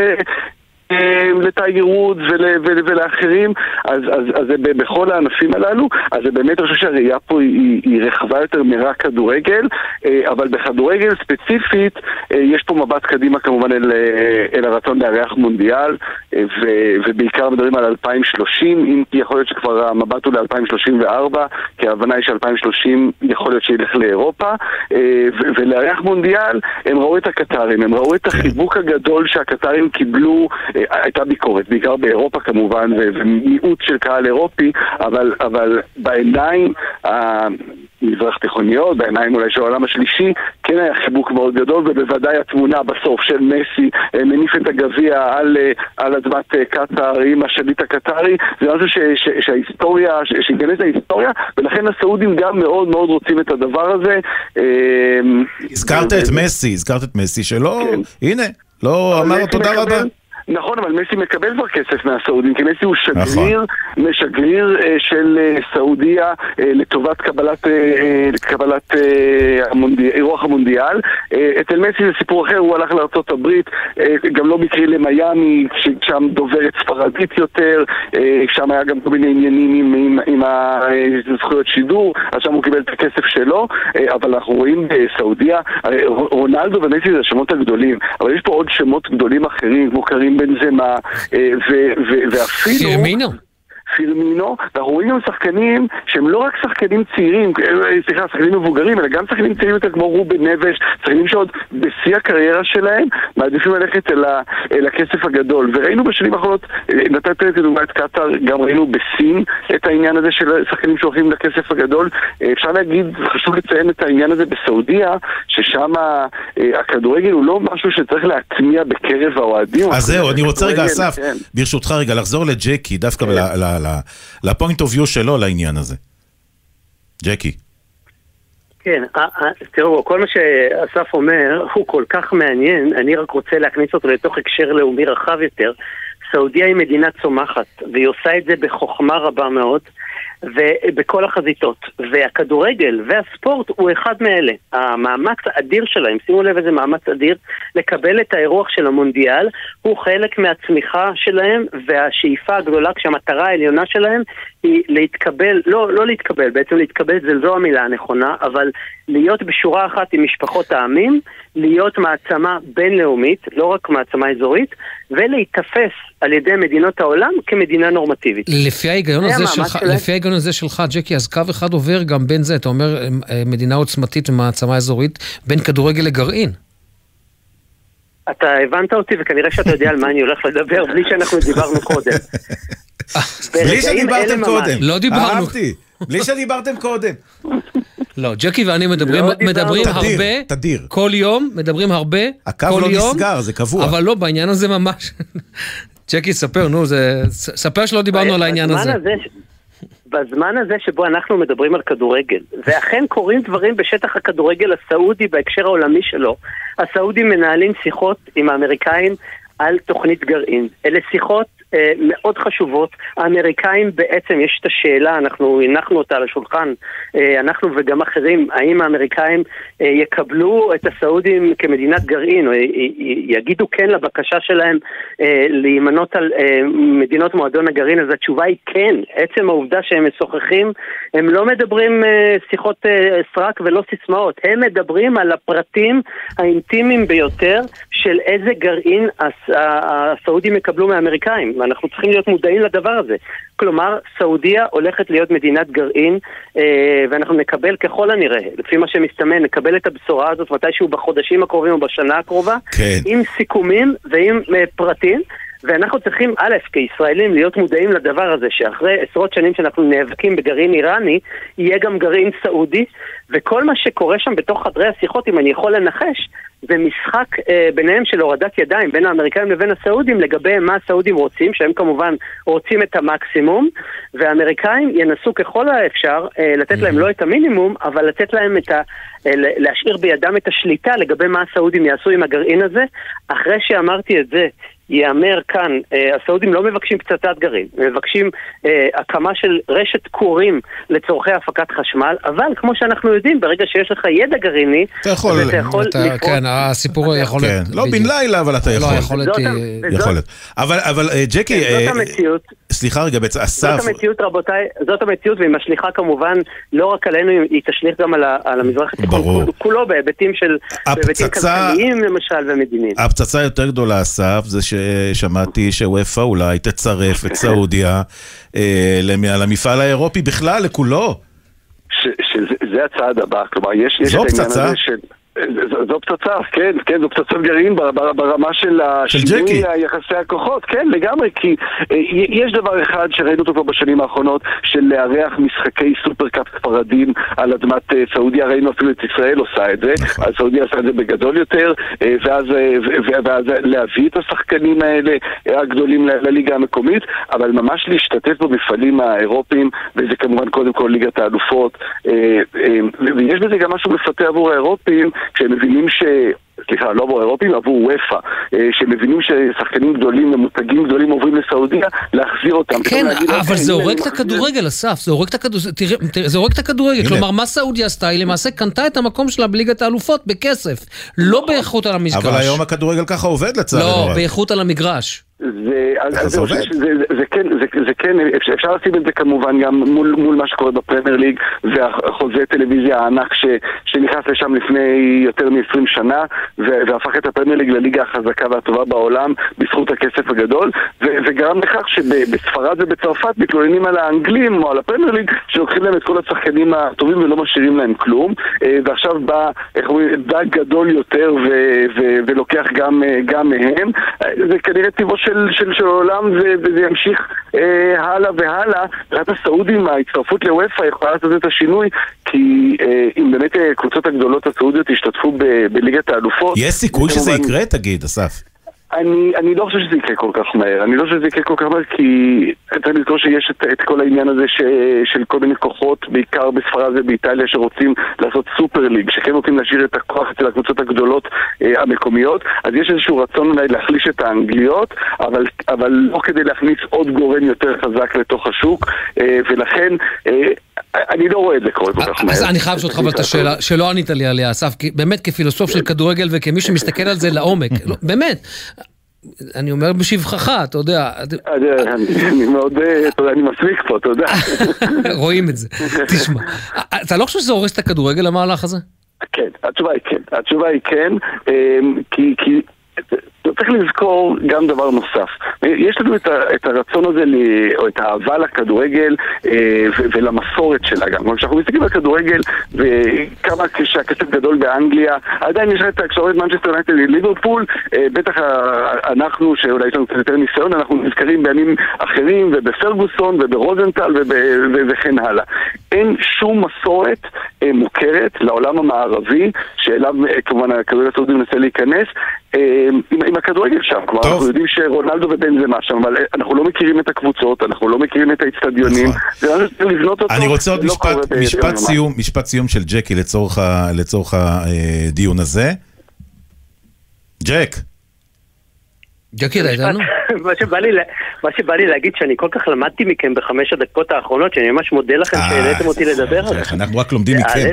לטייגר וודס ולאחרים, אז זה בכל הענפים הללו, אז זה באמת, אני חושב שהראייה פה היא רחבה יותר מרק כדורגל, אבל בכדורגל ספציפית יש פה מבט קדימה כמובן אל הרצון לארח מונדיאל, ובעיקר מדברים על 2030, אם יכול להיות שכבר המבט הוא ל-2034, כי ההבנה היא ש-2030 יכול להיות שילך לאירופה, ולארח מונדיאל הם ראו את הקטרים, הם ראו את החיבוק הגדול שהקטרים קיבלו, הייתה ביקורת, בעיקר באירופה כמובן, ומיעוט של קהל אירופי, אבל בעיניים המזרח תיכוניות, בעיניים אולי של העולם השלישי, כן היה חיבוק מאוד גדול, ובוודאי התמונה בסוף של מסי מניף את הגביע על אדמת קטר עם השליט הקטרי, זה משהו שההיסטוריה, שיגנס ההיסטוריה, ולכן הסעודים גם מאוד מאוד רוצים את הדבר הזה. הזכרת את מסי שלא, הנה, לא אמר תודה רבה. נכון, אבל מסי מקבל כבר כסף מהסעודים, כי מסי הוא שגריר של סעודיה לטובת קבלת אירוח המונדיאל. אצל מסי זה סיפור אחר, הוא הלך לארצות הברית, גם לא מקרי למיימי, שם דוברת ספרדית יותר, שם היה גם כל מיני עניינים עם זכויות שידור, אז שם הוא קיבל את הכסף שלו, אבל אנחנו רואים בסעודיה, רונלדו ומסי זה השמות הגדולים, אבל יש פה עוד שמות גדולים אחרים, כמו קרים בנזמה, ואפילו... פירמינו, ואנחנו רואים גם שחקנים שהם לא רק שחקנים צעירים, שחקנים מבוגרים, אלא גם שחקנים צעירים יותר כמו רובן נבש, שחקנים שעוד בשיא הקריירה שלהם, מעדיפים ללכת אל הכסף הגדול. וראינו בשנים האחרונות, נתת כדוגמה את קטר, גם ראינו בסין את העניין הזה של שחקנים שהולכים לכסף הגדול. אפשר להגיד, חשוב לציין את העניין הזה בסעודיה, ששם הכדורגל הוא לא משהו שצריך להטמיע בקרב האוהדים. אז זהו, אני רוצה רגע, אסף, ברשותך רגע, לחזור לג'קי, דווקא לפוינט אוף ויו שלו לעניין הזה. ג'קי. כן, תראו, כל מה שאסף אומר הוא כל כך מעניין, אני רק רוצה להכניס אותו לתוך הקשר לאומי רחב יותר. סעודיה היא מדינה צומחת, והיא עושה את זה בחוכמה רבה מאוד, ובכל החזיתות. והכדורגל והספורט הוא אחד מאלה. המאמץ האדיר שלהם, שימו לב איזה מאמץ אדיר, לקבל את האירוח של המונדיאל, הוא חלק מהצמיחה שלהם, והשאיפה הגדולה, כשהמטרה העליונה שלהם היא להתקבל, לא להתקבל, בעצם להתקבל זה זו המילה הנכונה, אבל להיות בשורה אחת עם משפחות העמים, להיות מעצמה בינלאומית, לא רק מעצמה אזורית, ולהתאפס על ידי מדינות העולם כמדינה נורמטיבית. לפי ההיגיון הזה שלך, ג'קי, אז קו אחד עובר גם בין זה, אתה אומר מדינה עוצמתית ומעצמה אזורית, בין כדורגל לגרעין. אתה הבנת אותי, וכנראה שאתה יודע על מה אני הולך לדבר, בלי שאנחנו דיברנו קודם. בלי שדיברתם קודם. לא דיברנו. אהבתי. בלי שדיברתם קודם. לא, ג'קי ואני מדברים הרבה, כל יום, מדברים הרבה, הקו לא נסגר, זה קבוע. אבל לא, בעניין הזה ממש. ג'קי, ספר, נו, ספר שלא דיברנו על העניין הזה. בזמן הזה שבו אנחנו מדברים על כדורגל, ואכן קורים דברים בשטח הכדורגל הסעודי בהקשר העולמי שלו, הסעודים מנהלים שיחות עם האמריקאים על תוכנית גרעין. אלה שיחות מאוד חשובות. האמריקאים בעצם יש את השאלה, אנחנו הנחנו אותה על השולחן, אנחנו וגם אחרים, האם האמריקאים יקבלו את הסעודים כמדינת גרעין, או יגידו כן לבקשה שלהם להימנות על מדינות מועדון הגרעין, אז התשובה היא כן. עצם העובדה שהם משוחחים, הם לא מדברים שיחות סרק ולא סיסמאות, הם מדברים על הפרטים האינטימיים ביותר של איזה גרעין הסעודים יקבלו מהאמריקאים, ואנחנו צריכים להיות מודעים לדבר הזה. כלומר, סעודיה הולכת להיות מדינת גרעין, ואנחנו נקבל ככל הנראה, לפי מה שמסתמן, נקבל את הבשורה הזאת מתישהו בחודשים הקרובים או בשנה הקרובה, כן. עם סיכומים ועם פרטים, ואנחנו צריכים, א', כישראלים, להיות מודעים לדבר הזה, שאחרי עשרות שנים שאנחנו נאבקים בגרעין איראני, יהיה גם גרעין סעודי, וכל מה שקורה שם בתוך חדרי השיחות, אם אני יכול לנחש, זה משחק ביניהם של הורדת ידיים, בין האמריקאים לבין הסעודים, לגבי מה הסעודים רוצים, שהם כמובן רוצים את המקסימום, והאמריקאים ינסו ככל האפשר לתת להם לא את המינימום, אבל לתת להם להשאיר בידם את השליטה לגבי מה הסעודים יעשו עם הגרעין הזה. אחרי שאמרתי את זה, יאמר כאן, הסעודים לא מבקשים פצצת גרעין, הם מבקשים הקמה של רשת כורים לצורכי הפקת חשמל, אבל כמו שאנחנו יודעים, ברגע שיש לך ידע גרעיני, אתה יכול כן, הסיפור יכול להיות. לא בן לילה, אבל אתה יכול. יכולת. אבל ג'קי, זאת המציאות. סליחה רגע, אסף. זאת המציאות, רבותיי, זאת המציאות, והיא משליכה כמובן לא רק עלינו, היא תשליך גם על המזרח התיכון כולו, בהיבטים כלכליים למשל ומדיניים. הפצצה יותר גדולה, אסף, זה ששמעתי שוופא אולי תצרף את סעודיה למפעל האירופי בכלל, לכולו. שזה הצעד הבא, כלומר יש את העניין הזה של... זו פצצה, כן, זו פצצת גרעין ברמה של השינוי היחסי הכוחות, כן, לגמרי, כי יש דבר אחד שראינו אותו פה בשנים האחרונות, של לארח משחקי סופרקאפ ספרדים על אדמת סעודיה, ראינו אפילו את ישראל עושה את זה, אז סעודיה עושה את זה בגדול יותר, ואז להביא את השחקנים האלה הגדולים לליגה המקומית, אבל ממש להשתתף במפעלים האירופיים, וזה כמובן קודם כל ליגת האלופות, ויש בזה גם משהו מפתה עבור האירופיים, כשהם מבינים סליחה, לא עבור אירופים, עבור וופא, שמבינים ששחקנים גדולים ומותגים גדולים עוברים לסעודיה, להחזיר אותם. כן, אבל זה הורג את הכדורגל, אסף, זה הורג את הכדורגל. כלומר, מה סעודיה עשתה? היא למעשה קנתה את המקום שלה בליגת האלופות בכסף, לא באיכות על המגרש. אבל היום הכדורגל ככה עובד לצער. לא, באיכות על המגרש. זה כן, אפשר לשים את זה כמובן גם מול מה שקורה בפרמייר ליג והחוזה טלוויזיה הענק שנכנס לשם לפני יותר מ-20 שנה והפך את הפרמייר ליג לליגה החזקה והטובה בעולם בזכות הכסף הגדול, וגרם לכך שבספרד ובצרפת מתלוננים על האנגלים או על הפרמייר ליג שלוקחים להם את כל השחקנים הטובים ולא משאירים להם כלום, ועכשיו בא דג גדול יותר ולוקח גם מהם. זה כנראה טבעו של העולם, וזה ימשיך הלאה והלאה. רק הסעודים, ההצטרפות לוופא יכולה לעשות את השינוי, כי אם באמת קבוצות הגדולות הסעודיות השתתפו בליגת האלופות... יש סיכוי שזה יקרה, תגיד, אסף? אני לא חושב שזה יקרה כל כך מהר. אני לא חושב שזה יקרה כל כך מהר, כי צריך לזכור שיש את כל העניין הזה של כל מיני כוחות, בעיקר בספרד ובאיטליה, שרוצים לעשות סופר ליג, שכן רוצים להשאיר את הכוח אצל הקבוצות הגדולות המקומיות. אז יש איזשהו רצון אולי להחליש את האנגליות, אבל לא כדי להכניס עוד גורם יותר חזק לתוך השוק, ולכן אני לא רואה את זה קורה כל כך מהר. אז אני חייב לשאול אותך את השאלה שלא ענית לי עליה, אסף, באמת כפילוסוף של כדורגל וכמי שמסתכל על זה לעומק, באמת, אני אומר בשבחך, אתה יודע. אני מאוד, אני מסמיק פה, אתה יודע. רואים את זה. תשמע, אתה לא חושב שזה הורס את הכדורגל המהלך הזה? כן, התשובה היא כן, כי... צריך לזכור גם דבר נוסף. יש לנו את הרצון הזה, או את האהבה לכדורגל ולמסורת שלה גם. כשאנחנו מסתכלים על כדורגל וכמה שהכסף גדול באנגליה, עדיין יש את הקשורת מנצ'סטר יונייטד ליברפול, בטח אנחנו, שאולי יש לנו קצת יותר ניסיון, אנחנו נזכרים בימים אחרים, ובפרגוסון, וברוזנטל, וכן הלאה. אין שום מסורת מוכרת לעולם המערבי, שאליו כמובן הכדורגל הסעודי מנסה להיכנס, עם הכדורגל שם. כלומר, אנחנו יודעים שרונלדו ובנזמה שם, אבל אנחנו לא מכירים את הקבוצות, אנחנו לא מכירים את האצטדיונים, לבנות אותו. אני רוצה עוד משפט סיום של ג'קי לצורך הדיון הזה. ג'קי, אתה איתנו? מה שבא לי להגיד שאני כל כך למדתי מכם ב5 הדקות האחרונות, שאני ממש מודה לכם שהעליתם אותי לדבר על זה. אנחנו רק לומדים מכם.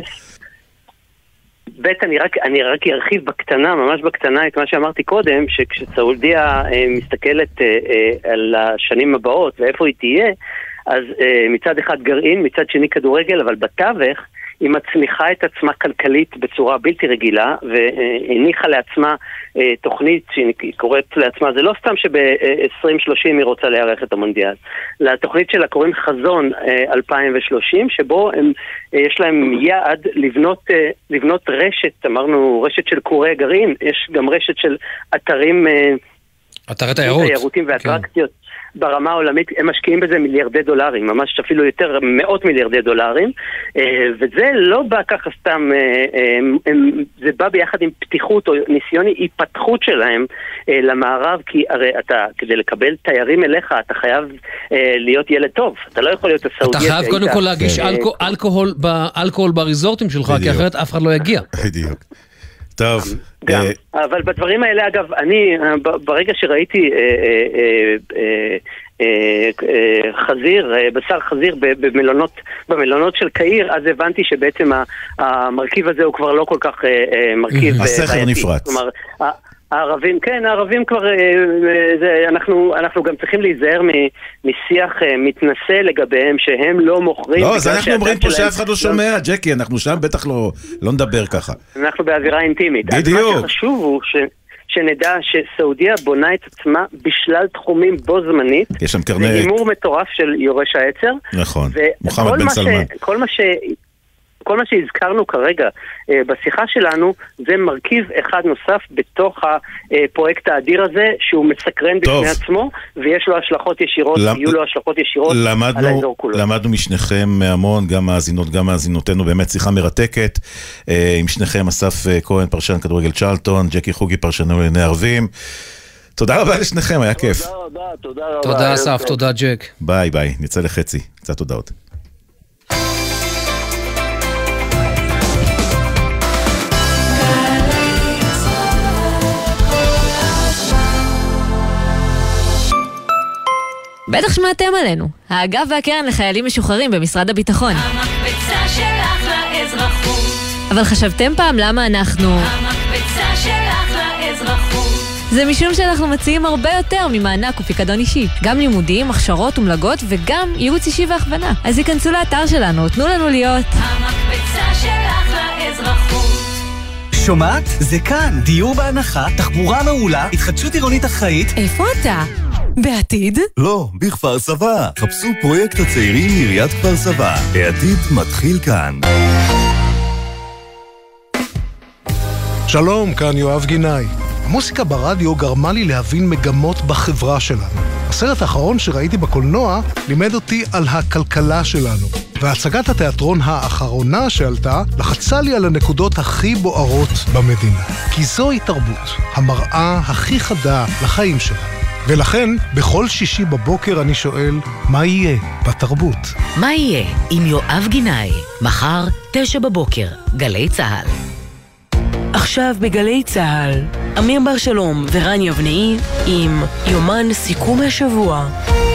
אני רק ארחיב בקטנה, ממש בקטנה, את מה שאמרתי קודם, שכשסעודיה מסתכלת על השנים הבאות ואיפה היא תהיה, אז מצד אחד גרעין, מצד שני כדורגל, אבל בתווך היא מצמיחה את עצמה כלכלית בצורה בלתי רגילה, והניחה לעצמה תוכנית שהיא קוראת לעצמה, זה לא סתם שב-2030 היא רוצה להיערך את המונדיאל. לתוכנית שלה קוראים חזון 2030, שבו יש להם יעד לבנות רשת, אמרנו רשת של קורי גרעין, יש גם רשת של אתרים, אתרי תיירותים ואטרקציות. ברמה העולמית, הם משקיעים בזה מיליארדי דולרים, ממש אפילו יותר מאות מיליארדי דולרים, וזה לא בא ככה סתם, זה בא ביחד עם פתיחות או ניסיון היפתחות שלהם למערב, כי הרי אתה, כדי לקבל תיירים אליך, אתה חייב להיות ילד טוב, אתה לא יכול להיות הסעודיה. אתה חייב קודם כל להגיש אלכוהול בריזורטים שלך, כי אחרת אף אחד לא יגיע. בדיוק. טוב. אבל בדברים האלה, אגב, אני, ברגע שראיתי חזיר, בשר חזיר במלונות של קהיר, אז הבנתי שבעצם המרכיב הזה הוא כבר לא כל כך מרכיב הסכר נפרץ. כלומר, הערבים, כן, הערבים כבר, אנחנו גם צריכים להיזהר משיח מתנשא לגביהם, שהם לא מוכרים. לא, אז אנחנו אומרים פה שאף אחד לא שומע, ג'קי, אנחנו שם בטח לא נדבר ככה. אנחנו באווירה אינטימית. בדיוק. מה שחשוב הוא שנדע שסעודיה בונה את עצמה בשלל תחומים בו זמנית. יש שם קרנק. זה הימור מטורף של יורש העצר. נכון, מוחמד בן סלמן. כל מה שהזכרנו כרגע בשיחה שלנו, זה מרכיב אחד נוסף בתוך הפרויקט האדיר הזה, שהוא מסקרן בפני עצמו, ויש לו השלכות ישירות, יהיו לו השלכות ישירות על האזור כולו. למדנו משניכם המון, גם מאזינות, גם מאזינותינו, באמת שיחה מרתקת, עם שניכם אסף כהן, פרשן כדורגל צ'רלטון, ג'קי חוגי, פרשן לענייני ערבים. תודה רבה לשניכם, היה כיף. תודה רבה. תודה אסף, תודה ג'ק. ביי ביי, נצא לחצי, קצת הודעות. בטח שמעתם עלינו, האגף והקרן לחיילים משוחררים במשרד הביטחון. המקבצה שלך לאזרחות. אבל חשבתם פעם למה אנחנו... המקבצה שלך לאזרחות. זה משום שאנחנו מציעים הרבה יותר ממענק ופיקדון אישי. גם לימודים, הכשרות ומלגות וגם ייעוץ אישי והכוונה. אז ייכנסו לאתר שלנו, תנו לנו להיות... המקבצה שלך לאזרחות. שומעת? זה כאן. דיור בהנחה, תחבורה מעולה, התחדשות עירונית אחראית. איפה אתה? בעתיד? לא, בכפר סבא. חפשו פרויקט הצעירים מעיריית כפר סבא. העתיד מתחיל כאן. שלום, כאן יואב גינאי. המוסיקה ברדיו גרמה לי להבין מגמות בחברה שלנו. הסרט האחרון שראיתי בקולנוע לימד אותי על הכלכלה שלנו. והצגת התיאטרון האחרונה שעלתה לחצה לי על הנקודות הכי בוערות במדינה. כי זוהי תרבות, המראה הכי חדה לחיים שלנו. ולכן, בכל שישי בבוקר אני שואל, מה יהיה בתרבות? מה יהיה עם יואב גינאי? מחר, 9 בבוקר, גלי צהל. עכשיו בגלי צהל, אמיר בר שלום ורן יבנאי עם יומן סיכום השבוע.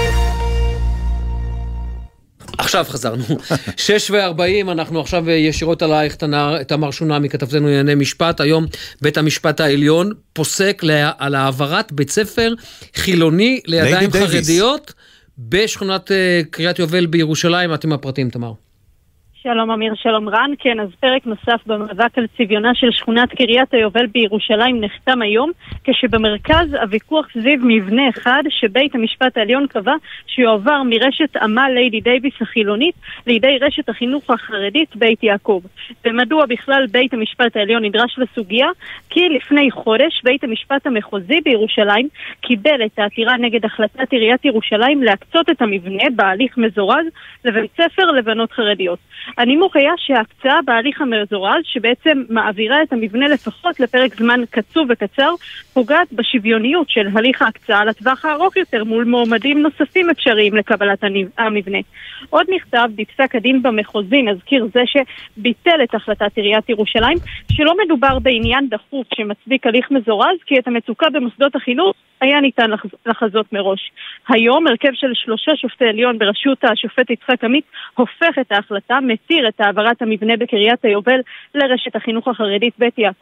עכשיו חזרנו. 6:40, אנחנו עכשיו ישירות עלייך תמר שונמי, כתבתנו לענייני משפט. היום בית המשפט העליון פוסק על העברת בית ספר חילוני לידיים חרדיות בשכונת קריית יובל בירושלים. אתם הפרטים, תמר. שלום אמיר, שלום רן. כן, אז פרק נוסף במאבק על צביונה של שכונת קריית היובל בירושלים נחתם היום, כשבמרכז הוויכוח סביב מבנה אחד שבית המשפט העליון קבע שיועבר מרשת אמה ליידי דייביס החילונית לידי רשת החינוך החרדית בית יעקב. ומדוע בכלל בית המשפט העליון נדרש לסוגיה? כי לפני חודש בית המשפט המחוזי בירושלים קיבל את העתירה נגד החלטת עיריית ירושלים להקצות את המבנה בהליך מזורז לבית ספר לבנות חרדיות. הנימוק היה שההקצאה בהליך המזורז, שבעצם מעבירה את המבנה לפחות לפרק זמן קצוב וקצר, פוגעת בשוויוניות של הליך ההקצאה לטווח הארוך יותר מול מועמדים נוספים אפשריים לקבלת המבנה. עוד נכתב בפסק הדין במחוזי, נזכיר זה שביטל את החלטת עיריית ירושלים, שלא מדובר בעניין דחוף שמצדיק הליך מזורז, כי את המצוקה במוסדות החינוך היה ניתן לחזות מראש. היום הרכב של 3 שופטי עליון בראשות השופט יצחק עמית הופך את ההחלטה, מתיר את העברת המבנה בקריית היובל לרשת החינוך החרדית בית יעקב,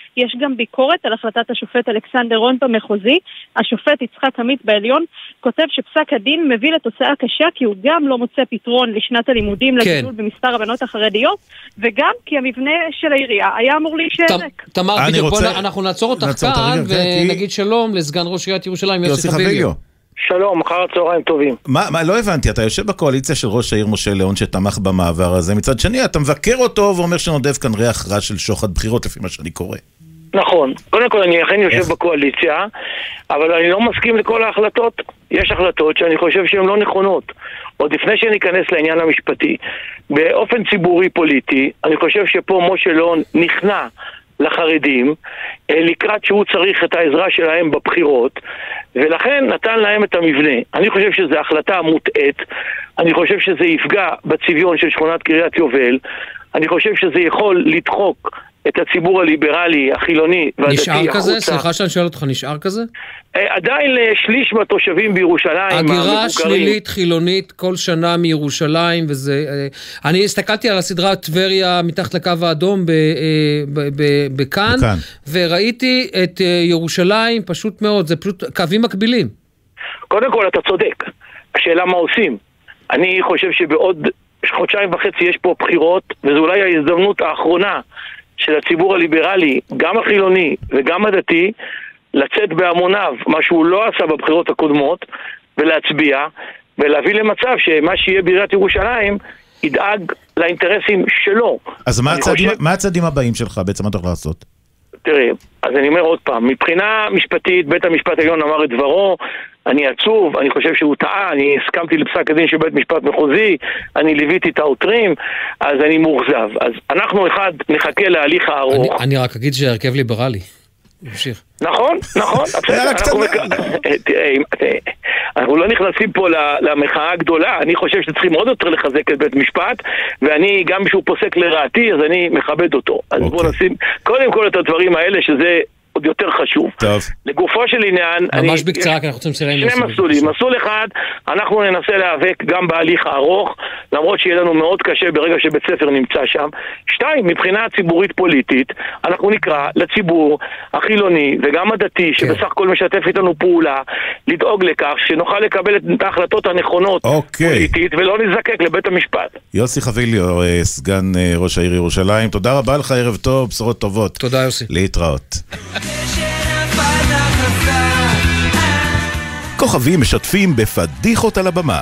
יש גם ביקורת על החלטת השופט אלכסנדר רון במחוזי. השופט יצחק עמית בעליון כותב שפסק הדין מביא לתוצאה קשה, כי הוא גם לא מוצא פתרון לשנת הלימודים לגידול במספר הבנות החרדיות, וגם כי המבנה של העירייה היה אמור להישאר ריק. תמר, בדיוק, אנחנו נעצור אותך כאן ונגיד שלום לסגן ראש עיריית ירושלים יוסי חביליו. שלום, אחר הצהריים טובים. מה, לא הבנתי, אתה יושב בקואליציה של ראש העיר משה ליאון שתמך במעבר הזה, מצד שני אתה מבקר אותו ואומר שנודף כאן ריח רע של שוחד בחירות לפי מה שאני קורא. נכון, קודם כל אני אכן יושב בקואליציה, אבל אני לא מסכים לכל ההחלטות. יש החלטות שאני חושב שהן לא נכונות. עוד לפני שאני אכנס לעניין המשפטי, באופן ציבורי פוליטי, אני חושב שפה משה ליאון נכנע לחרדים, לקראת שהוא צריך את העזרה שלהם בבחירות, ולכן נתן להם את המבנה. אני חושב שזו החלטה מוטעית, אני חושב שזה יפגע בצביון של שכונת קריית יובל, אני חושב שזה יכול לדחוק את הציבור הליברלי, החילוני והדתי. נשאר כזה? סליחה שאני שואל אותך, נשאר כזה? עדיין לשליש מהתושבים בירושלים. הגירה שלילית חילונית כל שנה מירושלים, וזה... אני הסתכלתי על הסדרה טבריה מתחת לקו האדום בכאן, וראיתי את ירושלים פשוט מאוד, זה פשוט קווים מקבילים. קודם כל אתה צודק, השאלה מה עושים. אני חושב שבעוד חודשיים וחצי יש פה בחירות, וזו אולי ההזדמנות האחרונה של הציבור הליברלי, גם החילוני וגם הדתי, לצאת בהמוניו, מה שהוא לא עשה בבחירות הקודמות, ולהצביע, ולהביא למצב שמה שיהיה בעיריית ירושלים ידאג לאינטרסים שלו. אז מה הצעדים הבאים שלך בעצם מה אתה יכול לעשות? תראה, אז אני אומר עוד פעם, מבחינה משפטית, בית המשפט העליון אמר את דברו, אני עצוב, אני חושב שהוא טעה, אני הסכמתי לפסק הדין של בית משפט מחוזי, אני ליוויתי את העותרים, אז אני מאוכזב. אז אנחנו אחד נחכה להליך הארוך. אני רק אגיד שהרכב ליברלי. נמשיך. נכון. אנחנו לא נכנסים פה למחאה הגדולה, אני חושב שצריכים עוד יותר לחזק את בית משפט, ואני גם כשהוא פוסק לרעתי, אז אני מכבד אותו. אז בואו נשים קודם כל את הדברים האלה, שזה עוד יותר חשוב. טוב. לגופו של עניין, ממש בקצרה, כי אנחנו רוצים לסיים שני מסלולים. מסלול אחד, אנחנו ננסה להיאבק גם בהליך הארוך, למרות שיהיה לנו מאוד קשה ברגע שבית ספר נמצא שם. 2, מבחינה ציבורית פוליטית, אנחנו נקרא לציבור החילוני וגם הדתי, שבסך הכל משתף איתנו פעולה, לדאוג לכך שנוכל לקבל את ההחלטות הנכונות פוליטית, ולא נזקק לבית המשפט. יוסי חביליו, סגן ראש העיר ירושלים, תודה רבה לך, ערב טוב, בשורות טובות. תודה יוסי. להתראות. כוכבים משתפים בפדיחות על הבמה.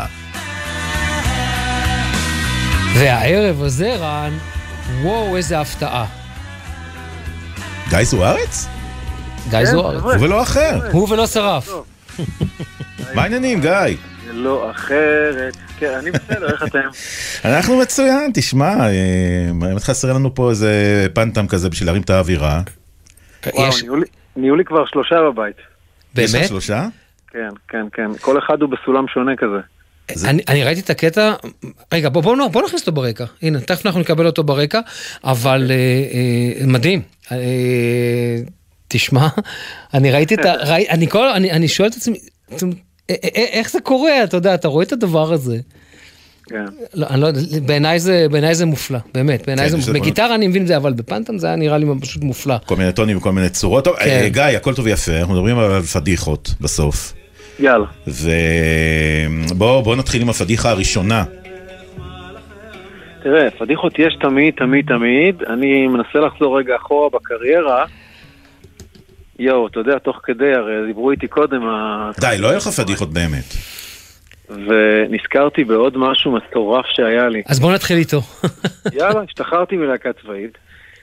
והערב הזה רן, וואו איזה הפתעה. גיא זוארץ? גיא זוארץ. הוא ולא אחר. הוא ולא שרף. מה העניינים גיא? לא אחרת. כן, אני בסדר, איך אתם? אנחנו מצוין, תשמע, באמת חסר לנו פה איזה פנטם כזה בשביל להרים את האווירה. וואו, נהיו לי כבר 3 בבית. באמת? יש לך 3? כן. כל אחד הוא בסולם שונה כזה. אני ראיתי את הקטע, רגע, בוא נכניס אותו ברקע. הנה, תכף אנחנו נקבל אותו ברקע, אבל מדהים. תשמע, אני ראיתי את אני שואל את עצמי, איך זה קורה? אתה יודע, אתה רואה את הדבר הזה. בעיניי זה מופלא, באמת, בעיניי זה מופלא. בגיטרה אני מבין את זה, אבל בפנטם זה היה נראה לי פשוט מופלא. כל מיני טונים וכל מיני צורות. טוב, גיא, הכל טוב ויפה, אנחנו מדברים על פדיחות בסוף. יאללה. ובואו נתחיל עם הפדיחה הראשונה. תראה, פדיחות יש תמיד. אני מנסה לחזור רגע אחורה בקריירה. אתה יודע, תוך כדי, הרי דיברו איתי קודם. די, לא היה לך פדיחות באמת. ונזכרתי בעוד משהו מטורף שהיה לי. אז בוא נתחיל איתו. יאללה, השתחררתי מלהקה צבאית,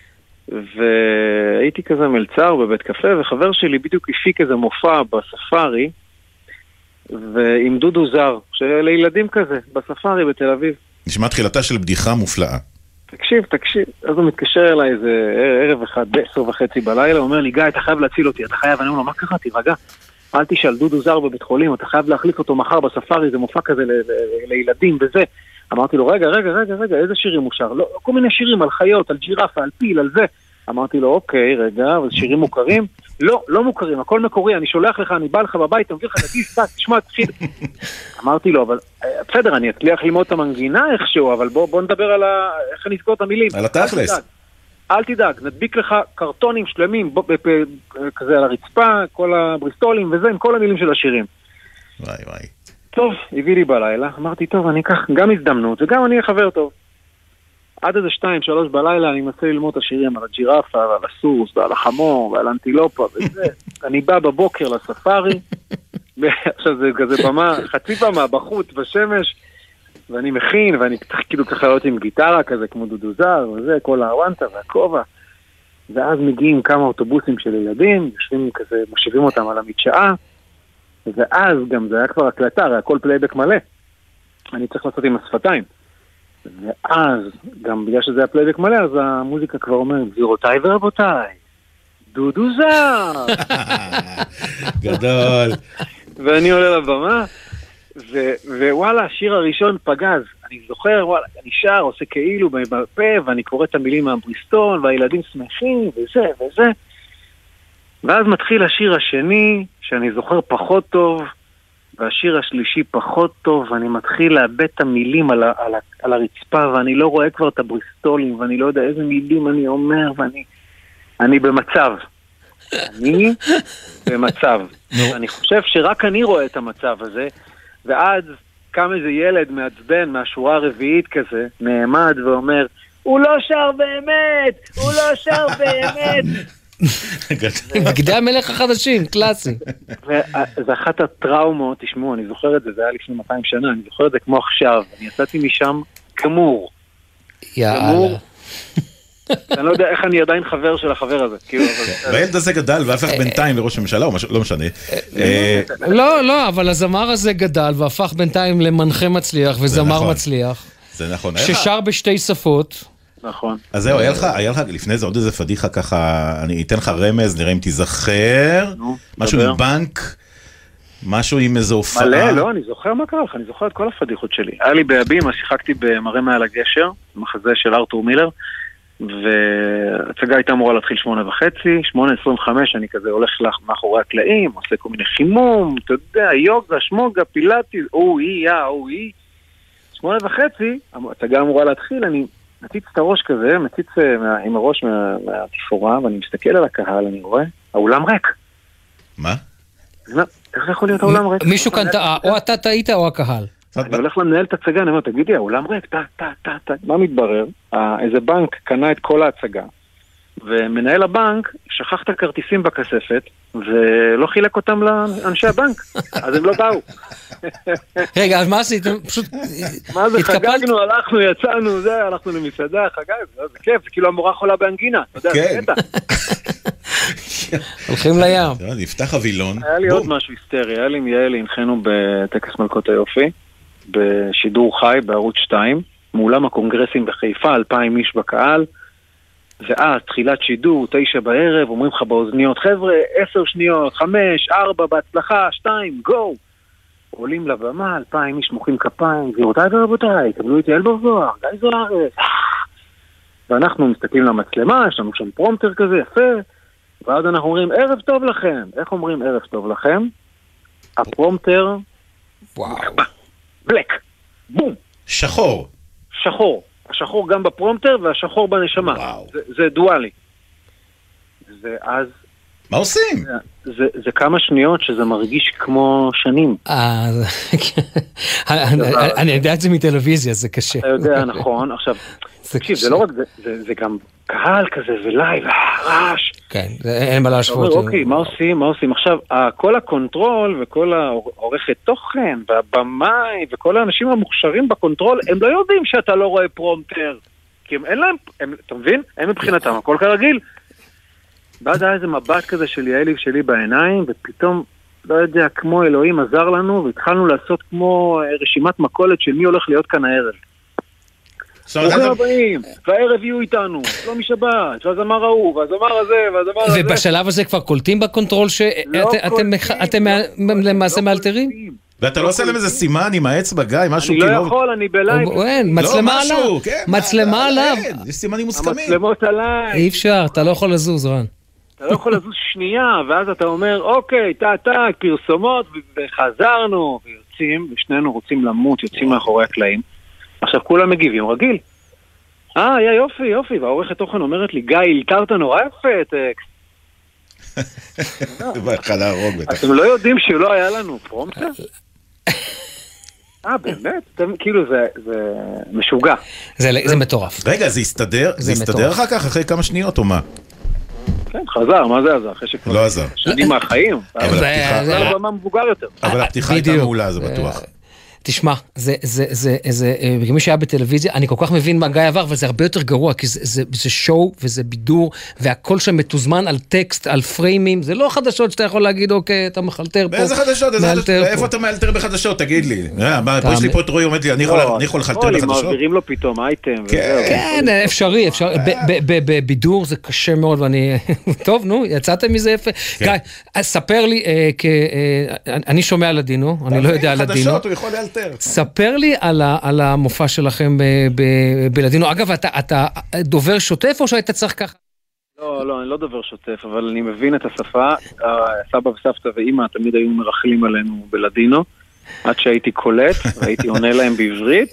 והייתי כזה מלצר בבית קפה, וחבר שלי בדיוק הפיק איזה מופע בספארי, ועם דודו זר, שלילדים כזה, בספארי בתל אביב. נשמע תחילתה של בדיחה מופלאה. תקשיב, אז הוא מתקשר אליי איזה ערב אחד, 10:30 בלילה, הוא אומר לי, גיא, אתה חייב להציל אותי, אתה חייב, אני אומר לו, מה ככה, תירגע. אל תשאל, דודו זר בבית חולים, אתה חייב להחליף אותו מחר בספארי, זה מופע כזה לילדים וזה. אמרתי לו, רגע, איזה שירים הוא שר? לא, כל מיני שירים על חיות, על ג'ירפה, על פיל, על זה. אמרתי לו, אוקיי, רגע, אבל שירים מוכרים? לא מוכרים, הכל מקורי, אני שולח לך, אני בא לך בבית, אני מביא לך לדיסק, תשמע, תחיל. אמרתי לו, אבל בסדר, אני אצליח ללמוד את המנגינה איכשהו, אבל בוא נדבר על איך נזכור את המילים. על התכלס. אל תדאג, נדביק לך קרטונים שלמים כזה על הרצפה, כל הבריסטולים וזה, עם כל המילים של השירים. וואי וואי. טוב, הביא לי בלילה, אמרתי, טוב, אני אקח גם הזדמנות, וגם אני אחבר טוב. עד איזה 2-3 בלילה אני מנסה ללמוד את השירים על הג'ירפה, ועל הסוס, ועל החמור, ועל האנטילופה, וזה. אני בא בבוקר לספארי, עכשיו זה כזה במה, חצי במה, בחוץ, בשמש, ואני מכין, ואני כאילו ככה להיות עם גיטרה כזה, כמו דודו זר, וזה, כל הוואנטה והכובע. ואז מגיעים כמה אוטובוסים של ילדים, יושבים כזה, מושיבים אותם על המדשאה, ואז גם זה היה כבר הקלטה, הרי הכל פלייבק מלא. אני צריך לעשות עם השפתיים. ואז, גם בגלל שזה היה פלייבק מלא, אז המוזיקה כבר אומרת, גבירותיי ורבותיי, דודו זר! גדול. ואני עולה לבמה, ווואלה, השיר הראשון פגז. אני זוכר, וואלה, אני שר, עושה כאילו בפה, ואני קורא את המילים מהבריסטול, והילדים שמחים, וזה, וזה. ואז מתחיל השיר השני, שאני זוכר פחות טוב, והשיר השלישי פחות טוב, ואני מתחיל לאבד את המילים על הרצפה, ואני לא רואה כבר את הבריסטולים, ואני לא יודע איזה מילים אני אומר, ואני במצב. אני במצב. אני חושב שרק אני רואה את המצב הזה, ואז קם איזה ילד מעצבן מהשורה הרביעית כזה, נעמד ואומר, הוא לא שר באמת! הוא לא שר באמת! בגדי המלך החדשים, קלאסי. זה אחת הטראומות, תשמעו, אני זוכר את זה, זה היה לפני 200 שנה, אני זוכר את זה כמו עכשיו, אני יצאתי משם כמור. יאללה. אני לא יודע איך אני עדיין חבר של החבר הזה. והילד הזה גדל והפך בינתיים לראש הממשלה, או לא משנה. לא, אבל הזמר הזה גדל והפך בינתיים למנחה מצליח וזמר מצליח. זה נכון. ששר בשתי שפות. נכון. אז זהו, היה לך לפני זה עוד איזה פדיחה ככה, אני אתן לך רמז, נראה אם תיזכר, משהו עם בנק, משהו עם איזו הופעה. מלא, לא, אני זוכר מה קרה לך, אני זוכר את כל הפדיחות שלי. היה לי בהבימה, שיחקתי במראה מעל הגשר, מחזה של ארתור מילר, והצגה הייתה אמורה להתחיל 8:30, 8:25, אני כזה הולך מאחורי הקלעים, עושה כל מיני חימום, אתה יודע, יוגה, שמוגה, פילאטיס, אוי, 8:30, הצגה אמורה להתחיל, אני מציץ את הראש כזה, מציץ עם הראש מהתפאורה, ואני מסתכל על הקהל, אני רואה, האולם ריק. מה? איך זה יכול להיות האולם ריק? מישהו כאן טעה, או אתה טעית או הקהל. אני הולך למנהל את הצגה, אני אומר, תגידי, האולם ריק, מה מתברר? איזה בנק קנה את כל ההצגה, ומנהל הבנק שכח את הכרטיסים בכספת, ולא חילק אותם לאנשי הבנק, אז הם לא באו. רגע, אז מה עשיתם? פשוט מה זה, חגגנו, הלכנו, יצאנו, הלכנו למסעדה, חגגנו, זה כיף, זה כאילו המורה חולה באנגינה, אתה יודע, זה קטע. הולכים לים. נפתח הווילון. היה לי עוד משהו היסטרי, היה לי עם יעלי, הנחנו בטקס מלכות היופי, בשידור חי בערוץ 2, מאולם הקונגרסים בחיפה, 2,000 איש בקהל, ואז תחילת שידור, 9 בערב, אומרים לך באוזניות, חבר'ה, 10 שניות, 5, 4, בהצלחה, 2, גו! עולים לבמה, 2,000 איש מוחאים כפיים, גבירותיי ורבותיי, קבלו את יעל בר זוהר, גיא זוארץ. ואנחנו מסתכלים למצלמה, יש לנו שם פרומטר כזה יפה, ואז אנחנו אומרים, ערב טוב לכם. איך אומרים ערב טוב לכם? הפרומטר, בלק, בום. שחור. שחור. השחור גם בפרומטר והשחור בנשמה. זה דואלי. ואז... מה עושים? זה כמה שניות שזה מרגיש כמו שנים. אני יודע את זה מטלוויזיה, זה קשה. אתה יודע, נכון. עכשיו, תקשיב, זה לא רק זה, זה גם קהל כזה ולייב, רעש. כן, אין מה להשוות. אוקיי, מה עושים? עכשיו, כל הקונטרול וכל העורכת תוכן והבמאי וכל האנשים המוכשרים בקונטרול, הם לא יודעים שאתה לא רואה פרומטר. כי אין להם, אתה מבין? הם מבחינתם, הכל כרגיל. ואז היה איזה מבט כזה של יעלי ושלי בעיניים, ופתאום, לא יודע, כמו אלוהים עזר לנו, והתחלנו לעשות כמו רשימת מכולת של מי הולך להיות כאן הערב. ברוכים הבאים, והערב יהיו איתנו, לא משבת, והזמר ההוא, והזמר הזה, והזמר הזה. ובשלב הזה כבר קולטים בקונטרול שאתם למעשה מאלתרים? ואתה לא עושה להם איזה סימן עם האצבע, גיא, משהו כאילו... אני לא יכול, אני בלייב. מצלמה עליו. מצלמה עליו. יש סימנים מוסכמים. המצלמות עליי. אי אפשר, אתה לא יכול לזוז, רן. אתה לא יכול לזוז שנייה, ואז אתה אומר, אוקיי, טק, פרסומות, וחזרנו, ויוצאים, ושנינו רוצים למות, יוצאים מאחורי הקלעים. עכשיו כולם מגיבים, רגיל. היה יופי, והעורכת תוכן אומרת לי, גיא, הלתרת נורא יפה טקסט. אתם לא יודעים שלא היה לנו פרומטר? באמת? כאילו זה משוגע. זה מטורף. רגע, זה הסתדר אחר כך, אחרי כמה שניות או מה? כן, חזר, מה זה עזר? אחרי שכבר... לא עזר. שנים מהחיים. זה הבמה מבוגר יותר. אבל הפתיחה הייתה מעולה, זה בטוח. תשמע, מי שהיה בטלוויזיה, אני כל כך מבין מה גיא עבר, אבל זה הרבה יותר גרוע, כי זה שואו וזה בידור, והכל שם מתוזמן על טקסט, על פריימים, זה לא חדשות שאתה יכול להגיד, אוקיי, אתה מחלטר פה. באיזה חדשות? איפה אתה מאלתר בחדשות? תגיד לי. יש לי פה את רועי עומד לי, אני יכול לחלטר בחדשות? מעבירים לו פתאום אייטם. כן, אפשרי. בבידור זה קשה מאוד, ואני... טוב, נו, יצאתם מזה יפה. גיא, ספר לי, אני שומע לדינו, אני לא יודע לדינו. ספר לי על המופע שלכם בלדינו. אגב, אתה דובר שוטף או שהיית צריך ככה? לא, אני לא דובר שוטף, אבל אני מבין את השפה. סבא וסבתא ואמא תמיד היו מרחלים עלינו בלדינו, עד שהייתי קולט, והייתי עונה להם בעברית.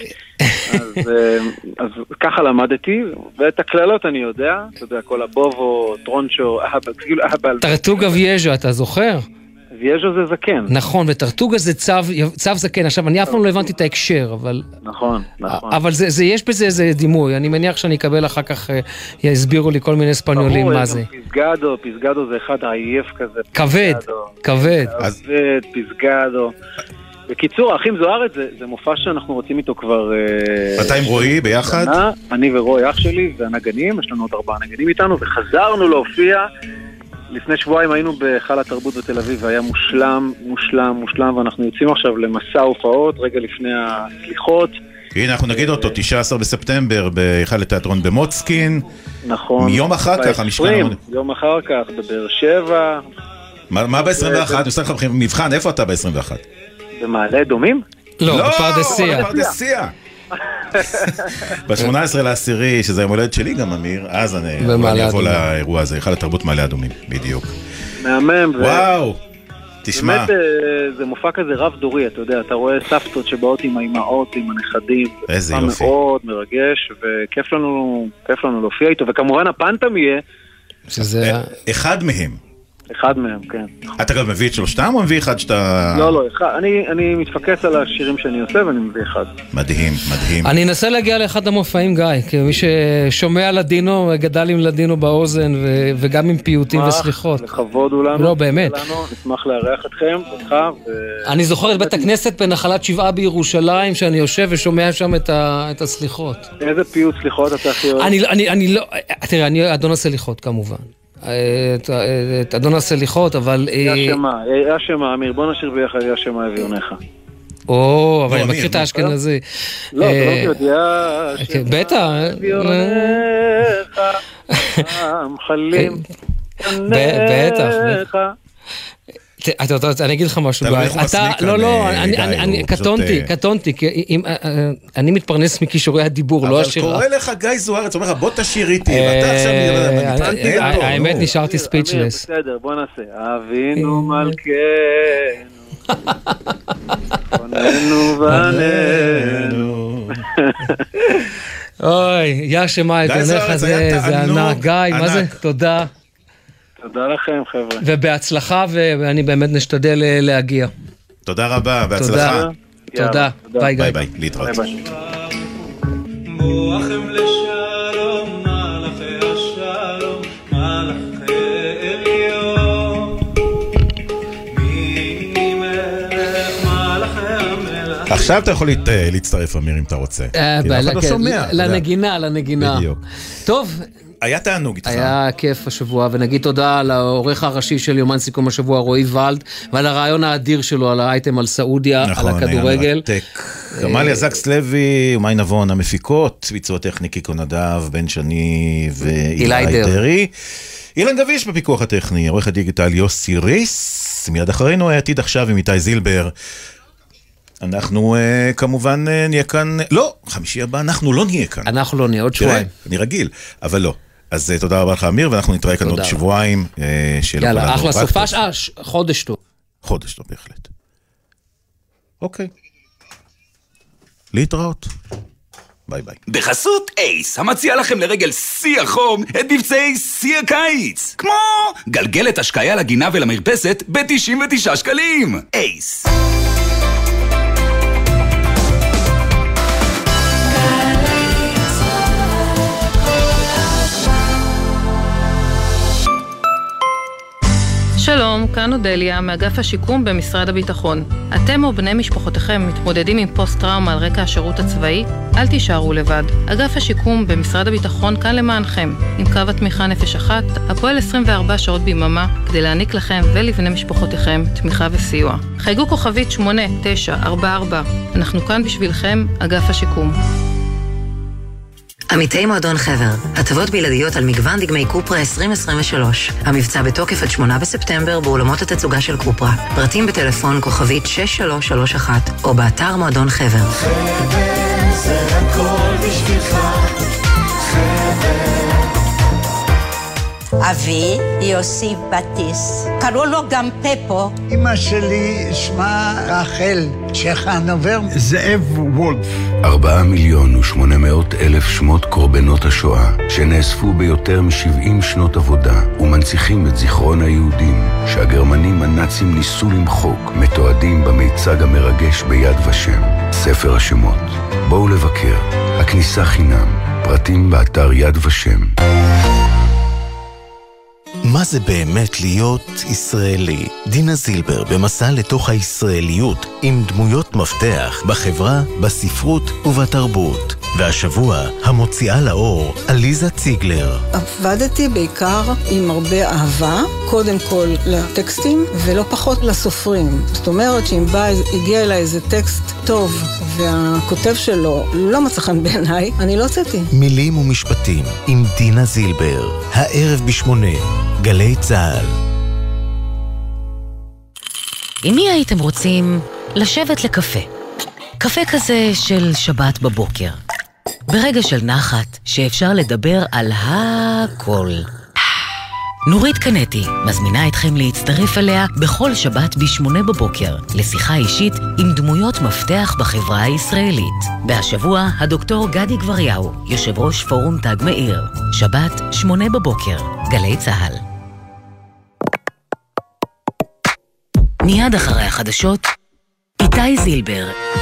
אז ככה למדתי, ואת הכללות אני יודע, אתה יודע, כל הבובו, טרונצ'ו, טרטוגה וייז'ה, אתה זוכר? וייז'ה זה זקן. נכון, וטרטוגה זה צו זקן. עכשיו, אני אף פעם לא הבנתי את ההקשר, אבל... נכון. אבל יש בזה איזה דימוי. אני מניח שאני אקבל אחר כך, יסבירו לי כל מיני ספניולים מה זה. פיסגדו זה אחד העייף כזה. כבד. פיסגדו. בקיצור, האחים זוארץ זה מופע שאנחנו רוצים איתו כבר... אתה עם רועי ביחד? אני ורועי אח שלי והנגנים, יש לנו עוד 4 נגנים איתנו, וחזרנו להופיע. לפני שבועיים היינו בהיכל התרבות בתל אביב, והיה מושלם, ואנחנו יוצאים עכשיו למסע הופעות, רגע לפני הסליחות. הנה, אנחנו נגיד אותו, 19 בספטמבר, בהיכל התיאטרון במוצקין. נכון. יום אחר כך, המשכן... יום אחר כך, בבאר שבע. מה ב-21? אני עושה לך מבחן, איפה אתה ב-21? במעלה אדומים? לא, בפרדסיה. ב-18 לעשירי, שזה יום הולדת שלי גם, אמיר, אז אני אבוא לאירוע הזה, היכל התרבות מעלה אדומים, בדיוק. מהמם. וואו, תשמע. באמת זה מופע כזה רב דורי, אתה יודע, אתה רואה סבתות שבאות עם האימהות, עם הנכדים. איזה יופי. מאוד מרגש, וכיף לנו להופיע איתו, וכמובן הפנטם יהיה. אחד מהם. אחד מהם, כן. אתה גם מביא את שלושתם או מביא אחד שאתה... לא, אני מתפקס על השירים שאני עושה ואני מביא אחד. מדהים. אני אנסה להגיע לאחד המופעים, גיא, כמי ששומע לדינו, גדל עם לדינו באוזן, וגם עם פיוטים וסליחות. לכבוד הוא לנו. לא, באמת. נשמח לארח אתכם, אותך. אני זוכר את בית הכנסת בנחלת 7 בירושלים, שאני יושב ושומע שם את הסליחות. איזה פיוט סליחות אתה הכי אוהב? אני לא... תראה, אני אדון הסליחות כמובן. את אדון הסליחות, אבל... יא שמה, אמיר, בוא נשאיר ביחד יא שמה אביונך. אבל אני מכיר את האשכנזי. לא, אתה לא יודע יא שמה בטח. אביונך, המחלים בטח. אני אגיד לך משהו, אני קטונתי, אני מתפרנס מכישורי הדיבור, לא השירה. אבל קורא לך גיא זוארץ, אומר לך בוא תשאיר איתי, ואתה עכשיו... האמת נשארתי ספיצ'לס. בסדר, בוא נעשה. אבינו מלכנו, בוננו בננו. אוי, יא שמה, את עונך הזה, זה ענק. גיא, מה זה? תודה. תודה לכם, חבר'ה. ובהצלחה, ואני באמת נשתדל להגיע. תודה רבה, בהצלחה. תודה. ביי, גיא. ביי, להתראות. בואכם לשלום, מלאכי השלום, מלאכי עליון. מי מלך, מלאכי המלך. עכשיו אתה יכול להצטרף, אמיר, אם אתה רוצה. לנגינה. בדיוק. טוב. היה תענוג איתך. היה כיף השבוע, ונגיד תודה לעורך הראשי של יומן סיכום השבוע, רועי ולד, ועל הרעיון האדיר שלו, על האייטם על סעודיה, על הכדורגל. עמליה זקס לוי, ומאי נבון, המפיקות, ביצוע טכני קיקו נדב, בן שני ואילי דרי. אילן גביש בפיקוח הטכני, עורך הדיגיטל יוסי ריס, מיד אחרינו העתיד עכשיו עם איתי זילבר. אנחנו כמובן נהיה כאן, לא, חמישי הבא אנחנו לא נהיה כאן. אנחנו לא נהיה, עוד שבועיים. אני רגיל, אבל לא. אז תודה רבה לך אמיר, ואנחנו נתראה כאן עוד שבועיים. יאללה, אחלה סופה, חודש טוב. חודש טוב, בהחלט. אוקיי. להתראות. ביי ביי. בחסות אייס, המציע לכם לרגל שיא החום את מבצעי שיא הקיץ. כמו גלגלת השקיה לגינה ולמרפסת ב-99 שקלים. אייס. שלום, כאן אודליה, מאגף השיקום במשרד הביטחון. אתם או בני משפחותיכם מתמודדים עם פוסט-טראומה על רקע השירות הצבאי? אל תישארו לבד. אגף השיקום במשרד הביטחון כאן למענכם, עם קו התמיכה נפש אחת, הפועל 24 שעות ביממה, כדי להעניק לכם ולבני משפחותיכם תמיכה וסיוע. חייגו כוכבית 8944. אנחנו כאן בשבילכם, אגף השיקום. עמיתי מועדון חבר, הטבות בלעדיות על מגוון דגמי קופרה 2023. המבצע בתוקף עד 8 בספטמבר באולמות התצוגה של קופרה. פרטים בטלפון כוכבית 6331 או באתר מועדון חבר. חבר זה הכל בשבילך, חבר. אבי יוסי בטיס, קראו לו גם פפו. אמא שלי שמה רחל שחנובר. זאב וולף. 4,800,000 שמות קורבנות השואה שנאספו ביותר מ-70 שנות עבודה ומנציחים את זיכרון היהודים שהגרמנים הנאצים ניסו למחוק, מתועדים במיצג המרגש ביד ושם, ספר השמות. בואו לבקר, הכניסה חינם, פרטים באתר יד ושם. מה זה באמת להיות ישראלי? דינה זילבר במסע לתוך הישראליות עם דמויות מפתח בחברה, בספרות ובתרבות. והשבוע המוציאה לאור עליזה ציגלר. עבדתי בעיקר עם הרבה אהבה, קודם כל לטקסטים ולא פחות לסופרים. זאת אומרת שאם הגיע אליי איזה טקסט טוב והכותב שלו לא מצא חן בעיניי, אני לא הוצאתי. מילים ומשפטים עם דינה זילבר, הערב ב8, גלי צהל. עם מי הייתם רוצים לשבת לקפה? קפה כזה של שבת בבוקר. ברגע של נחת שאפשר לדבר על הכל. נורית קנטי מזמינה אתכם להצטרף אליה בכל שבת ב8 בבוקר לשיחה אישית עם דמויות מפתח בחברה הישראלית. והשבוע הדוקטור גדי גבריהו, יושב ראש פורום תג מאיר. שבת 8 בבוקר, גלי צהל. מיד אחרי החדשות, איתי זילבר.